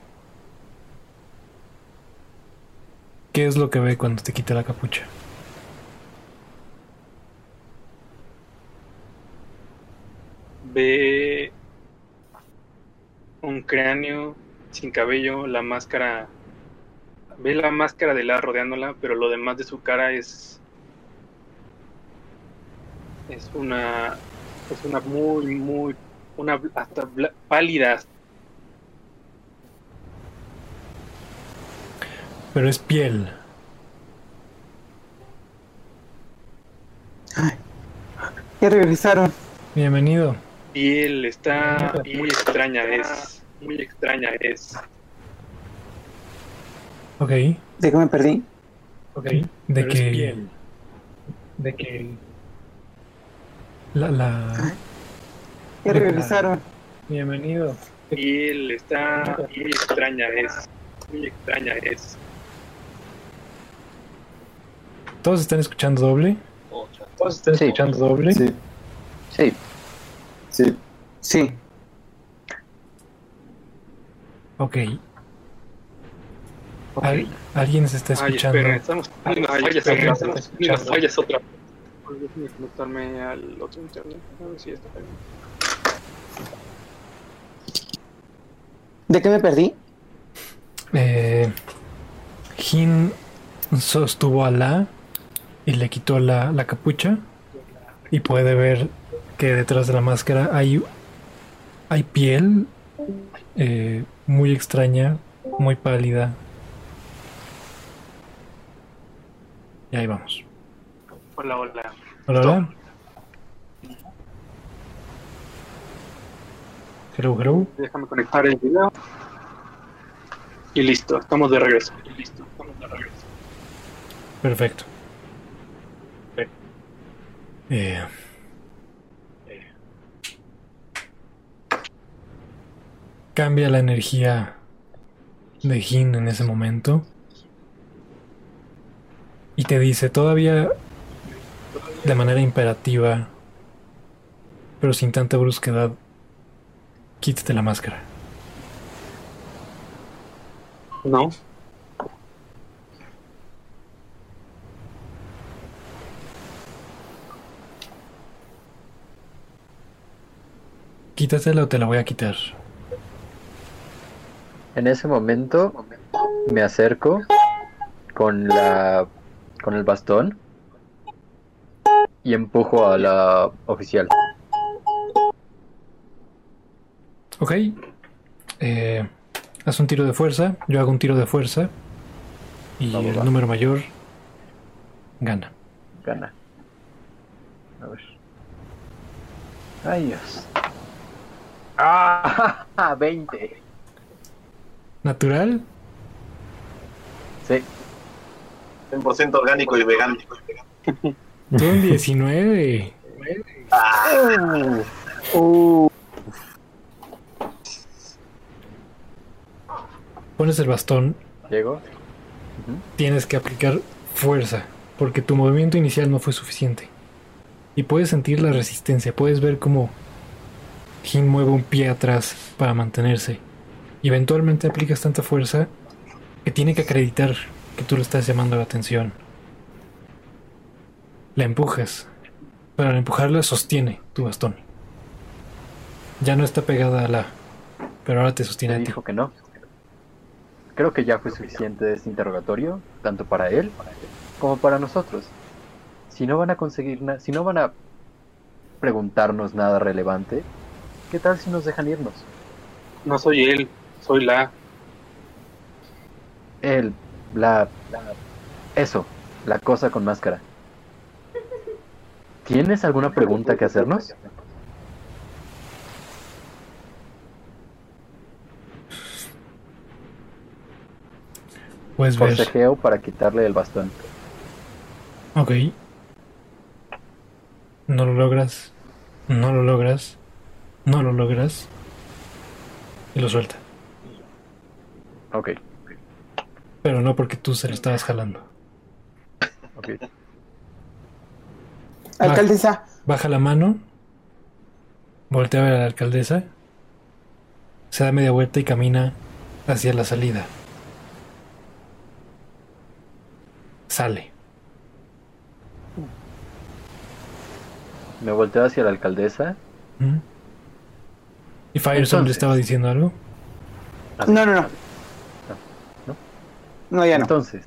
¿Qué es lo que ve cuando te quita la capucha? Ve un cráneo sin cabello, la máscara. Ve la máscara de La rodeándola, pero lo demás de su cara es. Es una. Es una muy, muy. Una hasta bla- pálida. Pero es piel. Ya regresaron. Bienvenido. Piel está muy extraña, es. Muy extraña, es. Ok. ¿De qué me perdí? Ok. De que... De que... La... la... ¿Qué regresaron? Bienvenido. Y él está muy extraña, es. Muy extraña, es. ¿Todos están escuchando doble? ¿Todos están Sí. escuchando doble? Sí, Sí, sí. Sí. Ok. Al- ¿Alguien se está Ay, escuchando? espera, estamos teniendo unas fallas espera, otra vez. estamos Unas escuchando. fallas otra vez. Déjame conectarme al otro internet. A ver si está bien. ¿De qué me perdí? Eh, Jin sostuvo a La y le quitó la, la capucha y puede ver que detrás de la máscara hay, hay piel eh, muy extraña, muy pálida. Y ahí vamos. Hola, hola. Hola, hola. Hello, hello. Déjame conectar el video. Y listo, estamos de regreso. Y listo, estamos de regreso. Perfecto. Eh, cambia la energía de Jin en ese momento y te dice todavía de manera imperativa, pero sin tanta brusquedad, quítate la máscara. No. Quítatela o te la voy a quitar. en ese momento me acerco con la con el bastón y empujo a la oficial. Ok. Eh, haz un tiro de fuerza. Yo hago un tiro de fuerza. Y Va, va, el va. número mayor gana. Gana. A ver. Ay, Dios. ¡Ah! veinte. ¿Natural? Sí. cien por ciento orgánico y vegano. Tú en diecinueve. Pones el bastón. ¿Llego? Tienes que aplicar fuerza, porque tu movimiento inicial no fue suficiente. Y puedes sentir la resistencia, puedes ver cómo Jin mueve un pie atrás para mantenerse. Y eventualmente aplicas tanta fuerza que tiene que acreditar que tú le estás llamando la atención. La empujas, pero al empujarla sostiene tu bastón. Ya no está pegada a la, pero ahora te sostiene Me a ti. dijo que no. Creo que ya fue suficiente este interrogatorio, tanto para él como para nosotros. Si no van a conseguir nada, si no van a preguntarnos nada relevante, ¿qué tal si nos dejan irnos? No soy él, soy la. Él, la, la, eso, la cosa con máscara. ¿Tienes alguna pregunta que hacernos? Puedes ver. Forcejeo para quitarle el bastón. Ok. No lo logras. No lo logras. No lo logras. Y lo suelta. Ok, Pero no porque tú se lo estabas jalando. ok. Alcaldesa, Baja la mano. Voltea a ver a la alcaldesa. Se da media vuelta y camina hacia la salida. Sale. Me volteo hacia la alcaldesa. ¿Mm? ¿Y Firestone le Entonces- estaba diciendo algo? Así. no, no, no. ¿No? No, ya no. Entonces,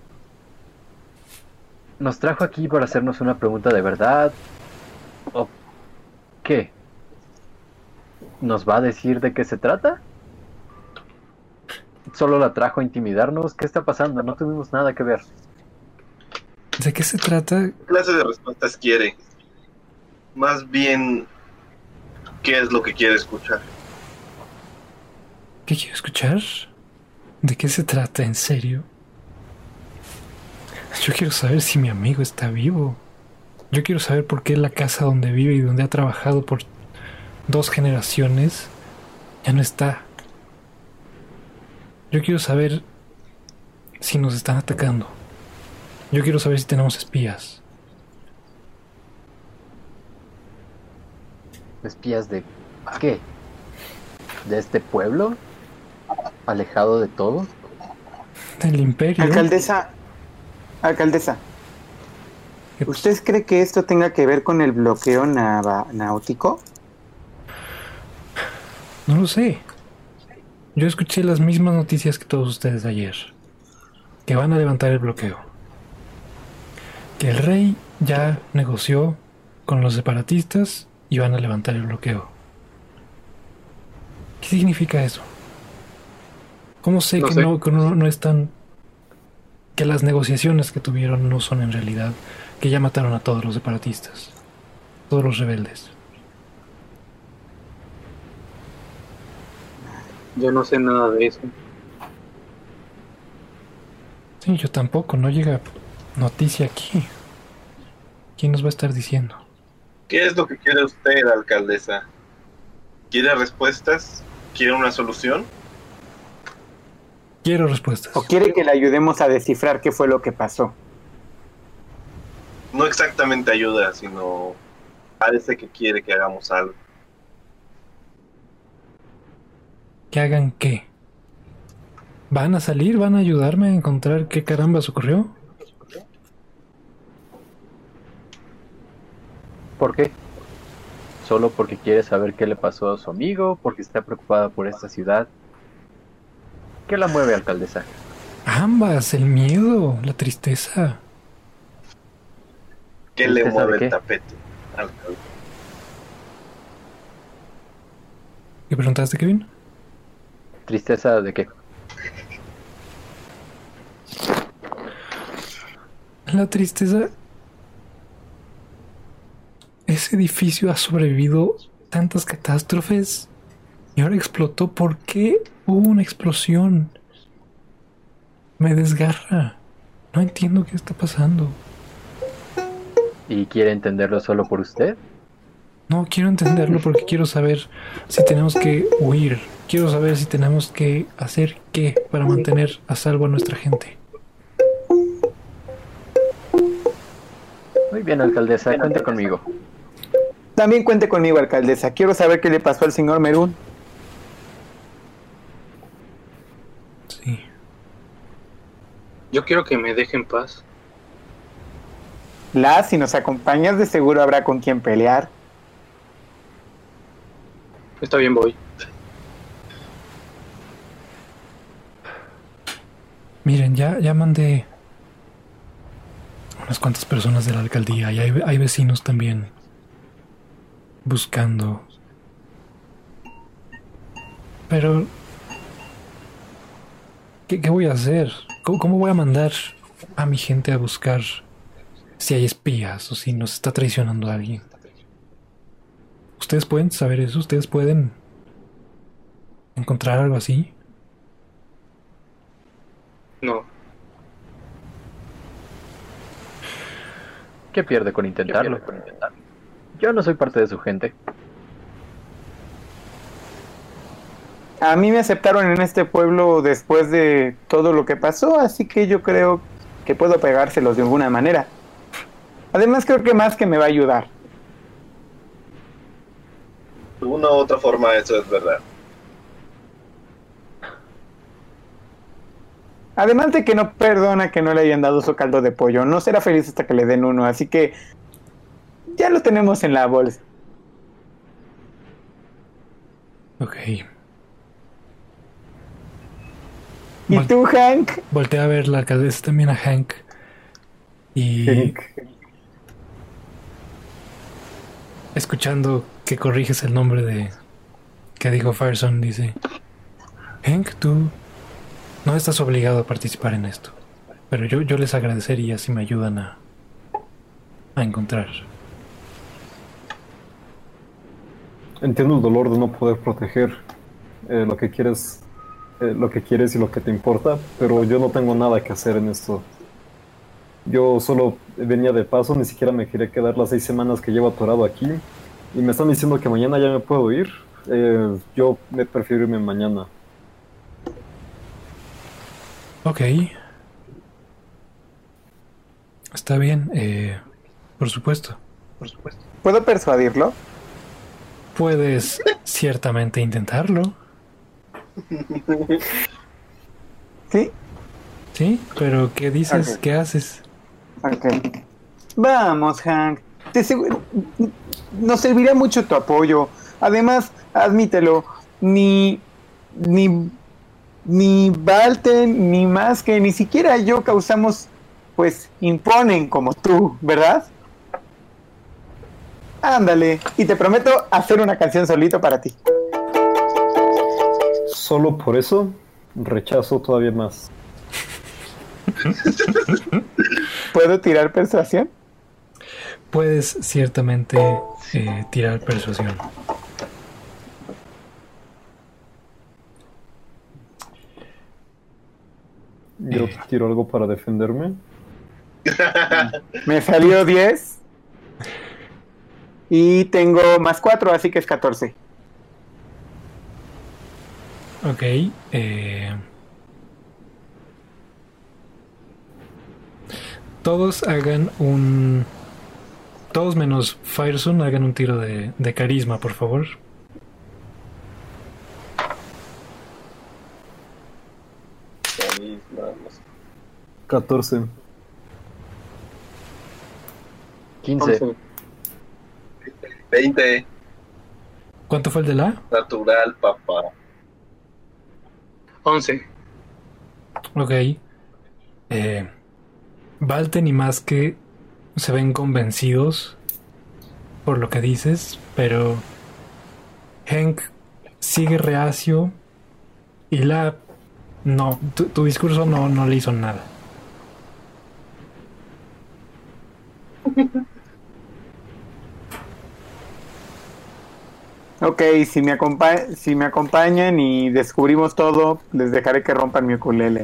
¿nos trajo aquí para hacernos una pregunta de verdad? ¿O qué? ¿Nos va a decir de qué se trata? ¿Solo la trajo a intimidarnos? ¿Qué está pasando? No tuvimos nada que ver. ¿De qué se trata? ¿Qué clase de respuestas quiere? Más bien, ¿qué es lo que quiere escuchar? ¿Qué quiero escuchar? ¿De qué se trata? ¿En serio? Yo quiero saber si mi amigo está vivo. Yo quiero saber por qué la casa donde vive y donde ha trabajado por dos generaciones ya no está. Yo quiero saber si nos están atacando. Yo quiero saber si tenemos espías. ¿Espías de qué? ¿De este pueblo? ¿Alejado de todo? Del imperio. Alcaldesa, alcaldesa, ¿Qué pasó? ¿usted cree que esto tenga que ver con el bloqueo nava- náutico? No lo sé. Yo escuché las mismas noticias que todos ustedes ayer. Que van a levantar el bloqueo. Que el rey ya negoció con los separatistas y van a levantar el bloqueo. ¿Qué significa eso? ¿Cómo sé No que sé. no, que no, no están... que las negociaciones que tuvieron no son en realidad que ya mataron a todos los separatistas? Todos los rebeldes. Yo no sé nada de eso. Sí, yo tampoco, no llega noticia aquí. ¿Quién nos va a estar diciendo? ¿Qué es lo que quiere usted, alcaldesa? ¿Quiere respuestas? ¿Quiere una solución? Quiero respuestas. ¿O quiere que le ayudemos a descifrar qué fue lo que pasó? No exactamente ayuda, sino parece que quiere que hagamos algo. ¿Que hagan qué? ¿Van a salir? ¿Van a ayudarme a encontrar qué carambas ocurrió? ¿Por qué? ¿Solo porque quiere saber qué le pasó a su amigo? ¿Porque está preocupada por esta ciudad? ¿Qué la mueve, alcaldesa? Ambas, el miedo, la tristeza. ¿Qué le ¿Usted sabe mueve qué? el tapete, alcalde? ¿Qué preguntaste, Kevin? ¿Tristeza de qué? La tristeza... Ese edificio ha sobrevivido tantas catástrofes y ahora explotó. ¿Por qué hubo una explosión? Me desgarra. No entiendo qué está pasando. ¿Y quiere entenderlo solo por usted? No, quiero entenderlo porque quiero saber si tenemos que huir. Quiero saber si tenemos que hacer qué para mantener a salvo a nuestra gente. Muy bien, alcaldesa, cuente conmigo. También cuente conmigo, alcaldesa. Quiero saber qué le pasó al señor Merún. Sí. Yo quiero que me dejen paz. La, si nos acompañas, de seguro habrá con quien pelear. Está bien, voy. Miren, ya, ya mandé unas cuantas personas de la alcaldía y hay, hay vecinos también buscando. Pero ¿qué, qué voy a hacer? ¿Cómo, ¿Cómo voy a mandar a mi gente a buscar si hay espías o si nos está traicionando alguien? ¿Ustedes pueden saber eso? ¿Ustedes pueden encontrar algo así? No. ¿Qué pierde con intentarlo? Yo no soy parte de su gente. A mí me aceptaron en este pueblo después de todo lo que pasó, así que yo creo que puedo pegárselos de alguna manera. Además, creo que más que me va a ayudar. De una u otra forma, eso es verdad. Además de que no perdona que no le hayan dado su caldo de pollo. No será feliz hasta que le den uno, así que ya lo tenemos en la bolsa. Ok. ¿Y Vol- tú, Hank? Volteé a ver la alcaldesa también a Hank. Y Hank. escuchando que corriges el nombre de que dijo Fireson, dice: Hank, tú no estás obligado a participar en esto, pero yo, yo les agradecería si me ayudan a, a encontrar. Entiendo el dolor de no poder proteger eh, lo que quieres, eh, lo que quieres y lo que te importa, pero yo no tengo nada que hacer en esto. Yo solo venía de paso, ni siquiera me quería quedar las seis semanas que llevo atorado aquí. Y me están diciendo que mañana ya me puedo ir. Eh, yo me prefiero irme mañana. Ok. Está bien, eh, por supuesto. Por supuesto. ¿Puedo persuadirlo? Puedes ciertamente intentarlo. Sí. ¿Sí? Pero ¿qué dices? Ok. ¿Qué haces? Ok. Vamos, Hank. Te aseguro- Nos servirá mucho tu apoyo. Además, admítelo, ni ni ni Valten, ni más que ni siquiera yo causamos, pues, imponen como tú, ¿verdad? Ándale, y te prometo hacer una canción solito para ti. Solo por eso rechazo todavía más. ¿Puedo tirar persuasión? Puedes ciertamente eh, tirar persuasión. Yo Eh. tiro algo para defenderme. Me salió diez. Y tengo más cuatro, así que es catorce. Ok. Eh, todos hagan un... Todos menos Fireson hagan un tiro de, de carisma, por favor. catorce. quince. once. veinte. ¿Cuánto fue el de la? Natural, papá. once. Ok. Eh, Valten y más que se ven convencidos por lo que dices, pero Hank sigue reacio y la... No, tu, tu discurso no, no le hizo nada. Ok, si me, acompa si me acompañan y descubrimos todo, les dejaré que rompan mi ukulele.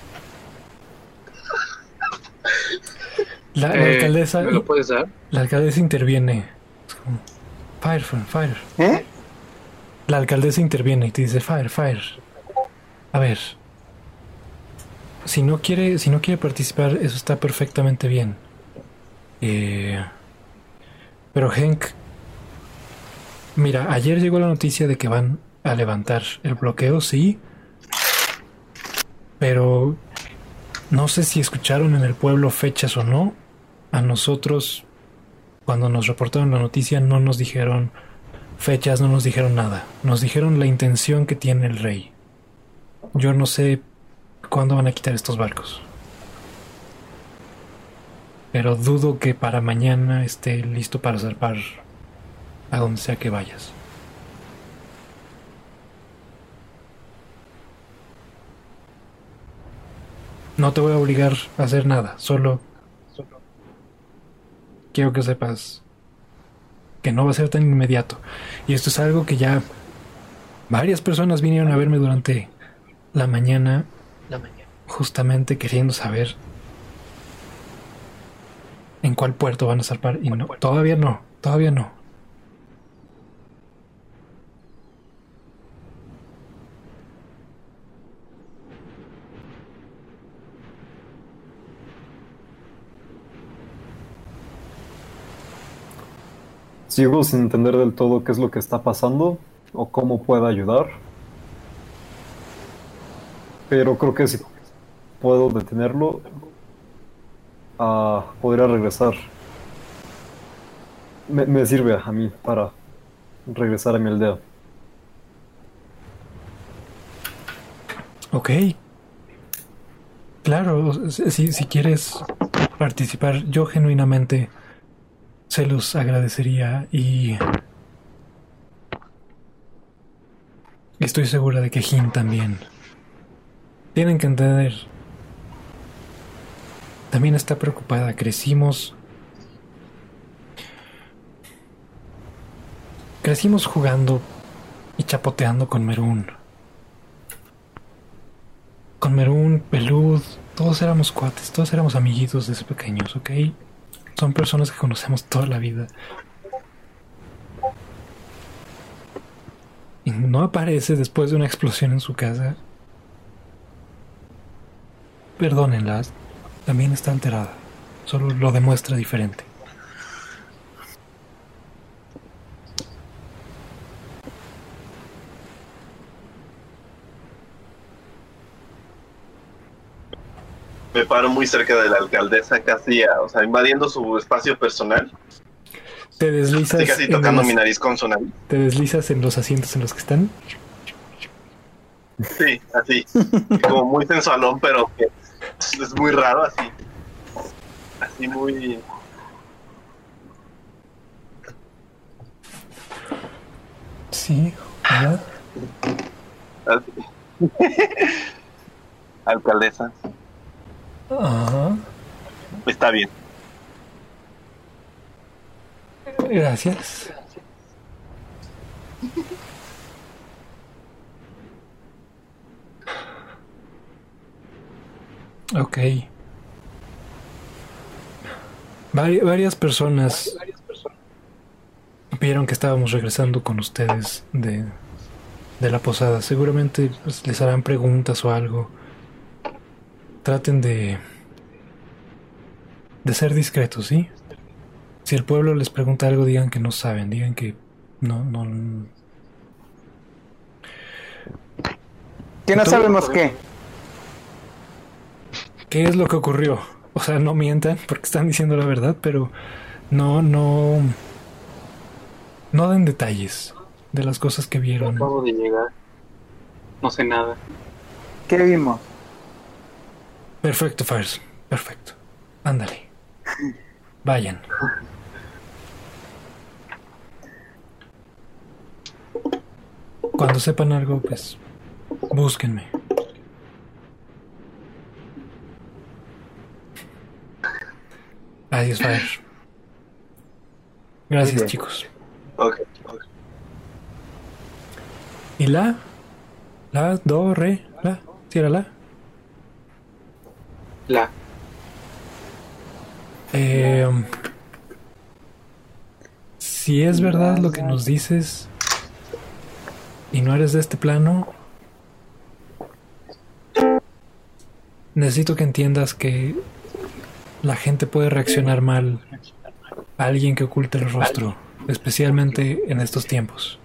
La, la Eh, alcaldesa... ¿Me lo puedes dar? La alcaldesa interviene. Es como, fire, fire, fire. ¿Eh? La alcaldesa interviene y te dice, fire, fire. A ver. Si no quiere, si no quiere participar, eso está perfectamente bien. Eh, pero Hank... Mira, ayer llegó la noticia de que van a levantar el bloqueo, sí. Pero... No sé si escucharon en el pueblo fechas o no. A nosotros... Cuando nos reportaron la noticia no nos dijeron fechas, no nos dijeron nada. Nos dijeron la intención que tiene el rey. Yo no sé cuándo van a quitar estos barcos. Pero dudo que para mañana esté listo para zarpar a donde sea que vayas. No te voy a obligar a hacer nada, solo... solo quiero que sepas que no va a ser tan inmediato. Y esto es algo que ya varias personas vinieron a verme durante la mañana, La mañana. justamente queriendo saber en cuál puerto van a zarpar. Y no, todavía no, todavía no. Sigo sin entender del todo qué es lo que está pasando o cómo puedo ayudar. Pero creo que si puedo detenerlo, ah, podría regresar. Me, me sirve a mí para regresar a mi aldea. Ok. Claro, si, si quieres participar, yo genuinamente se los agradecería y estoy segura de que Jin también. Tienen que entender. También está preocupada. Crecimos. Crecimos jugando y chapoteando con Merún. Con Merún, Pelud, todos todos éramos cuates, todos éramos amiguitos desde pequeños, ¿ok? Son personas que conocemos toda la vida. Y no aparece después de una explosión en su casa. Perdónenla, también está alterada. Solo lo demuestra diferente. Me paro muy cerca de la alcaldesa, casi, a- o sea, invadiendo su espacio personal. Te deslizas, Estoy casi en tocando los, mi nariz con su nariz. te deslizas en los asientos en los que están. Sí, así. Como muy sensualón, pero que es muy raro, así. Así muy... Sí, ¿verdad? así. Alcaldesa, Ajá. está bien. Gracias. Ok. Vari- varias personas vieron que estábamos regresando con ustedes de, de la posada. Seguramente pues, les harán preguntas o algo. Traten de de ser discretos, ¿sí? Si el pueblo les pregunta algo, digan que no saben, digan que no, no. Que no Todo- sabemos qué. ¿Qué es lo que ocurrió? O sea, no mientan porque están diciendo la verdad, pero no, no, no den detalles de las cosas que vieron. Acabo de llegar. No sé nada. ¿Qué vimos? Perfecto, Fires. Perfecto. Ándale. Vayan. Cuando sepan algo, pues búsquenme. Adiós, Fire. Gracias, Muy bien. chicos. Ok, ok. ¿Y la? La, do, re, la. ¿Sí era la? La. Eh, si es verdad lo que nos dices y no eres de este plano, necesito que entiendas que la gente puede reaccionar mal a alguien que oculte el rostro, especialmente en estos tiempos.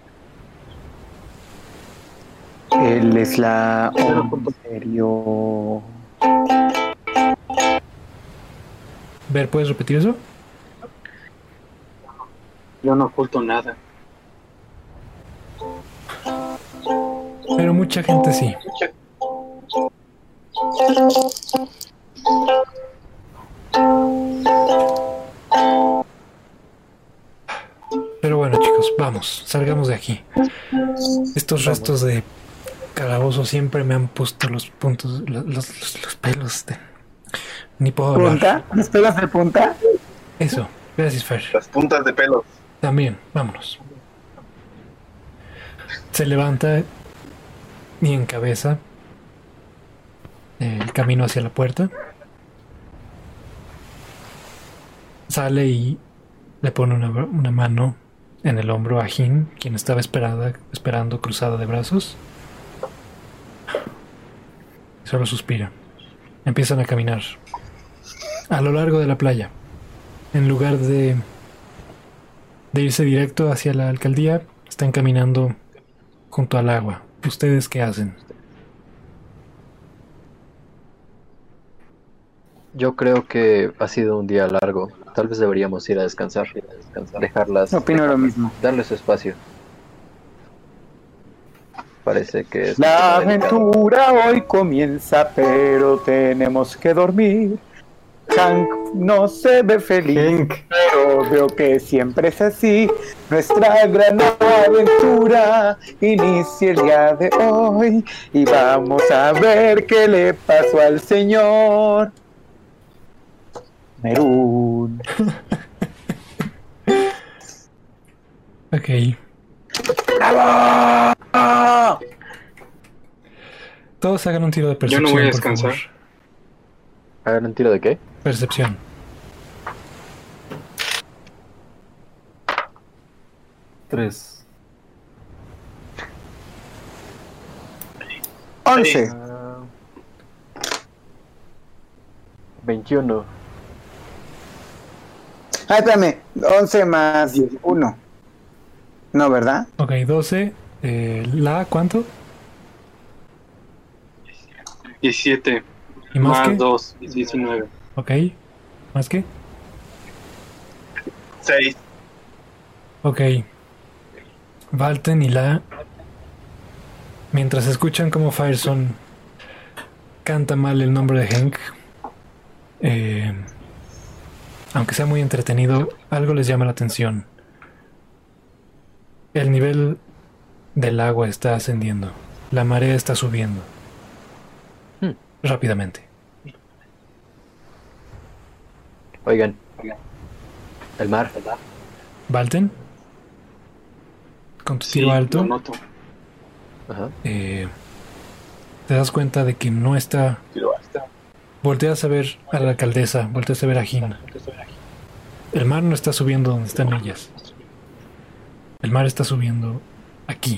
Él es la... ¿En serio? Ver, ¿puedes repetir eso? Yo no oculto nada. Pero mucha gente sí. Pero bueno, chicos, vamos, salgamos de aquí. Estos restos de calabozo siempre me han puesto los puntos, los, los, los- los pelos de... Ni puedo hablar. ¿Punta? ¿Los pelos de punta? Eso, gracias, Fer. Las puntas de pelo. También, vámonos. Se levanta y encabeza el camino hacia la puerta. Sale y le pone una, una mano en el hombro a Jin, quien estaba esperada, esperando cruzada de brazos. Solo suspira. Empiezan a caminar a lo largo de la playa. En lugar de, de irse directo hacia la alcaldía, están caminando junto al agua. ¿Ustedes qué hacen? Yo creo que ha sido un día largo. Tal vez deberíamos ir a descansar. Dejarlas. Opino lo mismo. Darles su espacio. Parece que es La un tema delicado. aventura hoy comienza, pero tenemos que dormir. Hank no se ve feliz, Hank. pero veo que siempre es así. Nuestra gran aventura inicia el día de hoy y vamos a ver qué le pasó al señor Merún. Ok. ¡Bravo! Todos hagan un tiro de Yo percepción, no voy a por favor. descansar. A ver, ¿un tiro de qué? Percepción. Tres. Once. Ah, veintiuno. Ah, espérame. Once más uno. No, ¿verdad? Ok, doce. Eh, ¿La cuánto? diecisiete. ¿Y más Más qué? dos, diecinueve. Ok. ¿Más qué? Seis. Ok. Valten y La, mientras escuchan como Fireson canta mal el nombre de Henk, eh, aunque sea muy entretenido, algo les llama la atención. El nivel del agua está ascendiendo. La marea está subiendo. Hmm. Rápidamente. Oigan. El mar. Valten, con tu Sí, tiro lo alto, noto. Ajá. eh, te das cuenta de que no está... Volteas a ver a la alcaldesa, volteas a ver a Gina. El mar no está subiendo donde están ellas. El mar está subiendo aquí.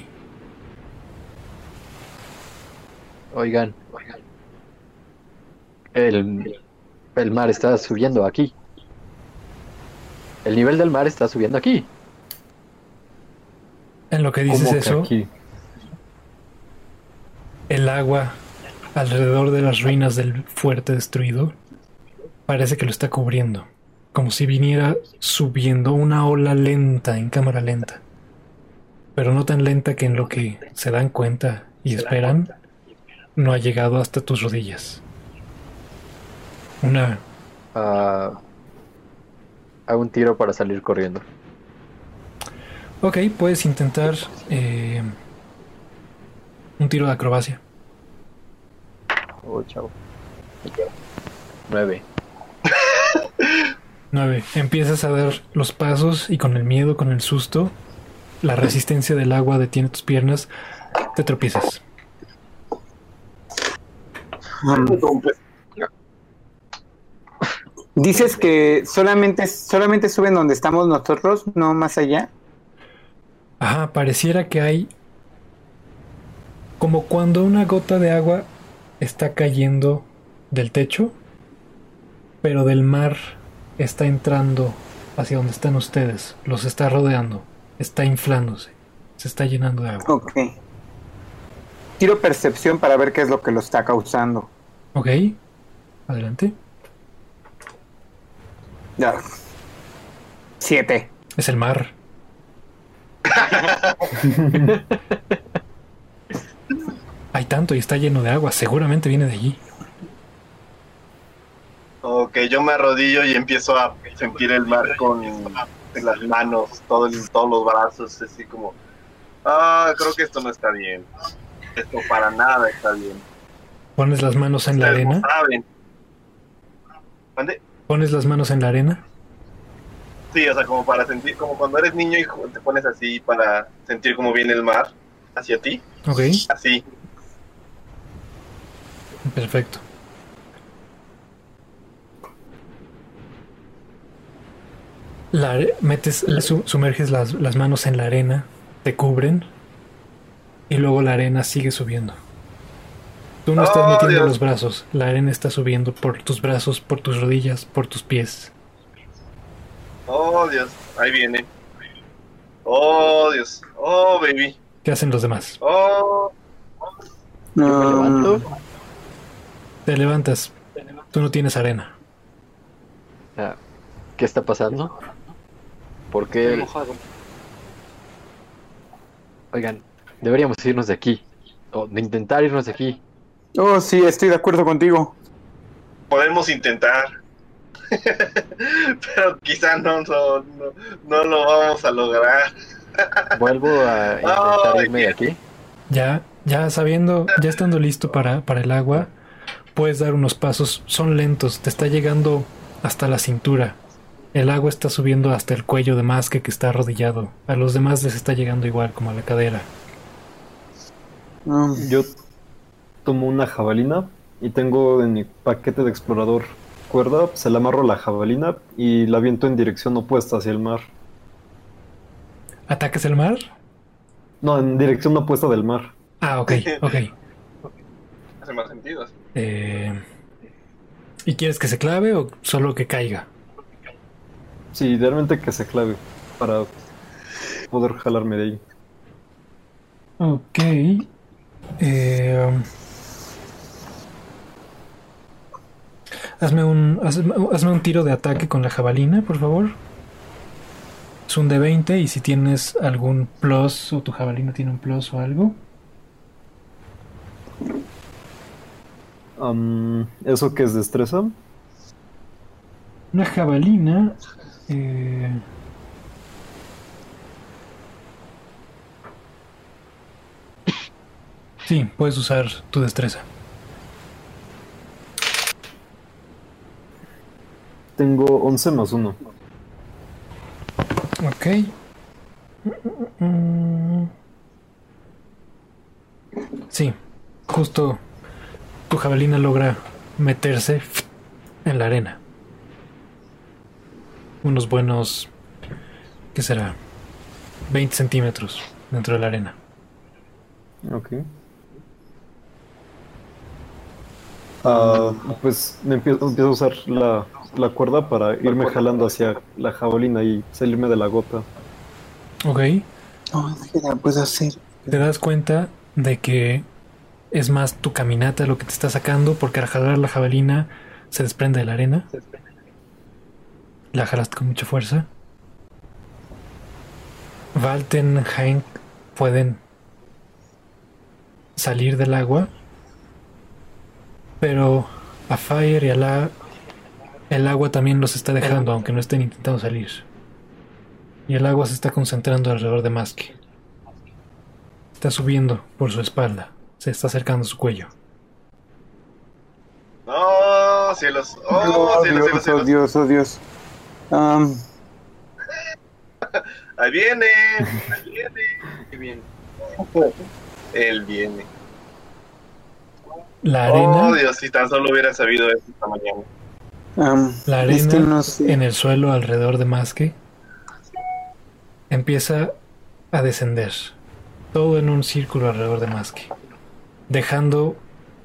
Oigan. Oigan. El, el mar está subiendo aquí. El nivel del mar está subiendo aquí. En lo que dices ¿Cómo que eso, aquí? el agua alrededor de las ruinas del fuerte destruido parece que lo está cubriendo, como si viniera subiendo una ola lenta en cámara lenta, pero no tan lenta que en lo que se dan cuenta y esperan no ha llegado hasta tus rodillas. Una... Ah, hago un tiro para salir corriendo. Ok, puedes intentar eh, un tiro de acrobacia. Oh, chavo. Nueve. Nueve. Empiezas a dar los pasos y con el miedo, con el susto, la resistencia del agua detiene tus piernas, te tropiezas. Dices que solamente, solamente suben donde estamos nosotros, no más allá. Ajá, pareciera que hay como cuando una gota de agua está cayendo del techo, pero del mar está entrando hacia donde están ustedes, los está rodeando, está inflándose, se está llenando de agua. Ok. Tiro percepción para ver qué es lo que lo está causando. Ok, adelante. Ya. Siete. Es el mar. Hay tanto y está lleno de agua, seguramente viene de allí. Ok, yo me arrodillo y empiezo a sentir el mar con las manos, todo el- todos los brazos, así como, ah, creo que esto no está bien. Esto para nada está bien. Pones las manos en la Ustedes no arena. saben. ¿Mande? Pones las manos en la arena. Sí, o sea, como para sentir, como cuando eres niño y ju- te pones así para sentir cómo viene el mar hacia ti, Ok, así. perfecto. La are- metes, su- sumerges las, las manos en la arena, te cubren y luego la arena sigue subiendo. Tú no estás Oh, metiendo Dios. los brazos, la arena está subiendo por tus brazos, por tus rodillas, por tus pies. Oh, Dios, ahí viene. Oh, Dios. Oh, baby. ¿Qué hacen los demás? Oh, Yo me Um, levanto. Te levantas, tú no tienes arena. Ah, ¿qué está pasando? ¿Por Estoy qué? mojado. Oigan, deberíamos irnos de aquí. O de intentar irnos de aquí. Oh, sí, estoy de acuerdo contigo. podemos intentar. Pero quizá no, no, no, no lo vamos a lograr. Vuelvo a intentar Ay, irme de aquí. Ya, ya sabiendo, ya estando listo para, para el agua, puedes dar unos pasos, son lentos, te está llegando hasta la cintura. El agua está subiendo hasta el cuello de Maske que está arrodillado. A los demás les está llegando igual, como a la cadera. Um, Yo tomo una jabalina y tengo en mi paquete de explorador cuerda, se la amarro a la jabalina y la aviento en dirección opuesta hacia el mar. ¿Ataques el mar? No, en dirección opuesta del mar. Ah, ok, ok. Hace más sentido. Eh, ¿Y quieres que se clave o solo que caiga? Sí, idealmente que se clave para poder jalarme de ahí. Ok. Eh, hazme, un, hazme, hazme un tiro de ataque con la jabalina, por favor. Es un de veinte y si tienes algún plus o tu jabalina tiene un plus o algo. Um, ¿Eso qué es destreza? Una jabalina... Eh, sí, puedes usar tu destreza. Tengo once más uno. Ok. Sí, justo tu jabalina logra meterse en la arena. Unos buenos, ¿qué será? veinte centímetros dentro de la arena. Ok. Uh, pues me empiezo, empiezo a usar la, la cuerda para irme jalando hacia la jabalina y salirme de la gota. Ok. No, es que la puedo hacer. Te das cuenta de que es más tu caminata lo que te está sacando, porque al jalar la jabalina se desprende de la arena. La jalaste con mucha fuerza. Valten, Hank pueden salir del agua, pero a Fire y a la el agua también los está dejando, aunque no estén intentando salir. Y el agua se está concentrando alrededor de Maske. Está subiendo por su espalda. Se está acercando a su cuello. ¡Oh, cielos! ¡Oh, Oh, cielos, Dios, cielos, cielos! oh, Dios, oh, Dios. Um, ¡Ahí viene! ¡Ahí viene! ¡Ahí viene! Él viene. La arena, Oh, Dios, si tan solo hubiera sabido eso esta mañana. um, la arena es que no sé. en el suelo alrededor de Maske empieza a descender. Todo en un círculo alrededor de Maske, dejando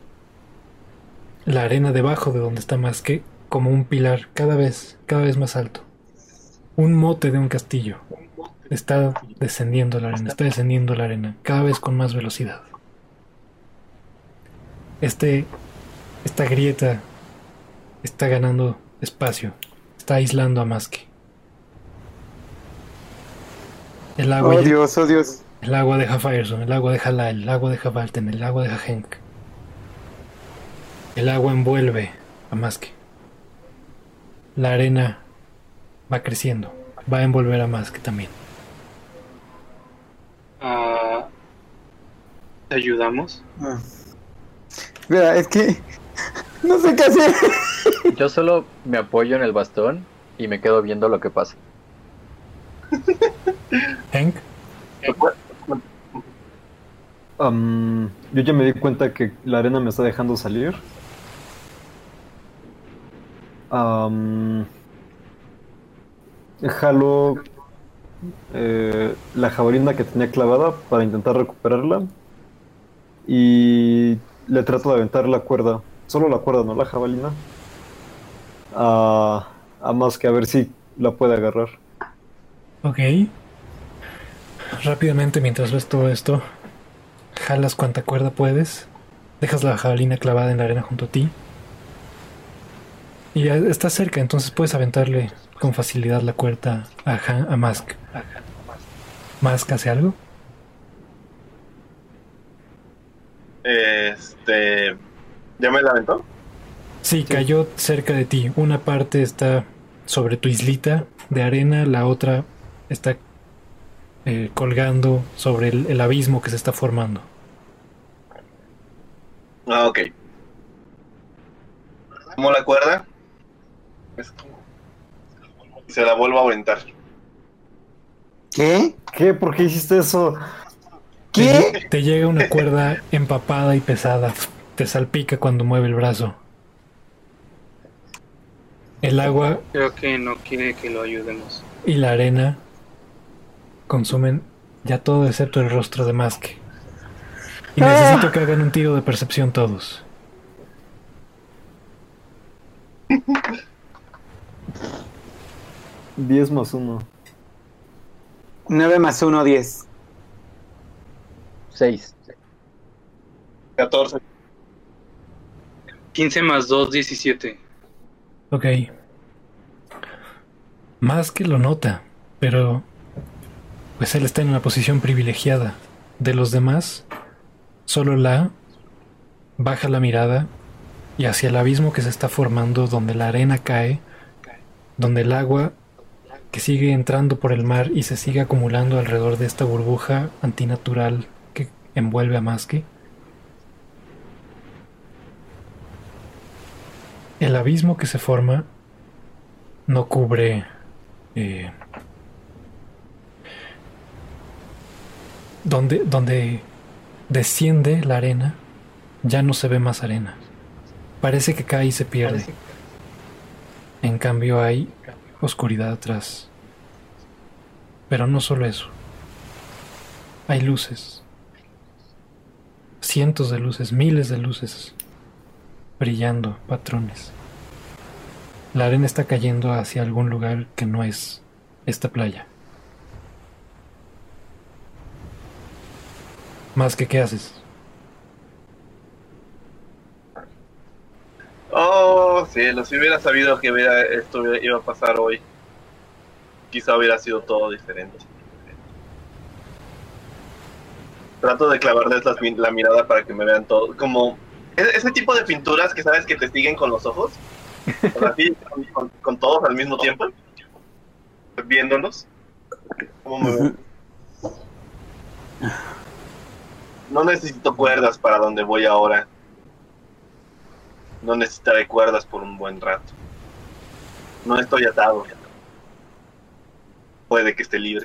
la arena debajo de donde está Maske como un pilar cada vez, cada vez más alto. Un mote de un castillo. Está descendiendo la arena, está descendiendo la arena, cada vez con más velocidad. Este, esta grieta está ganando espacio, está aislando a Maske. El agua, Oh, Dios, oh, Dios. el agua deja Fireson, el agua deja Lyle, el agua deja Valten, el agua deja Hank. El agua envuelve a Maske. La arena va creciendo, va a envolver a Maske también. Ah, ¿te ayudamos? Ah. Mira, es que no sé qué hacer. Yo solo me apoyo en el bastón y me quedo viendo lo que pasa. Hank, Um, yo ya me di cuenta que la arena me está dejando salir. Um, jalo eh, la jabalina que tenía clavada para intentar recuperarla y le trato de aventar la cuerda, solo la cuerda, no la jabalina, a, a Maske a ver si la puede agarrar. ok. Rápidamente, mientras ves todo esto, jalas cuanta cuerda puedes, dejas la jabalina clavada en la arena junto a ti y ya estás cerca, entonces puedes aventarle con facilidad la cuerda a, Han- a Mask. ¿Mask hace algo? Este. ¿Ya me la aventó? Sí, cayó cerca de ti. Una parte está sobre tu islita de arena, la otra está eh, colgando sobre el, el abismo que se está formando. Ah, ok. Tomo la cuerda. Y se la vuelvo a aventar. ¿Qué? ¿Qué? ¿Por qué hiciste eso? ¿Qué? Te, te llega una cuerda empapada y pesada te salpica cuando mueve el brazo. El agua Creo que no quiere que lo ayudemos. y la arena consumen ya todo excepto el rostro de Maske. Y necesito que hagan un tiro de percepción todos. diez más uno. nueve más uno, diez. Seis. catorce. quince más dos, diecisiete. Ok. Maske lo nota, pero pues él está en una posición privilegiada. De los demás, solo La baja la mirada y hacia el abismo que se está formando donde la arena cae, donde el agua que sigue entrando por el mar y se sigue acumulando alrededor de esta burbuja antinatural que envuelve a Maske. El abismo que se forma no cubre eh, donde, donde desciende la arena, ya no se ve más arena. Parece que cae y se pierde. En cambio hay oscuridad atrás. Pero no solo eso. Hay luces. Cientos de luces, miles de luces. Brillando, patrones. La arena está cayendo hacia algún lugar que no es esta playa. Más que, ¿qué haces? Oh, cielo, si hubiera sabido que hubiera- esto iba a pasar hoy, quizá hubiera sido todo diferente. Trato de clavarles las mi- la mirada para que me vean todo. Como e- ese tipo de pinturas que sabes que te siguen con los ojos. O sea, así, con, con- con todos al mismo tiempo. Viéndolos. ¿Cómo me ven? No necesito cuerdas para donde voy ahora. No necesitaré cuerdas por un buen rato. No estoy atado. Puede que esté libre.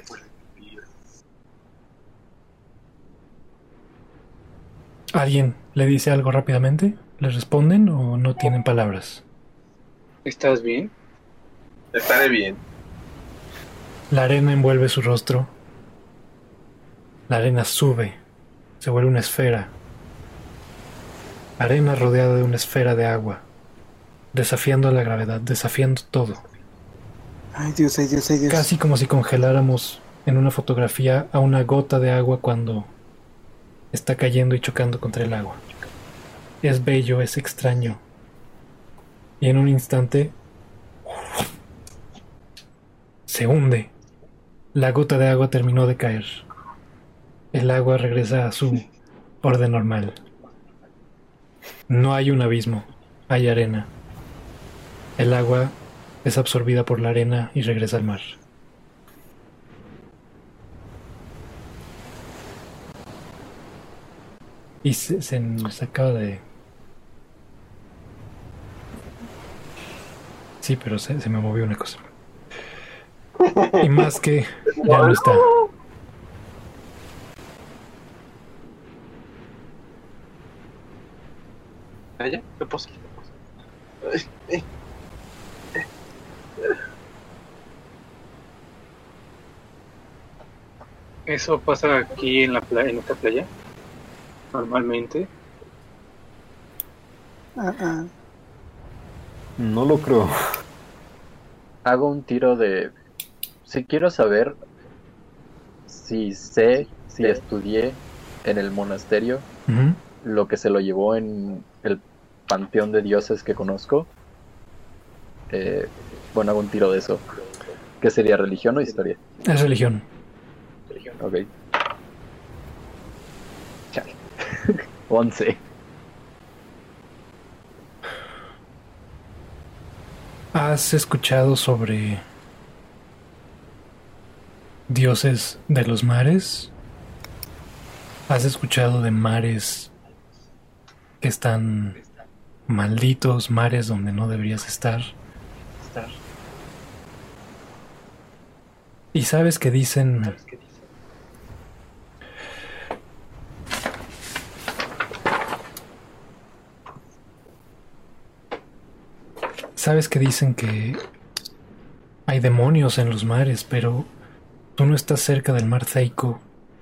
¿Alguien le dice algo rápidamente? ¿Le responden o no tienen palabras? ¿Estás bien? Estaré bien. La arena envuelve su rostro. La arena sube. Se vuelve una esfera. Arena rodeada de una esfera de agua. Desafiando a la gravedad, desafiando todo. Ay Dios, ay Dios, ay Dios. Casi como si congeláramos en una fotografía a una gota de agua cuando está cayendo y chocando contra el agua. Es bello, es extraño. Y en un instante se hunde. La gota de agua terminó de caer. El agua regresa a su orden normal. No hay un abismo, hay arena. El agua es absorbida por la arena y regresa al mar. Y se, se nos acaba de... Sí, pero se, se me movió una cosa. Y más que ya no está. ¿Allá? ¿Qué pasa? ¿Eso pasa aquí en la playa, en esta playa? Normalmente. Ah, ah. No lo creo. Hago un tiro de... Si quiero saber si sé, si estudié en el monasterio Ujú. lo que se lo llevó en el panteón de dioses que conozco. Eh, bueno, hago un tiro de eso. ¿Qué sería, religión o historia? Es religión. Ok. Chale. once. ¿Has escuchado sobre dioses de los mares? ¿Has escuchado de mares que están malditos, mares donde no deberías estar? Y sabes que dicen sabes que dicen que hay demonios en los mares, pero tú no estás cerca del mar Zeiko.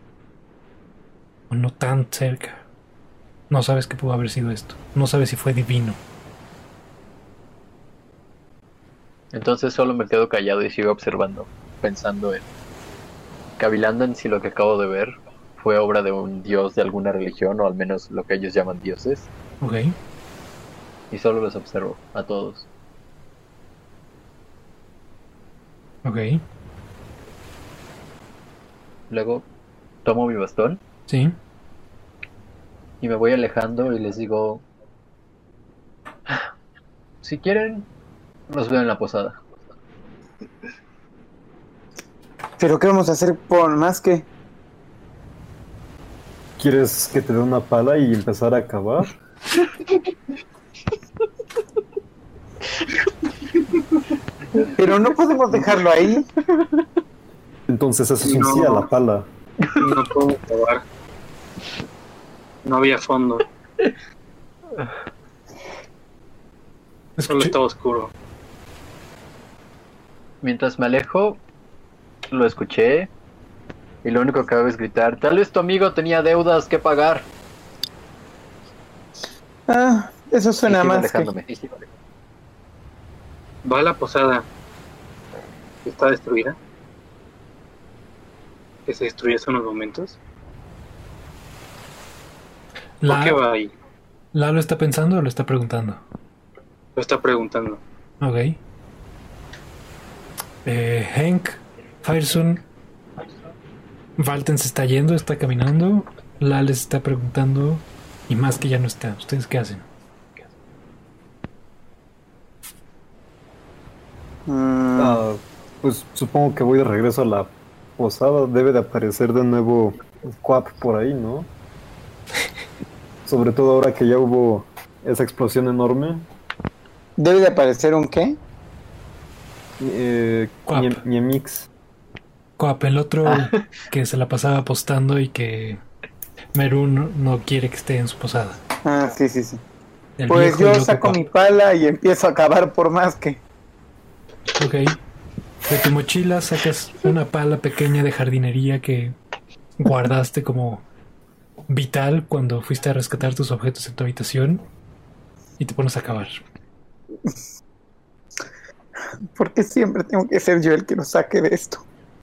O no tan cerca. No sabes qué pudo haber sido esto. No sabes si fue divino. Entonces solo me quedo callado y sigo observando, pensando en... cavilando en si lo que acabo de ver fue obra de un dios de alguna religión, o al menos lo que ellos llaman dioses. Ok. Y solo los observo, a todos. Ok. Luego tomo mi bastón Sí. y me voy alejando y les digo... si quieren, los veo en la posada. ¿Pero qué vamos a hacer por más que? ¿Quieres que te dé una pala y empezar a cavar? Pero no podemos dejarlo ahí. Entonces eso es un No. sí a la pala. No puedo acabar. No había fondo, solo Escuché- estaba oscuro. Mientras me alejo, lo escuché y lo único que hago es gritar: tal vez tu amigo tenía deudas que pagar. Ah, eso Y suena sigo más que... alejándome. Va a la posada. ¿Está destruida? ¿Que se destruyó hace unos momentos? ¿Por qué La, va ahí? ¿La lo está pensando o lo está preguntando? Lo está preguntando. Ok. Eh, Hank, Fireson, Valten se está yendo, está caminando. La les está preguntando. Y más que ya no está. ¿Ustedes qué hacen? Mm, Ah, pues supongo que voy de regreso a la posada. Debe de aparecer de nuevo Quap por ahí, ¿no? Sobre todo ahora que ya hubo esa explosión enorme. ¿Debe de aparecer un qué? Eh, Quap. Ñe- Ñemix. Coap, el otro que se la pasaba apostando y que Merun no, no quiere que esté en su posada. Ah, sí, sí, sí. El Pues viejo y yo loco saco Coap. mi pala y empiezo a cavar por más que... Ok. De tu mochila sacas una pala pequeña de jardinería que guardaste como vital cuando fuiste a rescatar tus objetos en tu habitación y te pones a cavar. ¿Por qué siempre tengo que ser yo el que lo saque de esto?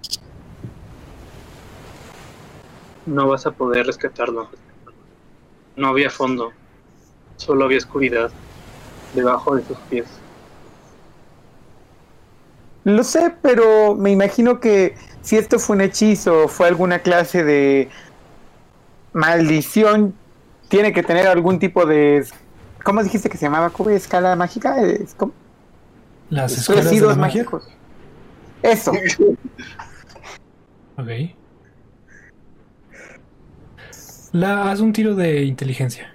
No vas a poder rescatarlo. No había fondo. Solo había oscuridad debajo de tus pies. Lo sé, pero me imagino que si esto fue un hechizo, fue alguna clase de maldición, tiene que tener algún tipo de... ¿Cómo dijiste que se llamaba? ¿Cómo? ¿Escala mágica? Es como... Las escuelas de la Residuos magia. mágicos. Eso. Ok. La, haz un tiro de inteligencia.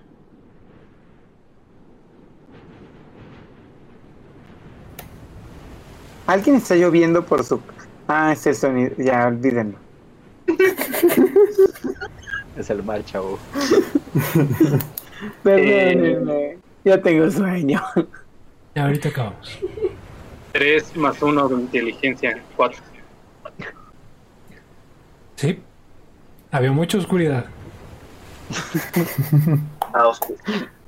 Alguien está lloviendo por su... Ah, es el sonido. Ya, olvídenlo. Es el mar, chavo. Perdónenme. Ya tengo sueño. Ya ahorita acabamos. Tres más uno de inteligencia. Cuatro. Sí. Había mucha oscuridad. Ah, oscuro.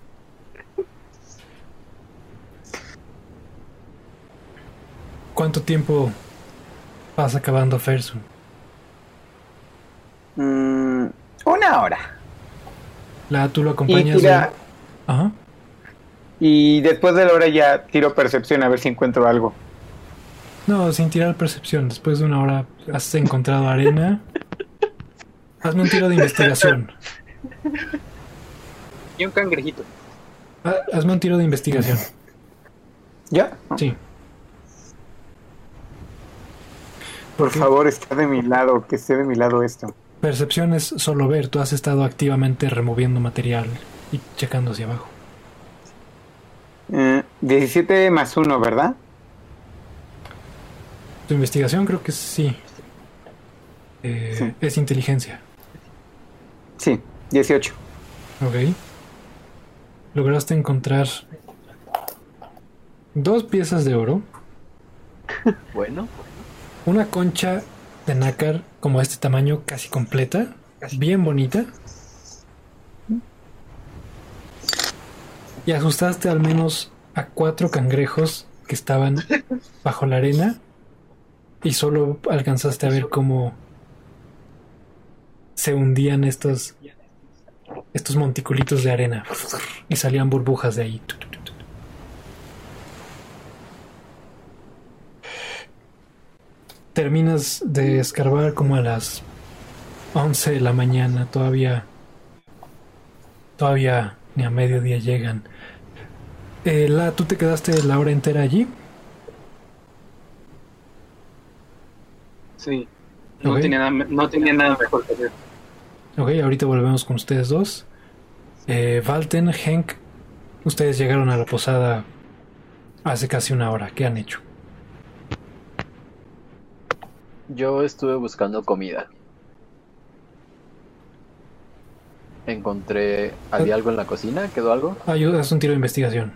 ¿Cuánto tiempo vas acabando Fersun? Mm, una hora. La, tú lo Y, acompañas. tira, de- Ajá. y después de la hora ya tiro percepción a ver si encuentro algo. No, sin tirar percepción. Después de una hora has encontrado arena. Hazme un tiro de investigación. Y un cangrejito. Ha- Hazme un tiro de investigación. ¿Ya? Sí. Por favor, está de mi lado, que esté de mi lado esto. Percepción es solo ver. Tú has estado activamente removiendo material y checando hacia abajo. Eh, diecisiete más uno, ¿verdad? Tu investigación creo que sí. Eh, Sí. Es inteligencia. Sí, dieciocho. Ok. Lograste encontrar dos piezas de oro, Bueno, una concha de nácar como este tamaño, casi completa, bien bonita, y asustaste al menos a cuatro cangrejos que estaban bajo la arena y solo alcanzaste a ver cómo se hundían estos estos monticulitos de arena y salían burbujas de ahí. Terminas de escarbar como a las once de la mañana, todavía todavía ni a mediodía llegan. Eh, la, ¿tú te quedaste la hora entera allí? Sí. No, Ok. tenía nada, no tenía nada mejor que hacer. Ok, ahorita volvemos con ustedes dos. Eh, Valten, Henk, ustedes llegaron a la posada hace casi una hora. ¿Qué han hecho? yo estuve buscando comida. Encontré... ¿Había algo en la cocina? ¿Quedó algo? Ayuda, haz un tiro de investigación.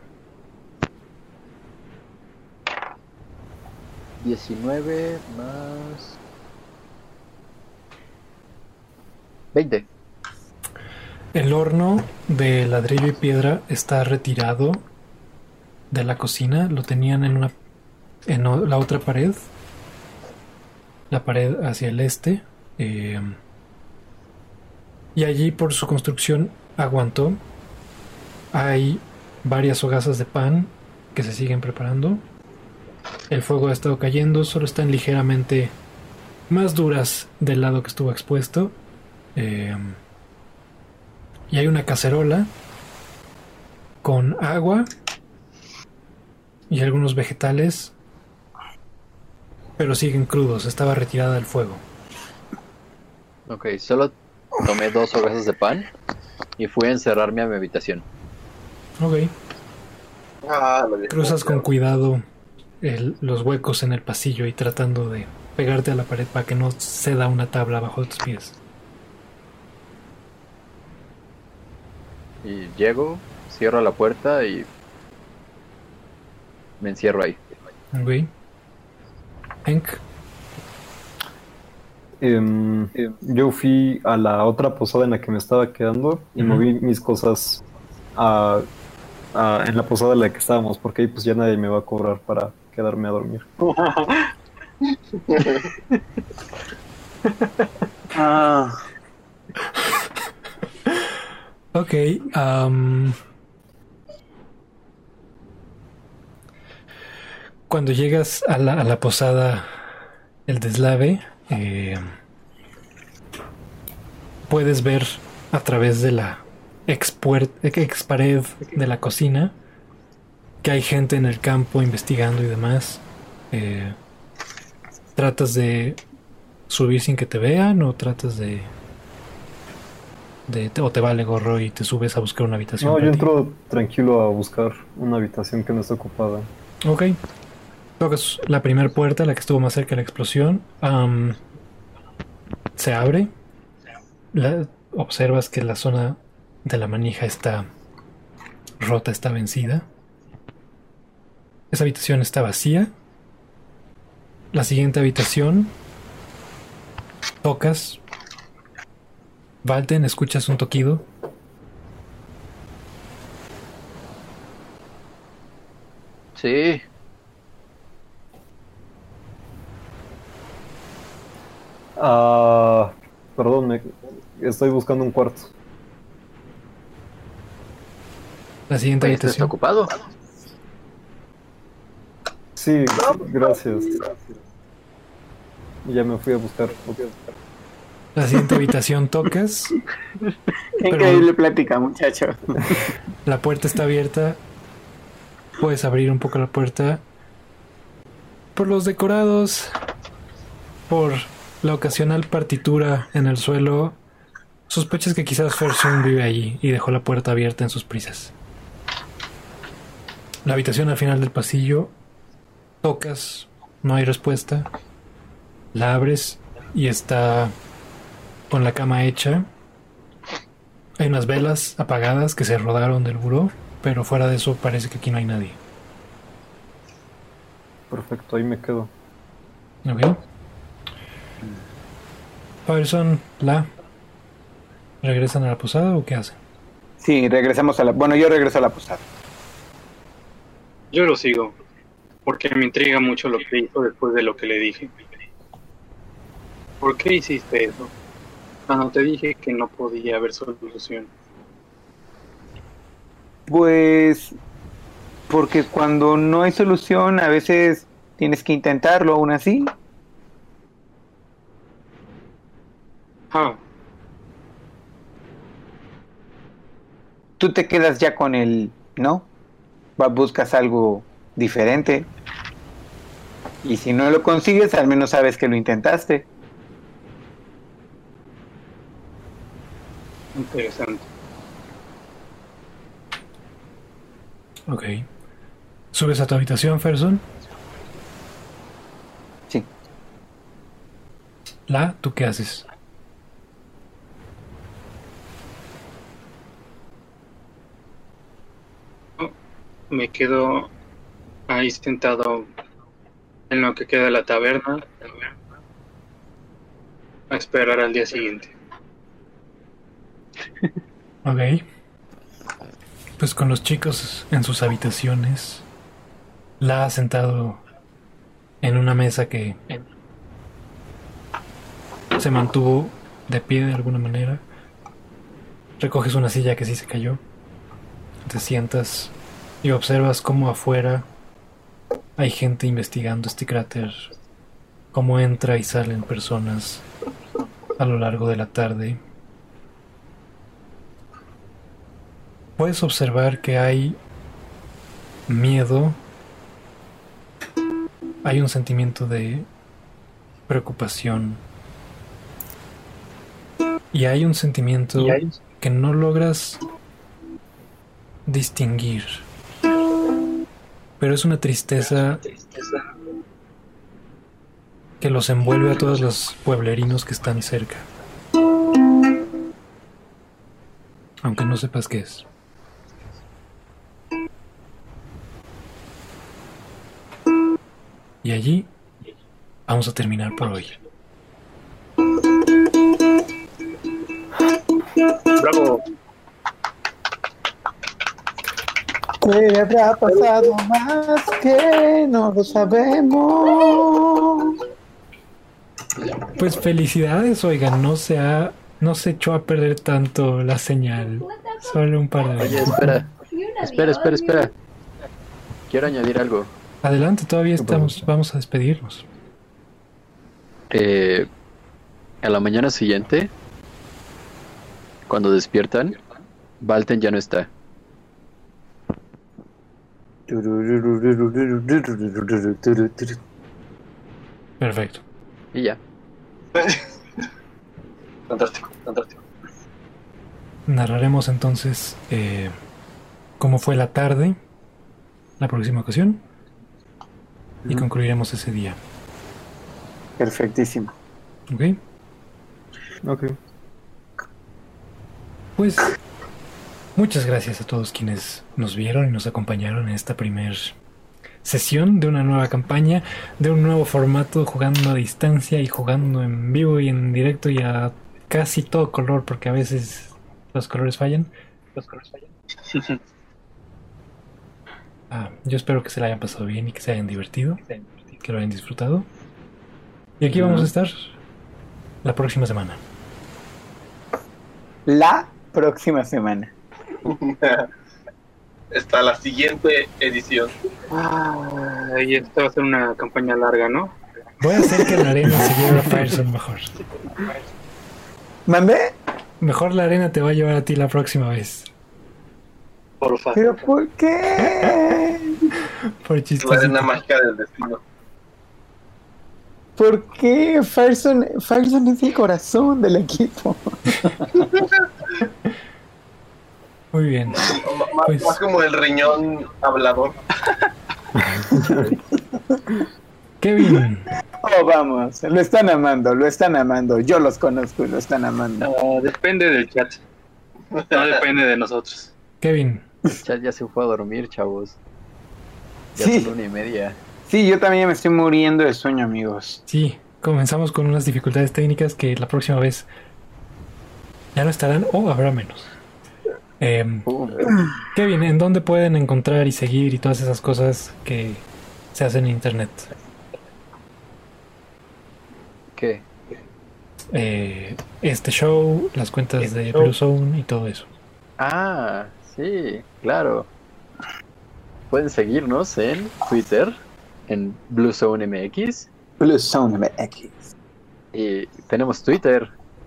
diecinueve más... veinte. El horno de ladrillo y piedra está retirado de la cocina. Lo tenían en una en o- la otra pared, la pared hacia el este, eh, y allí por su construcción aguantó. Hay varias hogazas de pan que se siguen preparando. El fuego ha estado cayendo, solo están ligeramente más duras del lado que estuvo expuesto. Eh, y hay una cacerola con agua y algunos vegetales, pero siguen crudos. Estaba retirada del fuego. Ok, solo tomé dos hogazas de pan y fui a encerrarme a mi habitación. Ok. Ah, lo dejé. Cruzas con cuidado el- los huecos en el pasillo y tratando de pegarte a la pared para que no ceda una tabla bajo de tus pies. Y llego, cierro la puerta y me encierro ahí. Ok. Hank, Em, yo fui a la otra posada en la que me estaba quedando y Ujú. moví mis cosas a, a- en la posada en la que estábamos, porque ahí pues ya nadie me va a cobrar para quedarme a dormir. Ah, ok. am, cuando llegas a la, a la posada, el deslave, eh, puedes ver a través de la ex, puer- ex pared de la cocina que hay gente en el campo investigando y demás. Eh, ¿Tratas de subir sin que te vean o tratas de, de o te vale gorro y te subes a buscar una habitación? No, para yo ti? entro tranquilo a buscar una habitación que no esté ocupada. Ok. Tocas la primera puerta, la que estuvo más cerca de la explosión. Am, se abre. La- observas que la zona de la manija está rota, está vencida. Esa habitación está vacía. La siguiente habitación. Tocas. Valten, escuchas un toquido. Sí, Ah, perdón, me- estoy buscando un cuarto. La siguiente pues, ¿está habitación. ocupado? Sí, gracias. Ya me fui a buscar. La siguiente habitación tocas. qué increíble plática, muchacho. La puerta está abierta. Puedes abrir un poco la puerta. Por los decorados, por la ocasional partitura en el suelo, sospechas que quizás Forsun vive allí y dejó la puerta abierta en sus prisas. La habitación al final del pasillo, tocas, no hay respuesta. La abres y está con la cama hecha. Hay unas velas apagadas que se rodaron del buró, pero fuera de eso parece que aquí no hay nadie. Perfecto, ahí me quedo. Ok. Patterson, La, ¿regresan a la posada o qué hacen? Sí, regresamos a la... Bueno, yo regreso a la posada. Yo lo sigo, porque me intriga mucho lo que hizo después de lo que le dije. ¿Por qué hiciste eso? Cuando te dije que no podía haber solución. Pues... Porque cuando no hay solución, a veces tienes que intentarlo aún así. Ah, Tú te quedas ya con el... ¿No? Va, buscas algo diferente. Y si no lo consigues, al menos sabes que lo intentaste. interesante. Ok. ¿Subes a tu habitación, Ferson? Sí. La, ¿tú qué haces? Me quedo ahí sentado en lo que queda de la taberna a esperar al día siguiente. Ok. Pues con los chicos en sus habitaciones, La ha sentado en una mesa que se mantuvo de pie de alguna manera. Recoges una silla que sí se cayó. Te sientas y observas cómo afuera hay gente investigando este cráter, cómo entra y salen personas a lo largo de la tarde. Puedes observar que hay miedo, hay un sentimiento de preocupación y hay un sentimiento que no logras distinguir, pero es una tristeza que los envuelve a todos los pueblerinos que están cerca, aunque no sepas qué es. Y allí vamos a terminar por hoy. ¡Bravo! ¿Qué habrá pasado más que no lo sabemos? Pues felicidades, oigan, no se ha, no se echó a perder tanto la señal. Solo un par de Oye, veces. espera. Espera, espera, espera. Quiero añadir algo. Adelante, todavía estamos, vamos a despedirnos. Eh, a la mañana siguiente, cuando despiertan, Valten ya no está. Perfecto. Y ya. Fantástico, fantástico. Narraremos entonces eh, cómo fue la tarde la próxima ocasión y concluiremos ese día. Perfectísimo. ¿Ok? Ok. Pues muchas gracias a todos quienes nos vieron y nos acompañaron en esta primer sesión de una nueva campaña, de un nuevo formato, jugando a distancia y jugando en vivo y en directo y a casi todo color, porque a veces los colores fallan. Los colores fallan. Ah, yo espero que se la hayan pasado bien y que se hayan divertido, que lo hayan disfrutado. Y aquí vamos a estar la próxima semana. La próxima semana. Está la siguiente edición. Ah, y esta va a ser una campaña larga, ¿no? Voy a hacer que la arena se lleve a Fireson mejor. ¿Mandé? Mejor la arena te va a llevar a ti la próxima vez. Por favor. ¿Pero por qué? Por La chistosito. arena mágica del destino. ¿Por qué? Fireson, Fireson es el corazón del equipo. Muy bien. Más, Pues- más como el riñón hablador. Kevin, Oh, vamos, lo están amando, lo están amando. Yo los conozco y lo están amando. Ah, depende del chat. No depende de nosotros. Kevin, El chat ya se fue a dormir, chavos. Ya Sí. son una y media. Sí, yo también me estoy muriendo de sueño, amigos. Sí, comenzamos con unas dificultades técnicas que la próxima vez ya no estarán o habrá menos. Eh, Uh, Kevin, ¿en dónde pueden encontrar y seguir y todas esas cosas que se hacen en internet? ¿Qué? Eh, este show, las cuentas Este de show. Blue Zone y todo eso. Ah, sí, claro. Pueden seguirnos en Twitter, en Blue Zone M X. Blue Zone M X. Y tenemos Twitter.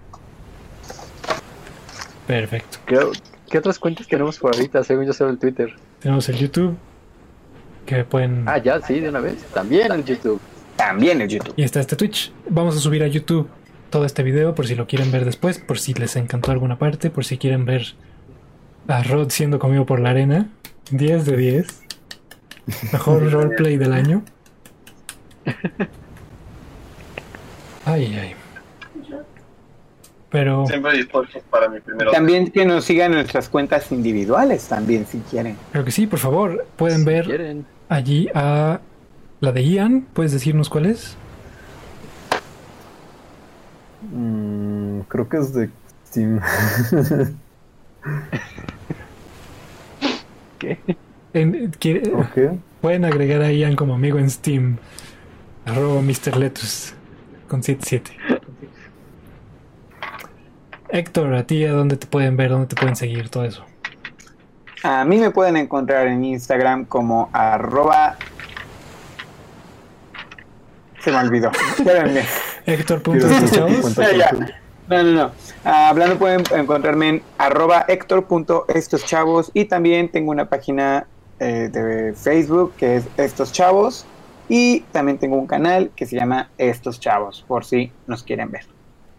Perfecto. Creo, ¿qué otras cuentas tenemos por ahorita? Según yo solo el Twitter. Tenemos el YouTube, que pueden... Ah, ya, sí, de una vez. También el YouTube. También el YouTube. Y está este Twitch. Vamos a subir a YouTube todo este video por si lo quieren ver después, por si les encantó alguna parte, por si quieren ver a Rod siendo comido por la arena. diez de diez. Mejor roleplay del año. Ay, ay. Pero Siempre dispuestos para mi primero. También que nos sigan en nuestras cuentas individuales, también, si quieren. creo que sí, por favor, pueden ver ¿Quieren? allí a la de Ian. ¿Puedes decirnos cuál es? Mm, creo que es de Steam. ¿Qué? En- quiere- Ok. Pueden agregar a Ian como amigo en Steam. Arroba mister Letus con siete siete. Héctor, a ti, ¿a dónde te pueden ver? ¿Dónde te pueden seguir? Todo eso. A mí me pueden encontrar en Instagram como arroba... Se me olvidó. Espérenme. Héctor punto estos chavos. Ya, ya. No, no, no. Ah, hablando pueden encontrarme en arroba Héctor.estoschavos y también tengo una página eh, de Facebook que es Estos Chavos y también tengo un canal que se llama Estos Chavos por si nos quieren ver.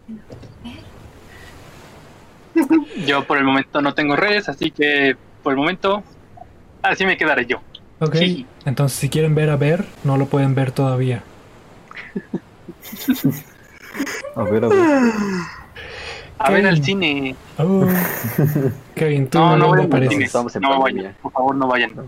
Yo por el momento no tengo redes, así que por el momento así me quedaré yo. Ok, Sí. entonces si quieren ver a ver, no lo pueden ver todavía. A ver, a ver. A ver Kevin. al cine. Oh. Kevin, ¿tú No, no dónde vayan al apareces? cine. Estamos en No pandemia. vayan, por favor, no vayan.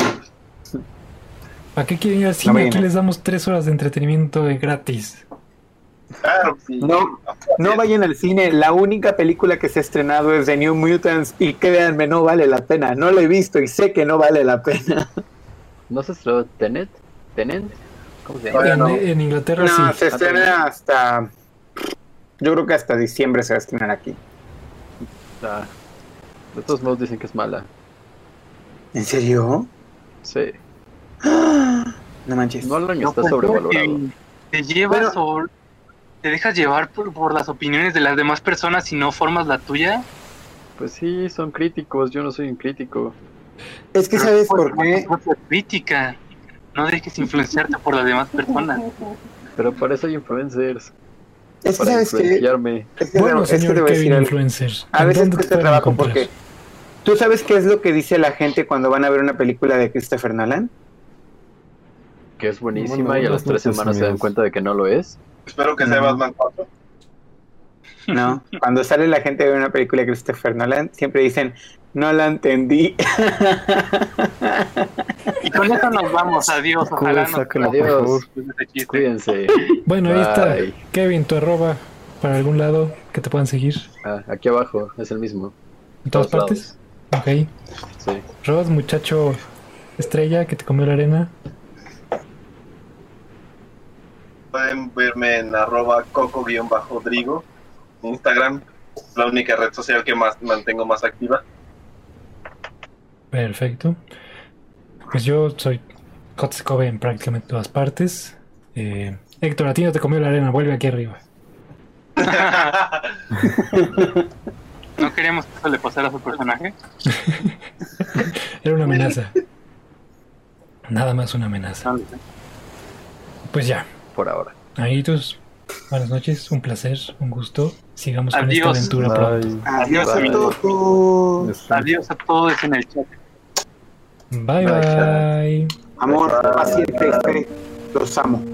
¿Para qué quieren ir al cine? vayan. Aquí les damos tres horas de entretenimiento de gratis. Claro, sí. No, no vayan al cine, la única película que se ha estrenado es The New Mutants y créanme, no vale la pena. No la he visto y sé que no vale la pena. ¿No se estrenó Tenet? ¿Tenet? ¿Cómo se llama? Todavía En, no. en Inglaterra No, sí. se estrena hasta... Yo creo que hasta diciembre se va a estrenar aquí. Ah, de todos modos dicen que es mala. ¿En serio? Sí. No manches. Nolan No, está pues, sobrevalorado. Te, te llevas Bueno. o te dejas llevar por, por las opiniones de las demás personas y no formas la tuya. Pues sí, son críticos. Yo no soy un crítico. Es que Pero ¿sabes tú por formas qué? tu propia crítica. No dejes influenciarte por las demás personas. Pero para eso hay influencers. Es que Para ¿sabes qué? influenciarme. Es que, Bueno, es que señor te voy a decir Kevin algo. Influencer. A ¿en veces dónde te cuesta pueden trabajo encontrar? porque... ¿Tú sabes qué es lo que dice la gente cuando van a ver una película de Christopher Nolan? Que es buenísima Bueno, y a las buenas tres noches, semanas se dan amigos. cuenta de que no lo es. Espero que sea No. Batman cuatro. No, cuando sale la gente a ver una película de Christopher Nolan, siempre dicen, no la entendí. Y con eso nos vamos. Adiós. Ojalá nos Sáquenla, por Adiós. favor. este chiste. Cuídense. Bueno, ahí está. Bye. Kevin, tu arroba para algún lado que te puedan seguir. Ah, aquí abajo es el mismo. ¿En todas Todos partes? Ok. Sí. Rod, muchacho estrella que te comió la arena. Pueden verme en arroba coco-drigo. Instagram, la única red social que más mantengo más activa. Perfecto. Pues yo soy Kotzkobe en prácticamente todas partes. Eh, Héctor, a ti no te comió la arena, vuelve aquí arriba. No queremos que eso le pasara a su personaje. Era una amenaza. Nada más una amenaza. Pues ya, Por ahora. amiguitos, buenas noches, un placer, un gusto. Sigamos con Adiós. esta aventura pronto. Bye. Adiós a Bye. todos. Descansa. Adiós a todos en el chat. Bye Bye. bye. Amor, paciente, fe, los amo.